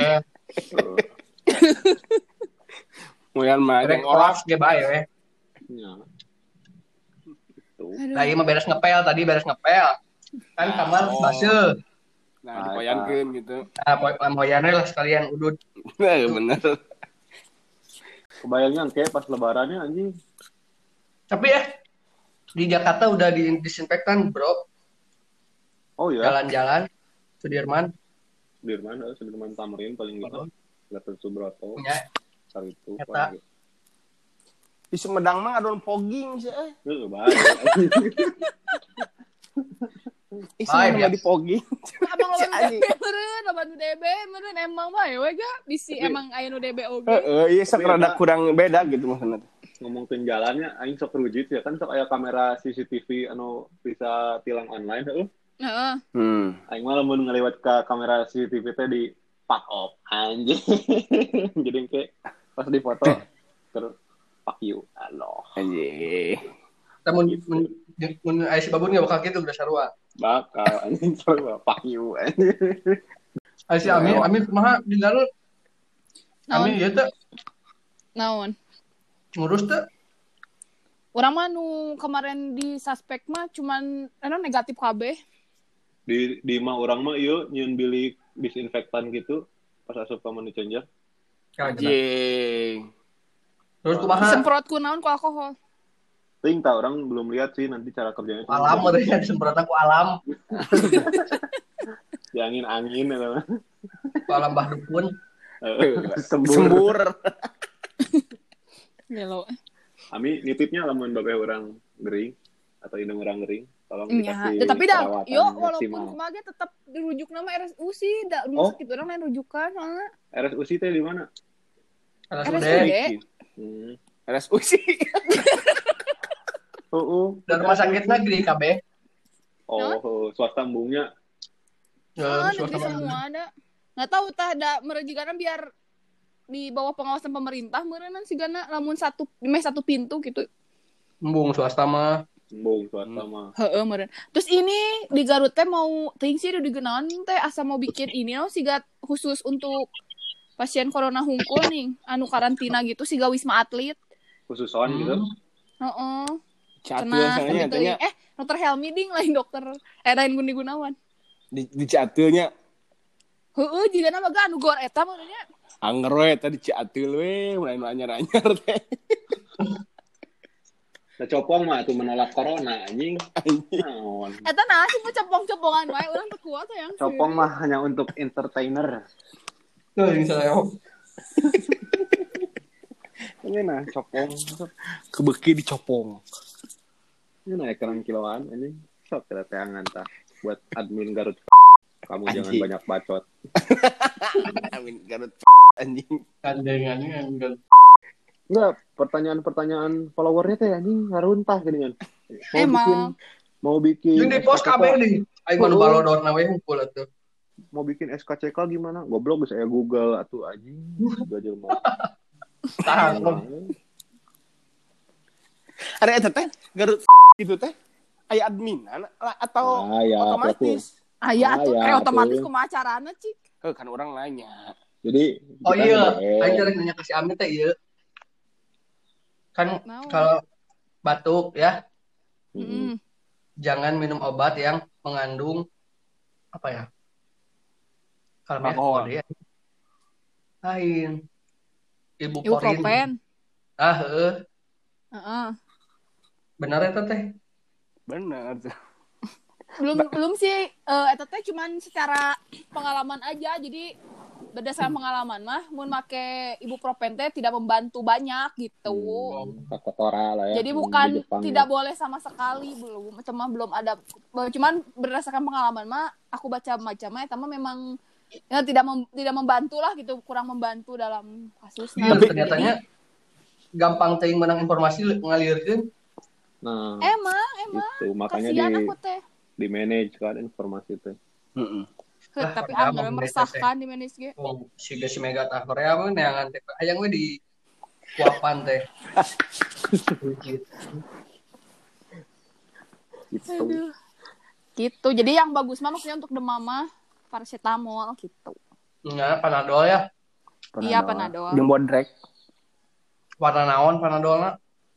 Speaker 1: Poyan mah
Speaker 5: Rek
Speaker 1: jeung orang
Speaker 5: hoax ge bae we.
Speaker 3: Ya. Itu.
Speaker 5: Nah, ieu mah beres ngepel tadi beres ngepel. Kan kamar
Speaker 1: Oh.
Speaker 5: baseuh.
Speaker 1: nah dipoyankeun gitu.
Speaker 5: Nah, poe moyannya lah sekalian udud.
Speaker 1: Nah, bener.
Speaker 3: Kebayangnya kayak pas lebarannya anjing.
Speaker 5: Tapi ya di Jakarta udah disinfektan, Bro.
Speaker 3: Oh iya.
Speaker 5: Jalan-jalan Sudirman
Speaker 3: Sudirman, eh, Sudirman Tamrin paling gitu. Gatot Subroto.
Speaker 5: punya
Speaker 3: Kali itu.
Speaker 5: Eta.
Speaker 1: Di Sumedang mah ngadon fogging sih eh.
Speaker 3: Heeh, bae.
Speaker 1: Isi
Speaker 5: Bae,
Speaker 1: mah
Speaker 5: biasa.
Speaker 1: di fogging.
Speaker 2: abang
Speaker 1: Si
Speaker 2: lawan
Speaker 1: anjing.
Speaker 2: D B meureun, lawan D B meureun emang bae we ga bisi
Speaker 3: Tapi-
Speaker 2: emang aya nu D B oge.
Speaker 1: Heeh, iya sak
Speaker 3: Tapi
Speaker 1: rada
Speaker 3: eta-
Speaker 1: kurang beda gitu maksudnya.
Speaker 3: Ngomongin jalannya aing sok rujit ya kan sok aya kamera C C T V anu bisa tilang online heuh.
Speaker 2: Heeh.
Speaker 1: Hmm.
Speaker 3: Aing mah lamun ngelewat ke kamera C C T V teh di fuck off anjing. Jadi kayak pas di foto terus fuck you. Aloh.
Speaker 1: Anjing.
Speaker 5: Kita mun mun mun aya si babun ge bakal kitu udah sarua.
Speaker 3: Bakal anjing terus fuck you anjing.
Speaker 5: Aya si Amin, Amin kumaha di Garut? Amin
Speaker 2: Naon?
Speaker 5: ieu teh
Speaker 2: Naon?
Speaker 5: ngurus teh.
Speaker 2: Urang mah nu kemarin di suspek mah cuman anu negatif kabeh.
Speaker 3: Di di mah urang mah ieu nyieun bilik disinfektan gitu pas asup ka money changer.
Speaker 1: Anjing.
Speaker 5: Terus kumaha?
Speaker 2: Disemprot ku naon ku alkohol.
Speaker 3: Ting tah orang belum lihat sih nanti cara kerjanya.
Speaker 5: Alam mah teh disemprotan ku alam,
Speaker 3: Di angin-angin atau
Speaker 5: ku alam bah dukun.
Speaker 3: sembur.
Speaker 1: Sembur.
Speaker 2: Gelo.
Speaker 3: Ami nitipnya lamun babeh orang gering atau indung orang gering tolong
Speaker 2: Nya,
Speaker 3: dikasih
Speaker 2: tapi dah
Speaker 3: perawatan
Speaker 2: yo walaupun
Speaker 3: maksimal.
Speaker 2: kumaha tetap dirujuk nama R S U sih, da rumah
Speaker 3: Oh.
Speaker 2: sakit urang lain rujukan soalnya.
Speaker 3: R S U C teh di mana?
Speaker 5: Karena
Speaker 2: R S U
Speaker 5: sudah
Speaker 2: D.
Speaker 3: Hmm.
Speaker 1: R S U sih.
Speaker 3: Oh, oh.
Speaker 5: dan rumah sakit negeri K B.
Speaker 3: Oh, oh, swasta embungnya.
Speaker 2: Ah,
Speaker 5: Ya,
Speaker 2: negeri semua ada. Nggak tahu tah ada merejikan biar di bawah pengawasan pemerintah meureunnan sigana lamun satu meh satu pintu gitu.
Speaker 5: embung swasta mah.
Speaker 3: Embung swasta mah.
Speaker 2: Heeh meureun. Terus ini di Garut teh mau teuing sih di genaon teh asa mau bikin ini no siga khusus untuk pasien corona hungkul nih anu karantina gitu siga wisma atlet.
Speaker 3: Khususon gitu.
Speaker 2: Heeh.
Speaker 1: Catul
Speaker 2: Cenah
Speaker 1: soalnya
Speaker 2: tapi
Speaker 1: tanya
Speaker 2: teuing eh dokter Helmi ding lain dokter eh lain Gundi Gunawan.
Speaker 1: di di catulnya
Speaker 2: Heeh jigana mah anu gor eta mah nya.
Speaker 1: anger we tadi catul we mulai anyar-anyar teh.
Speaker 3: Nah, copong mah tuh menolak corona anjing. Naon.
Speaker 2: Eta nah sih mau cepong-cepongan wae urang teu kuat yang
Speaker 3: Copong mah hanya untuk entertainer.
Speaker 5: Tuh yang saya.
Speaker 3: Ini nah copong.
Speaker 1: Kebeki dicopong.
Speaker 3: Ini naik kerang kiloan anjing. Sok kita teangan tah buat admin Garut. Kamu jangan
Speaker 1: Anjing.
Speaker 3: banyak bacot.
Speaker 1: Amin Garut anjing.
Speaker 5: Kandengannya enggak.
Speaker 3: Enggak, pertanyaan-pertanyaan followernya teh anjing ngaruntah geuningan. Mau
Speaker 2: Emang.
Speaker 3: bikin mau bikin
Speaker 5: Yang di pos
Speaker 3: S K C K,
Speaker 5: K B nih. Aing mah nu balodorna we hungkul atuh.
Speaker 3: mau bikin S K C K gimana? Goblok geus aya Google atuh anjing. Gajel mah.
Speaker 5: Tahan.
Speaker 1: Ada eta teh Garut itu teh aya admin atau
Speaker 3: Ah, ya,
Speaker 1: otomatis.
Speaker 2: Aya
Speaker 3: Ah,
Speaker 2: tuh
Speaker 3: ya,
Speaker 2: kayak otomatis
Speaker 3: atuh.
Speaker 2: kumaha carana cik.
Speaker 1: Eh, kan orang nanya.
Speaker 3: Jadi
Speaker 5: Oh
Speaker 3: kita
Speaker 5: iya,
Speaker 3: nge-D M.
Speaker 5: aing teh nanya ke si Ami teh ieu. Kan
Speaker 2: Naon?
Speaker 5: kalau batuk ya,
Speaker 3: Mm-mm.
Speaker 2: Heeh.
Speaker 5: jangan minum obat yang mengandung apa ya? Kalau ya,
Speaker 1: Alkohol.
Speaker 5: kode ya. Lain. Ibuprofen.
Speaker 2: Ibuprofen.
Speaker 5: Ah, heeh.
Speaker 2: Heeh.
Speaker 5: Benar eta teh.
Speaker 1: Bener tuh.
Speaker 2: Belum belum sih eh eta teh cuman secara pengalaman aja. Jadi berdasarkan pengalaman mah mun make ibuprofen teh tidak membantu banyak gitu.
Speaker 3: Hmm, Kakotora lah ya.
Speaker 2: Jadi
Speaker 3: di
Speaker 2: bukan
Speaker 3: Jepang
Speaker 2: tidak
Speaker 3: ya.
Speaker 2: boleh sama sekali belum cuma belum ada cuman berdasarkan pengalaman mah aku baca macam eta mah memang ya tidak mem, tidak membantu lah gitu, kurang membantu dalam kasusnya.
Speaker 5: Iya,
Speaker 1: Tapi-
Speaker 5: ternyatanya gampang teuing menang informasi ngalirkeun.
Speaker 3: Nah,
Speaker 2: Emang emang
Speaker 3: itu makanya di
Speaker 2: kasihan aku teh.
Speaker 3: di manage kan informasi itu.
Speaker 1: Heeh.
Speaker 2: Heh,
Speaker 5: Lah,
Speaker 2: tapi
Speaker 5: padahal
Speaker 2: anggar
Speaker 5: mah
Speaker 2: meresahkan di manage ge.
Speaker 5: Oh, si si Mega tah Korea mah neangan teh hayang we di kuapan teh.
Speaker 3: Gitu.
Speaker 2: Aduh. Gitu. Jadi yang bagus mah maksudnya untuk demam mah paracetamol gitu.
Speaker 5: Enggak, Panadol ya.
Speaker 2: Iya, Panadol.
Speaker 1: Jeung bodrek.
Speaker 5: Warna naon Panadolna?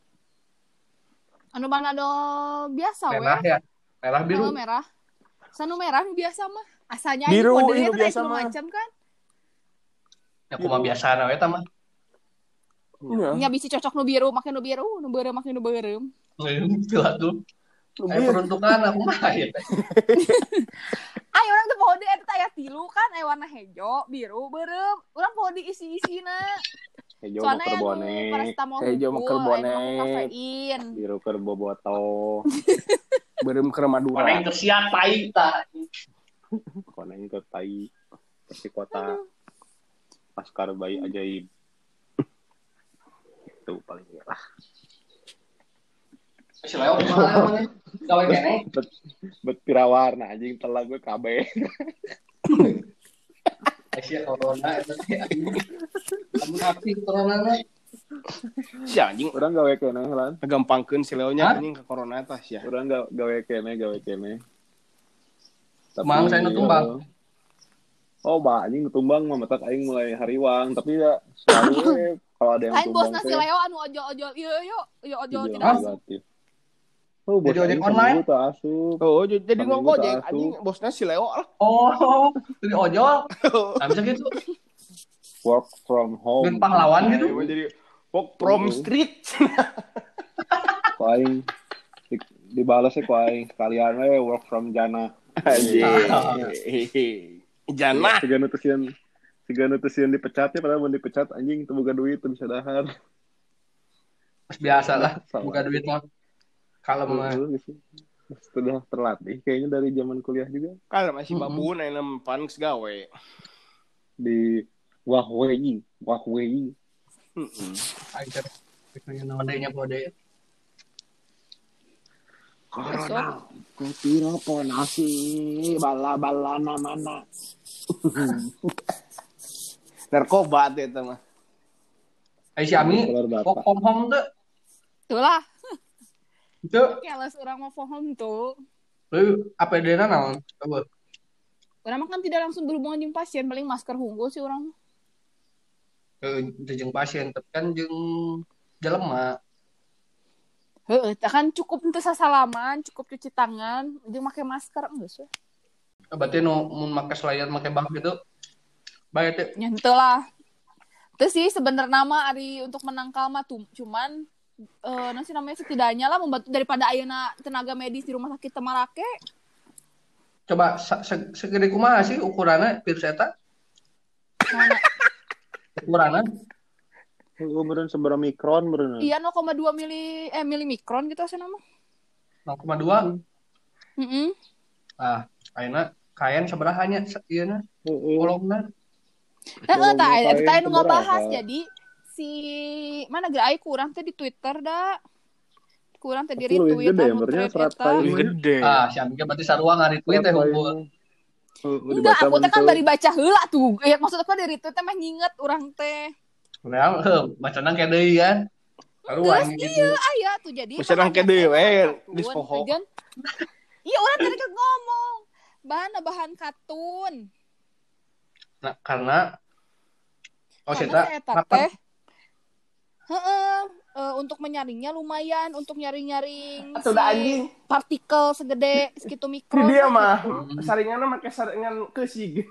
Speaker 2: Anu Panadol biasa we.
Speaker 5: Merah ya. Merah biru.
Speaker 2: Anu merah. Sanu merah nu biasa mah. Asalnya
Speaker 1: Biru,
Speaker 2: ini modelnya
Speaker 1: ini
Speaker 2: teh
Speaker 1: biasa
Speaker 2: aya
Speaker 1: mah.
Speaker 2: macam kan.
Speaker 5: Ya kumaha biasa we eta mah.
Speaker 1: Iya.
Speaker 2: Nya bisa cocok nu biru, make nu biru, nu beureum make nu beureum.
Speaker 5: Tuh tuh. Aya peruntukan aku mah ya.
Speaker 2: Ay orang tuh pohon eta teh aya tilu kan, aya warna hejo, biru, beureum. Urang pohon diisi-isina.
Speaker 3: Hejo
Speaker 2: Soalnya
Speaker 3: keur
Speaker 2: yang
Speaker 3: bonek,
Speaker 2: paracetamol
Speaker 1: Hejo mah keur
Speaker 2: hungkul, aya nu
Speaker 1: bonek.
Speaker 2: kafein.
Speaker 3: biru keur boboto,
Speaker 1: Beureum keur Madura.
Speaker 5: Mana yang tersiat tai ta.
Speaker 3: koneng keur tai, pasti kota Laskar Bayi Ajaib. Itu paling merah.
Speaker 5: Si Leo kumaha mana? Gawe keneh.
Speaker 3: Bet, bet pirawarna anjing telah gue kabeh.
Speaker 5: Asia corona eta teh. Amun aktif corona na.
Speaker 1: Si anjing
Speaker 3: Urang gawe keneh lan.
Speaker 1: gampangkeun si Leonya
Speaker 5: Hah?
Speaker 1: anjing ke corona tah sia.
Speaker 3: Urang ga- gawe keneh, gawe keneh. Tapi,
Speaker 5: Mang, saya nu tumbang.
Speaker 3: Oh, bah anjing nu tumbang mah matak aing mulai hariwang, tapi ya selalu we, kalau ada yang
Speaker 2: Lain bos
Speaker 3: tumbang
Speaker 2: nasi Leo anu ojol-ojol ieu yuk, ieu ojol
Speaker 3: jadi
Speaker 2: tidak
Speaker 3: orang
Speaker 2: asup.
Speaker 3: negatif. Oh, bos
Speaker 5: Jadi ojek
Speaker 3: aing
Speaker 5: online?
Speaker 3: seminggu tak asup.
Speaker 1: Oh, j- jadi
Speaker 3: Seminggu
Speaker 1: ngogojek
Speaker 3: tak asup.
Speaker 1: anjing bosna si Leo lah.
Speaker 5: Oh, jadi ojol. Nah, bisa gitu.
Speaker 3: Work from home.
Speaker 5: Dan pahlawan gitu.
Speaker 1: Emang jadi walk from
Speaker 3: Oh.
Speaker 1: street.
Speaker 3: Ku aing di, dibalasnya ku aing sekalian we work from jana.
Speaker 1: Anjing. Janah.
Speaker 3: Siga nu teu sieun siga nu teu sieun dipecatnya padahal mun dipecat anjing teu boga duit teu bisa dahar.
Speaker 5: Mas biasa lah, buka duit mah. Kalau mah
Speaker 3: Heeh, gitu. Sudah terlatih kayaknya dari zaman kuliah juga
Speaker 1: Kalau masih
Speaker 5: Mm-mm.
Speaker 1: babun ayeuna pan geus gawe.
Speaker 3: di Huawei, Huawei.
Speaker 1: Heeh.
Speaker 5: aja namanya bode.
Speaker 3: Corona, kupira ponasi bala-balana mana.
Speaker 1: Narkoba teh eta mah.
Speaker 5: Ai si Ami
Speaker 3: Keluar bapak.
Speaker 5: work from home teh.
Speaker 2: Tuh lah,
Speaker 5: Teu,
Speaker 2: keles urang mah pohon tuh.
Speaker 5: leuh A P D-na naon? Coba.
Speaker 2: Urang mah kan tidak langsung berhubungan jeung pasien, paling masker hunggul sih urang mah.
Speaker 5: Eh, teu jeung pasien, tapi kan jeung jelema.
Speaker 2: Heeh, tah kan cukup teu sasalaman, cukup cuci tangan, jeung make masker geus we.
Speaker 5: Berarti nu mun make selayan make bak gitu. Bae teh.
Speaker 2: Nya henteu lah. Teu sih sebenarnya mah ari untuk menangkal mah tuh, cuman eh nanti namanya setidaknya lah membantu daripada ayeuna tenaga medis di rumah sakit teu marake.
Speaker 5: Coba sa- se- segede kumaha sih ukuranna virus eta?
Speaker 2: Mana?
Speaker 5: Ukuranna?
Speaker 3: Umuran seberapa mikron berenang.
Speaker 2: Iya nol koma dua mili eh milimikron gitu asal nama.
Speaker 5: nol koma dua.
Speaker 2: Heeh.
Speaker 5: Ah, ayeuna kain sabaraha nya ieu na? Kolomna.
Speaker 2: Heeh, tah
Speaker 3: Bolongnya
Speaker 2: eta teh
Speaker 3: kain
Speaker 2: nu ngabahas
Speaker 3: sabaraha?
Speaker 2: jadi si mana geus aing kurang teh di Twitter da. Kurang teh di
Speaker 3: Tapi luwih
Speaker 2: retweet
Speaker 3: gede,
Speaker 2: anu
Speaker 3: berarti
Speaker 2: thread
Speaker 3: serat
Speaker 2: eta.
Speaker 3: kain.
Speaker 1: Lebih gede.
Speaker 5: Ah, si Ami berarti sarua ngaretweet teh hukum.
Speaker 2: Enggak, aku teh kan bari baca heula tuh. Ya maksud aku dari retweet teh mah nginget urang teh.
Speaker 5: Real, heuh, bacana ke deui kan. Sarua
Speaker 2: Geus
Speaker 5: gitu.
Speaker 2: iya aya tuh jadi.
Speaker 1: Bisa nang ke deui we,
Speaker 2: Ampun,
Speaker 1: geus poho.
Speaker 2: lagian- Iya, orang tadi kan ngomong. bahan bahan katun.
Speaker 5: Nah, karena oh
Speaker 2: Karena
Speaker 5: saya
Speaker 2: saya eta teh heeh, uh, untuk menyaringnya lumayan untuk nyaring-nyaring
Speaker 1: Atau udah anjing.
Speaker 2: partikel segede segitu
Speaker 1: Di
Speaker 2: mikron
Speaker 1: dia
Speaker 2: lah
Speaker 1: mah
Speaker 2: gitu.
Speaker 1: saringanna make saringan keusig.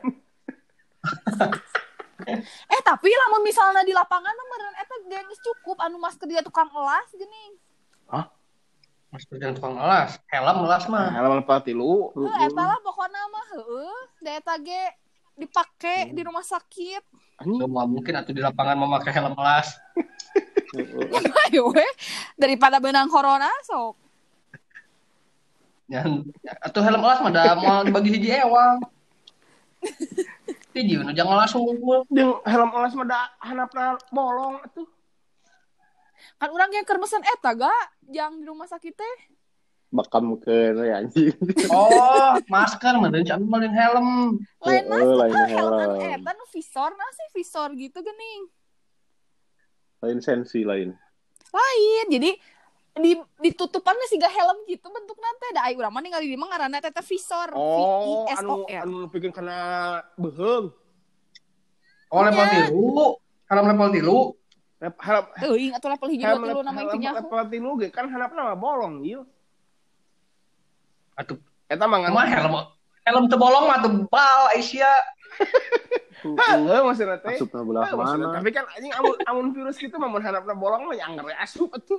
Speaker 2: Eh tapi lamun misalnya di lapangan mah meureun eta geus cukup anu masker dia tukang elas geuning.
Speaker 1: Hah?
Speaker 5: masker dan tukang elas, helm elas mah.
Speaker 1: Helm lepas tilu.
Speaker 2: Heuh eta lah pokona mah heueuh, da eta ge dipake di rumah sakit.
Speaker 5: Gak mau mungkin atau di lapangan memakai helm elas.
Speaker 2: Ayo we, daripada benang corona sok.
Speaker 5: Yang atau helm elas mah da mau dibagi hiji ewang. Hiji nu jangan langsung ngumpul.
Speaker 1: Jeung helm elas mah da handapna bolong atuh.
Speaker 2: Kan urang ge keur mesen eta ga jang di rumah sakit teh.
Speaker 3: Bakam ke ya anjing.
Speaker 5: Oh, masker mah dan jangan malin helm.
Speaker 2: Lain
Speaker 3: Oh,
Speaker 2: masker,
Speaker 3: lain
Speaker 2: ah, helm anu
Speaker 3: helm.
Speaker 2: eta nu visor, nah sih visor gitu geuning.
Speaker 3: Lain sensi lain.
Speaker 2: Lain, jadi di ditutupan sih gak helm gitu bentuk nanti ada ayo urang mah ningali di mah ngaranna teh visor,
Speaker 1: Oh,
Speaker 2: V I S O
Speaker 1: anu
Speaker 2: R.
Speaker 1: anu pikeun kana beheung.
Speaker 5: Oh, level
Speaker 2: Iya.
Speaker 5: tilu. Helm level tilu.
Speaker 1: Lep- Helm
Speaker 2: Teuing atuh level hiji
Speaker 1: helm
Speaker 2: dua tilu nama
Speaker 1: helm
Speaker 2: intinya.
Speaker 1: level tilu ge kan handapna mah bolong ieu.
Speaker 5: Atuh,
Speaker 1: Eta mah
Speaker 5: mah helm helm teu bolong mah tebal Aisyah.
Speaker 1: Heeh, maksudna teh.
Speaker 3: Masukna belah
Speaker 1: Heuh, maksudna,
Speaker 3: mana?
Speaker 1: tapi kan anjing amun amun virus kitu mah mun handapna bolong mah yang ngere asup atuh.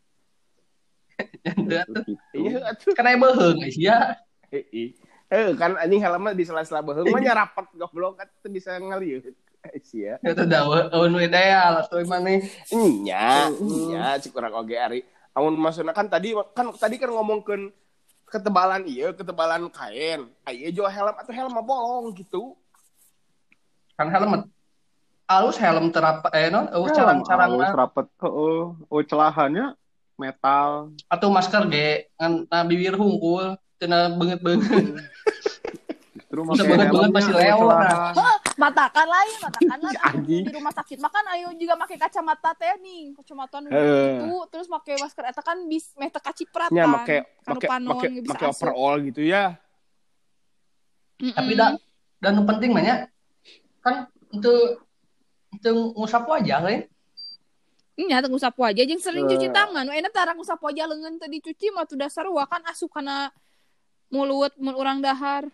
Speaker 1: Iya atuh.
Speaker 5: Kan aya beheung Aisyah.
Speaker 1: Heeh. Heuh kan anjing helm mah di sela-sela beheung mah nya rapet goblok atuh bisa ngalieu. Sia.
Speaker 5: Eta dawa nu ideal atuh maneh.
Speaker 1: Nya, nya cik urang oge ari. Amun maksudna kan tadi kan tadi kan ngomongkeun ketebalan ieu, ketebalan kain. Aya jo helm atau helm mah bolong gitu.
Speaker 5: Kan helm alus helm terapa eh non eueuh
Speaker 3: Helm halus
Speaker 5: carang-carangna
Speaker 3: rapet heeh. Oh celahannya metal.
Speaker 5: atuh masker ge ngan na bibir hungkul cenah beungeut-beungeut.
Speaker 3: Justru
Speaker 5: Bisa
Speaker 3: make
Speaker 5: banget-banget
Speaker 3: helmnya
Speaker 5: pasti
Speaker 3: oh,
Speaker 5: lewat,
Speaker 3: celahan.
Speaker 2: Matakan lain, matakan lah
Speaker 1: Anjing.
Speaker 2: di rumah sakit makan ayo juga pakai kacamata teh nih, kacamata nu
Speaker 1: Heeh.
Speaker 2: itu terus pakai masker eta kan bis meh teu kacipratan.
Speaker 1: Nya make
Speaker 2: Kanu
Speaker 1: make
Speaker 2: panon
Speaker 1: make
Speaker 2: nggak bisa
Speaker 1: make
Speaker 2: asup.
Speaker 1: overall gitu ya.
Speaker 2: Mm-mm.
Speaker 5: Tapi da dan nu penting mah nya kan itu itu ngusap wajah lain.
Speaker 2: Nya teu ngusap wajah jeung sering
Speaker 3: Eh.
Speaker 2: cuci tangan. Nu enak tara ngusap wajah leungeun teu dicuci mah teu dasar wa kan asup kana mulut mun urang dahar.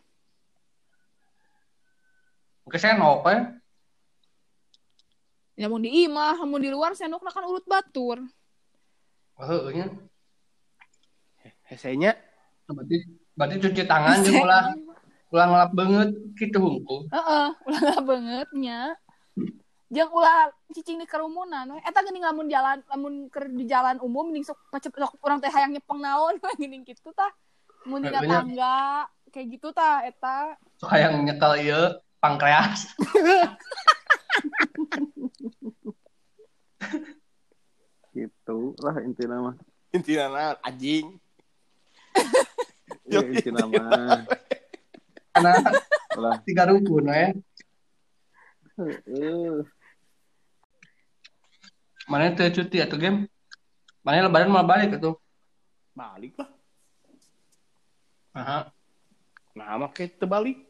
Speaker 5: Oke senok we.
Speaker 2: Ya mun di imah, mun di luar senokna kan urut batur.
Speaker 5: Heueuh nya.
Speaker 1: Hesenya
Speaker 5: Berarti berarti cuci tangan jeung ulah ulah ngelap beungeut kitu hungkul.
Speaker 2: Heeh, ulah banget nya. Jeung ulah cicing di kerumunan we. Eta geuning lamun jalan lamun keur di jalan umum mending sok pacet sok urang teh hayang nyepeng naon geuning kitu tah. Mun dina
Speaker 5: Bener.
Speaker 2: tangga kayak gitu tah eta.
Speaker 5: Sok hayang nyekel ieu pankreas.
Speaker 3: Gitu lah intina mah.
Speaker 1: intina naon anjing.
Speaker 3: Ya, intina mah.
Speaker 5: Karena
Speaker 3: Lah.
Speaker 5: tiga rukun we.
Speaker 3: Heeh.
Speaker 5: Mana teu cuti atuh game? Mana lebaran mau balik atuh.
Speaker 1: Balik lah.
Speaker 5: Aha.
Speaker 1: Nah, make teu balik.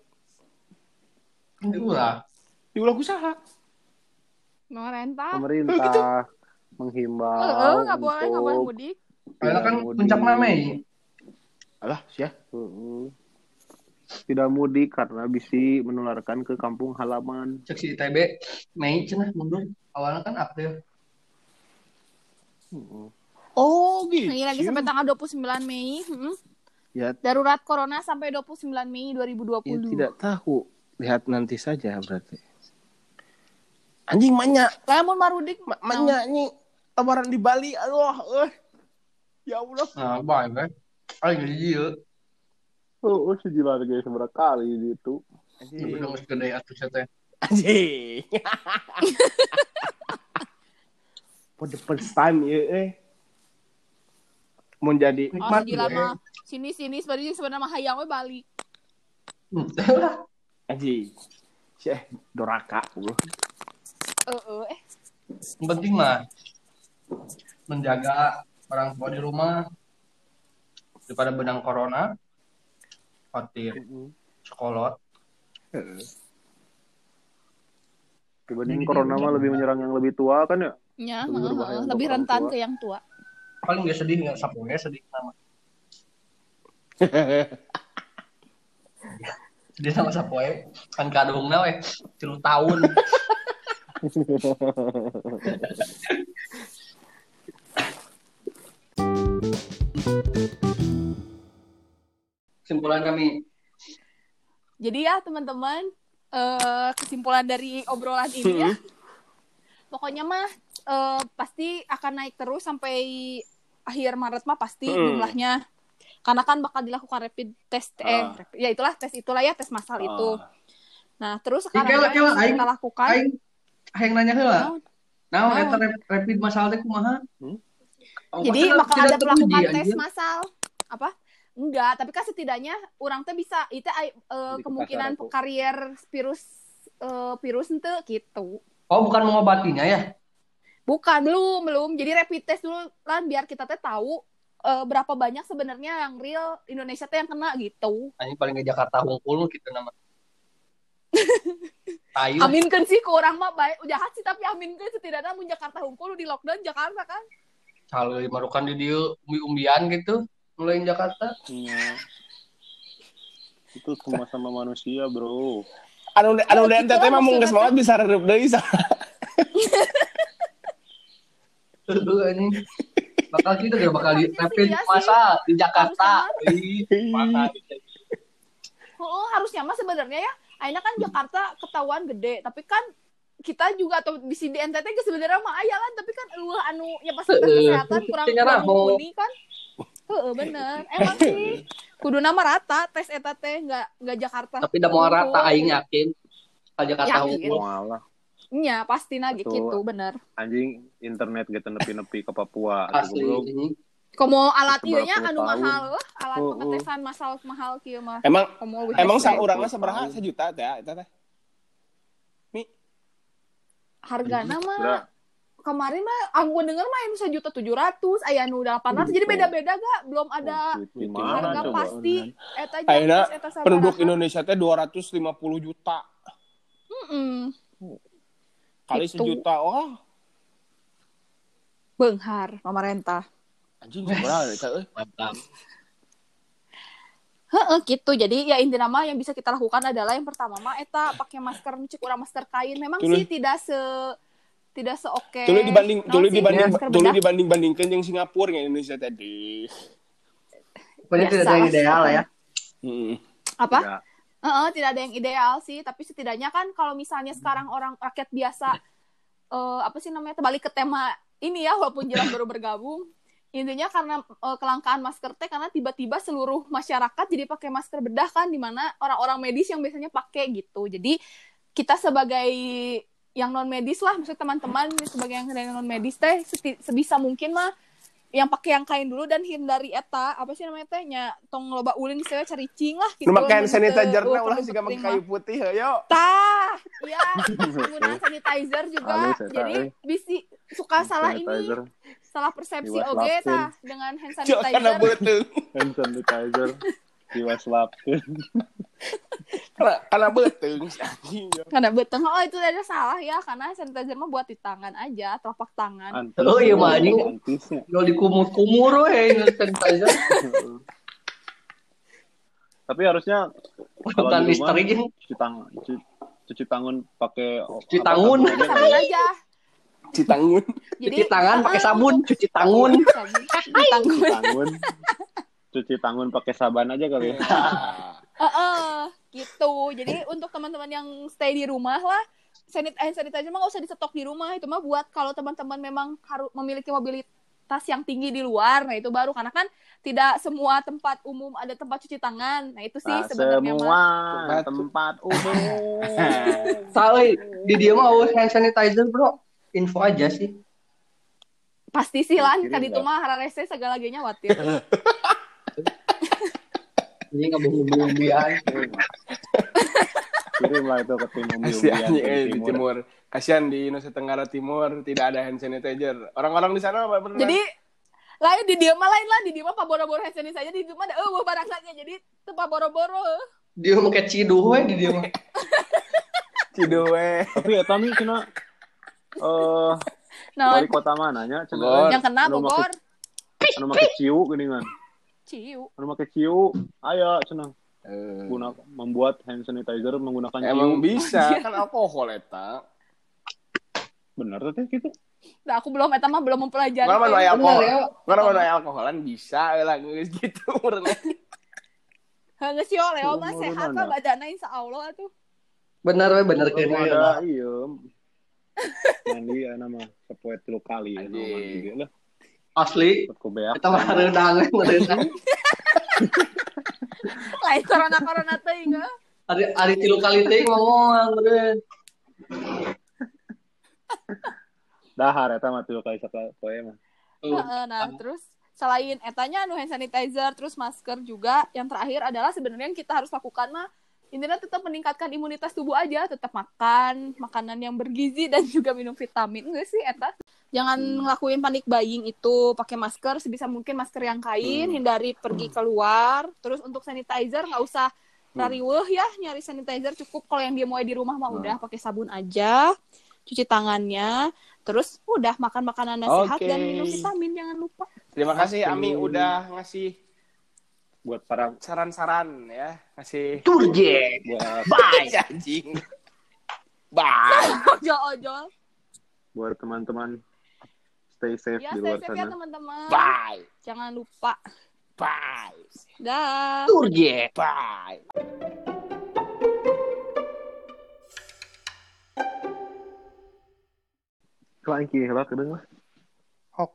Speaker 5: Ulah.
Speaker 1: Diulah kusaha?
Speaker 2: No renta.
Speaker 3: Pemerintah menghimbau
Speaker 2: Heeh, enggak boleh enggak boleh
Speaker 3: untuk
Speaker 2: mudik.
Speaker 5: Karena kan
Speaker 3: mudik.
Speaker 5: puncakna Mei.
Speaker 1: Alah, sia.
Speaker 3: Heeh. Tidak mudik karena bisa menularkan ke kampung halaman.
Speaker 5: Cek si I T B Mei cenah mundur. Awalnya kan April.
Speaker 3: Heeh.
Speaker 1: Oh, gitu.
Speaker 2: Ini lagi sampai tanggal dua puluh sembilan Mei. Heeh.
Speaker 1: Ya,
Speaker 2: Darurat corona sampai dua puluh sembilan Mei dua ribu dua
Speaker 1: ya
Speaker 2: puluh.
Speaker 1: tidak tahu. Lihat nanti saja berarti. Anjing manya,
Speaker 2: Lamun marudik
Speaker 1: Ma- manya ini tawaran di Bali. Aduh, eh. Ya Allah.
Speaker 5: Nah, baik kan. Aing jadi ieu.
Speaker 3: Oh, oh sejilat guys seberapa kali gitu.
Speaker 5: Ieu bener geus gede atuh sia teh.
Speaker 1: Anjing. For the first time ya eh. Mau jadi
Speaker 2: Oh,
Speaker 5: Nikmat
Speaker 2: gila
Speaker 5: gue.
Speaker 2: mah sini-sini sebenarnya sebenarnya mah hayang we balik.
Speaker 5: Hmm, teh lah.
Speaker 1: anjing. Syeh doraka bro.
Speaker 2: Heeh eh.
Speaker 5: Yang penting mah menjaga orang tua di rumah daripada benang corona. khawatir
Speaker 3: Mm-mm.
Speaker 5: sekolot.
Speaker 3: Dibanding corona mah lebih menyerang yang lebih tua kan ya?
Speaker 2: Ya,
Speaker 3: Lebih
Speaker 2: heeh,
Speaker 3: berbahaya
Speaker 2: heeh.
Speaker 3: untuk
Speaker 2: Lebih
Speaker 3: orang
Speaker 2: rentan
Speaker 3: tua.
Speaker 2: ke yang tua.
Speaker 5: Paling gak sedih nggak sapunya sedih nama. Sedih sama sapoe kan kadungna we tilu tahun. Kesimpulan kami.
Speaker 2: Jadi ya teman-teman, eh, kesimpulan dari obrolan ini ya, pokoknya mah eh, pasti akan naik terus sampai akhir Maret mah pasti
Speaker 1: Hmm.
Speaker 2: jumlahnya. Karena kan bakal dilakukan rapid test, eh,
Speaker 1: Ah.
Speaker 2: rapid- ya itulah tes itulah ya, tes massal itu.
Speaker 1: Ah.
Speaker 2: Nah, terus
Speaker 5: Ih,
Speaker 2: sekarang
Speaker 5: kela-
Speaker 2: mah yang
Speaker 5: kela,
Speaker 2: bisa
Speaker 5: aing-
Speaker 2: kita lakukan,
Speaker 5: Aing aing nanya heula.
Speaker 2: naon?
Speaker 5: Naon
Speaker 2: Naon?
Speaker 5: eta rap- rapid masalah teh kumaha?
Speaker 3: Hmm?
Speaker 5: Oh,
Speaker 2: Jadi
Speaker 5: maksudnya
Speaker 2: bakal
Speaker 5: tidak
Speaker 2: ada
Speaker 5: teruji,
Speaker 2: melakukan tes
Speaker 5: anjir.
Speaker 2: massal. Apa? Enggak, tapi kan setidaknya orang teh bisa itu eh,
Speaker 3: Di
Speaker 2: kemungkinan
Speaker 3: pasar itu.
Speaker 2: karier virus eh, virus ente gitu.
Speaker 5: Oh, bukan mengobatinya ya?
Speaker 2: Bukan, belum, belum. Jadi rapid test dulu kan biar kita teh tahu eh, berapa banyak sebenarnya yang real Indonesia teh yang kena gitu.
Speaker 5: Anjing paling ke Jakarta hungkul gitu nama. Tayu.
Speaker 2: Aminkan sih ke orang mah baik jahat sih tapi aminkan setidaknya mun Jakarta hungkul di lockdown Jakarta kan.
Speaker 5: Kalau dimarukan di dia umbi-umbian gitu mulai Jakarta.
Speaker 3: Iya. Itu sama-sama manusia, bro.
Speaker 1: Anu anu
Speaker 2: Oh,
Speaker 1: da
Speaker 2: gitu
Speaker 1: ente teh
Speaker 2: lah
Speaker 1: mah mun geus
Speaker 2: maksudnya
Speaker 1: banget bisa reup deui sa.
Speaker 5: Tuh anjing. Bakal gitu dia bakal di
Speaker 2: Harusnya sih
Speaker 5: rapid
Speaker 2: iya sih.
Speaker 5: masa di Jakarta.
Speaker 2: Harusnya
Speaker 5: Ih, mata.
Speaker 2: Oh, harusnya mah sebenarnya ya. Aina kan Jakarta ketahuan gede, tapi kan kita juga atau di sini N T T ge sebenarnya mah aya kan, tapi kan eueuh anu nya fasilitas
Speaker 5: Heeh.
Speaker 2: kesehatan kurang
Speaker 5: Tinggal
Speaker 2: kurang
Speaker 5: raho.
Speaker 2: mumpuni kan. Heeh, bener. Emang sih kuduna mah rata tes eta teh enggak enggak Jakarta.
Speaker 5: Tapi udah mau rata aing yakin. Ka Jakarta
Speaker 2: Yakin.
Speaker 5: hungkul.
Speaker 3: Walah,
Speaker 2: Nya pasti nage
Speaker 3: Betul.
Speaker 2: gitu, bener.
Speaker 3: anjing internet gitu nepi-nepi ke Papua.
Speaker 5: Asli
Speaker 3: Goblok.
Speaker 5: anjing.
Speaker 2: Komo alat ieu
Speaker 3: Seberapa
Speaker 2: nya anu
Speaker 3: tahun.
Speaker 2: mahal wah, alat
Speaker 3: Oh, oh.
Speaker 2: pengetesan masal mahal kieu mah.
Speaker 1: Emang
Speaker 2: Komo leuwih
Speaker 1: emang
Speaker 2: hese.
Speaker 1: saurangna sabaraha sejuta teh eta teh. Mi
Speaker 2: Hargana mah
Speaker 3: Bra,
Speaker 2: kemarin mah aku denger mah yang satu juta tujuh ratus, aya nu delapan ratus. Jadi beda-beda gak? Belum ada
Speaker 3: di mana
Speaker 2: harga
Speaker 3: coba?
Speaker 2: pasti. Eta
Speaker 1: ayeuna
Speaker 2: jelas eta sabaraha.
Speaker 1: penduduk Indonesia teh dua ratus lima puluh juta.
Speaker 2: Heeh.
Speaker 1: Kali
Speaker 2: Gitu.
Speaker 1: sejuta wah
Speaker 2: Beunghar pamarentah.
Speaker 1: anjing sabaraha eta euy.
Speaker 5: Mantap.
Speaker 2: Heeh gitu. Jadi ya intinya mah yang bisa kita lakukan adalah yang pertama mah eta pakai masker cek urang masker kain. Memang
Speaker 1: Tuluy.
Speaker 2: sih tidak se tidak seoke.
Speaker 1: Tuluy dibanding
Speaker 2: naon
Speaker 1: tuluy
Speaker 2: sih,
Speaker 1: dibanding
Speaker 2: masker
Speaker 1: tuluy
Speaker 2: bedah.
Speaker 1: dibanding-bandingkeun jeung Singapura ngan Indonesia tadi.
Speaker 5: Pokoknya
Speaker 2: Biasa.
Speaker 5: tidak ada yang ideal ya.
Speaker 1: Heeh.
Speaker 2: Apa?
Speaker 3: Tidak.
Speaker 2: Heeh, tidak ada yang ideal sih, tapi setidaknya kan kalau misalnya sekarang orang rakyat biasa eh, apa sih namanya balik ke tema ini ya walaupun jelas baru bergabung. Intinya karena eh, kelangkaan masker teh karena tiba-tiba seluruh masyarakat jadi pakai masker bedah kan di mana orang-orang medis yang biasanya pakai gitu. Jadi kita sebagai yang non medis lah maksud teman-teman sebagai yang non medis teh seti- sebisa mungkin mah yang pakai yang kain dulu dan hindari eta apa sih namanya teh nya tong loba ulin saya caricing lah gitu.
Speaker 1: Nu make hand
Speaker 2: mun
Speaker 1: sanitizer
Speaker 2: teu-
Speaker 1: na ulah
Speaker 2: perlu
Speaker 1: siga make
Speaker 2: penting
Speaker 1: kayu
Speaker 2: mah.
Speaker 1: putih heuyo.
Speaker 2: Tah, iya, penggunaan sanitizer juga.
Speaker 3: Halus eta,
Speaker 2: Jadi
Speaker 3: eh.
Speaker 2: bisi suka salah ini,
Speaker 3: Sanitizer,
Speaker 2: salah persepsi
Speaker 3: Diwas
Speaker 2: oge
Speaker 3: lapkeun.
Speaker 2: tah dengan hand
Speaker 1: Cok kana
Speaker 2: sanitizer.
Speaker 1: beuteung.
Speaker 3: hand sanitizer, diwaslapkeun.
Speaker 1: Kana kana beuteung si anjing.
Speaker 2: Karena betul, oh itu ada salah ya, karena sanitizer mah buat di tangan aja, telapak tangan.
Speaker 3: Antis.
Speaker 5: Oh, iya, mah, anjing.
Speaker 3: Antisnya.
Speaker 5: Yo dikumur-kumur we sanitizer.
Speaker 3: Tapi harusnya kalau
Speaker 5: Bukan
Speaker 3: di rumah
Speaker 5: listerin.
Speaker 3: cuci tangan, cuci, cuci tangan pakai
Speaker 5: Cuci
Speaker 3: apa,
Speaker 5: tangan.
Speaker 3: sabun aja
Speaker 2: Sabun
Speaker 3: kali ya.
Speaker 2: aja.
Speaker 1: Citangun.
Speaker 2: Jadi
Speaker 5: Cuci tangan pakai sabun, cuci tangan.
Speaker 2: Sabun. Cuci tangan.
Speaker 3: Cuci tangan, cuci tangan pakai saban aja kali ya.
Speaker 2: Heeh, gitu. Jadi untuk teman-teman yang stay di rumah lah, sanit hand sanitizer mah nggak usah disetok di rumah. Itu mah buat kalau teman-teman memang harus memiliki mobilitas yang tinggi di luar. Nah itu baru karena kan tidak semua tempat umum ada tempat cuci tangan. Nah itu sih
Speaker 3: Tak
Speaker 2: sebenarnya
Speaker 3: semua
Speaker 2: mah.
Speaker 3: tempat umum.
Speaker 5: Sae di dia mah eueuh hand sanitizer, Bro. Info aja sih.
Speaker 2: Pasti sih lan
Speaker 3: Kirim
Speaker 2: kan itu
Speaker 3: nggak?
Speaker 2: mah hararese segala genya watir.
Speaker 5: Ini ngabung-ngabung-ngabung.
Speaker 3: Kirim lah itu ke tim
Speaker 1: Kasihan
Speaker 3: umbi-umbian
Speaker 1: eh,
Speaker 3: tim
Speaker 1: di
Speaker 3: timur.
Speaker 1: timur. Kasihan di Nusa Tenggara Timur tidak ada hand sanitizer. Orang-orang di sana apa benar?
Speaker 2: Jadi lain di dia mah lain lah di dia mah pabora-bora hand sanitizer di rumah ada eueuh barang lagi. Jadi Tepa boro-boro.
Speaker 5: Dia make ciduh we di dia mah.
Speaker 1: Ciduh we.
Speaker 3: Tapi ya tami cenah eh
Speaker 2: Nah,
Speaker 3: wali kota mananya cenah
Speaker 1: Bogor.
Speaker 2: yang kena
Speaker 3: anu make-
Speaker 2: Bogor.
Speaker 3: anu make ciu geuningan.
Speaker 2: Ciu.
Speaker 3: Anu make ciu aya cenah
Speaker 1: Eh,
Speaker 3: guna membuat hand sanitizer menggunakan
Speaker 1: emang
Speaker 3: ciu.
Speaker 1: bisa kan alkohol eta.
Speaker 3: Bener teh gitu.
Speaker 2: Nah, aku belum eta mah belum mempelajari.
Speaker 1: Karena mana
Speaker 2: Teh.
Speaker 1: alkohol.
Speaker 5: Bener, ya.
Speaker 1: Karena mana alkoholan bisa lah geus gitu urang.
Speaker 2: Geus yo Leo mah
Speaker 3: Umur
Speaker 2: sehat
Speaker 3: mana?
Speaker 2: mah badanna insyaallah atuh.
Speaker 5: Bener we bener
Speaker 3: Kalau
Speaker 5: kene
Speaker 3: ada
Speaker 5: lah.
Speaker 3: iya mandi ya nama sepoe tilu kali ya
Speaker 1: Anjing.
Speaker 3: nama mandi dia lah
Speaker 5: Asli.
Speaker 3: buat kubeak
Speaker 5: Kita mah reudang we reudang.
Speaker 2: Lain corona-corona teuing heuh.
Speaker 5: Ari ari tilu kali teh ngomong beureun.
Speaker 3: dahar eta mah tilu kali sapoe mah
Speaker 2: Heeh, nah, terus selain etanya anu hand sanitizer terus masker juga, yang terakhir adalah sebenarnya yang kita harus lakukan mah intinya tetap meningkatkan imunitas tubuh aja, tetap makan makanan yang bergizi dan juga minum vitamin. Enggak sih eta? Jangan ngelakuin panik buying itu, pakai masker sebisa mungkin masker yang kain, hindari pergi keluar. Terus untuk sanitizer nggak usah rariweuh ya, nyari sanitizer cukup kalau yang dia mau di rumah mah udah pakai sabun aja, cuci tangannya, terus udah makan makanan sehat
Speaker 1: Oke.
Speaker 2: dan minum vitamin jangan lupa.
Speaker 1: Terima kasih Ami udah ngasih
Speaker 3: buat para
Speaker 1: saran-saran ya, ngasih
Speaker 5: Turje.
Speaker 3: buat
Speaker 1: bye anjing. Bye.
Speaker 2: Ojol-ojol.
Speaker 3: buat teman-teman stay safe
Speaker 2: Ya,
Speaker 3: di
Speaker 2: stay
Speaker 3: luar
Speaker 2: safe ya
Speaker 3: sana
Speaker 2: teman-teman.
Speaker 1: Bye.
Speaker 2: Jangan lupa.
Speaker 1: Bye.
Speaker 2: Dah.
Speaker 5: Turje.
Speaker 1: Bye.
Speaker 3: kelangki lah kedeng lah hok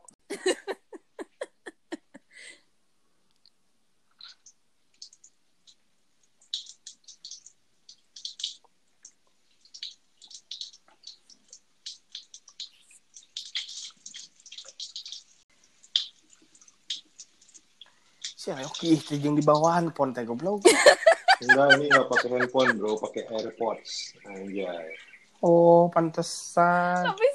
Speaker 1: Si Ayoki itu yang di bawahan pon teh goblok.
Speaker 3: enggak ini nggak pakai handphone bro pakai AirPods anjay
Speaker 1: Oh, pantesan.
Speaker 2: Tapi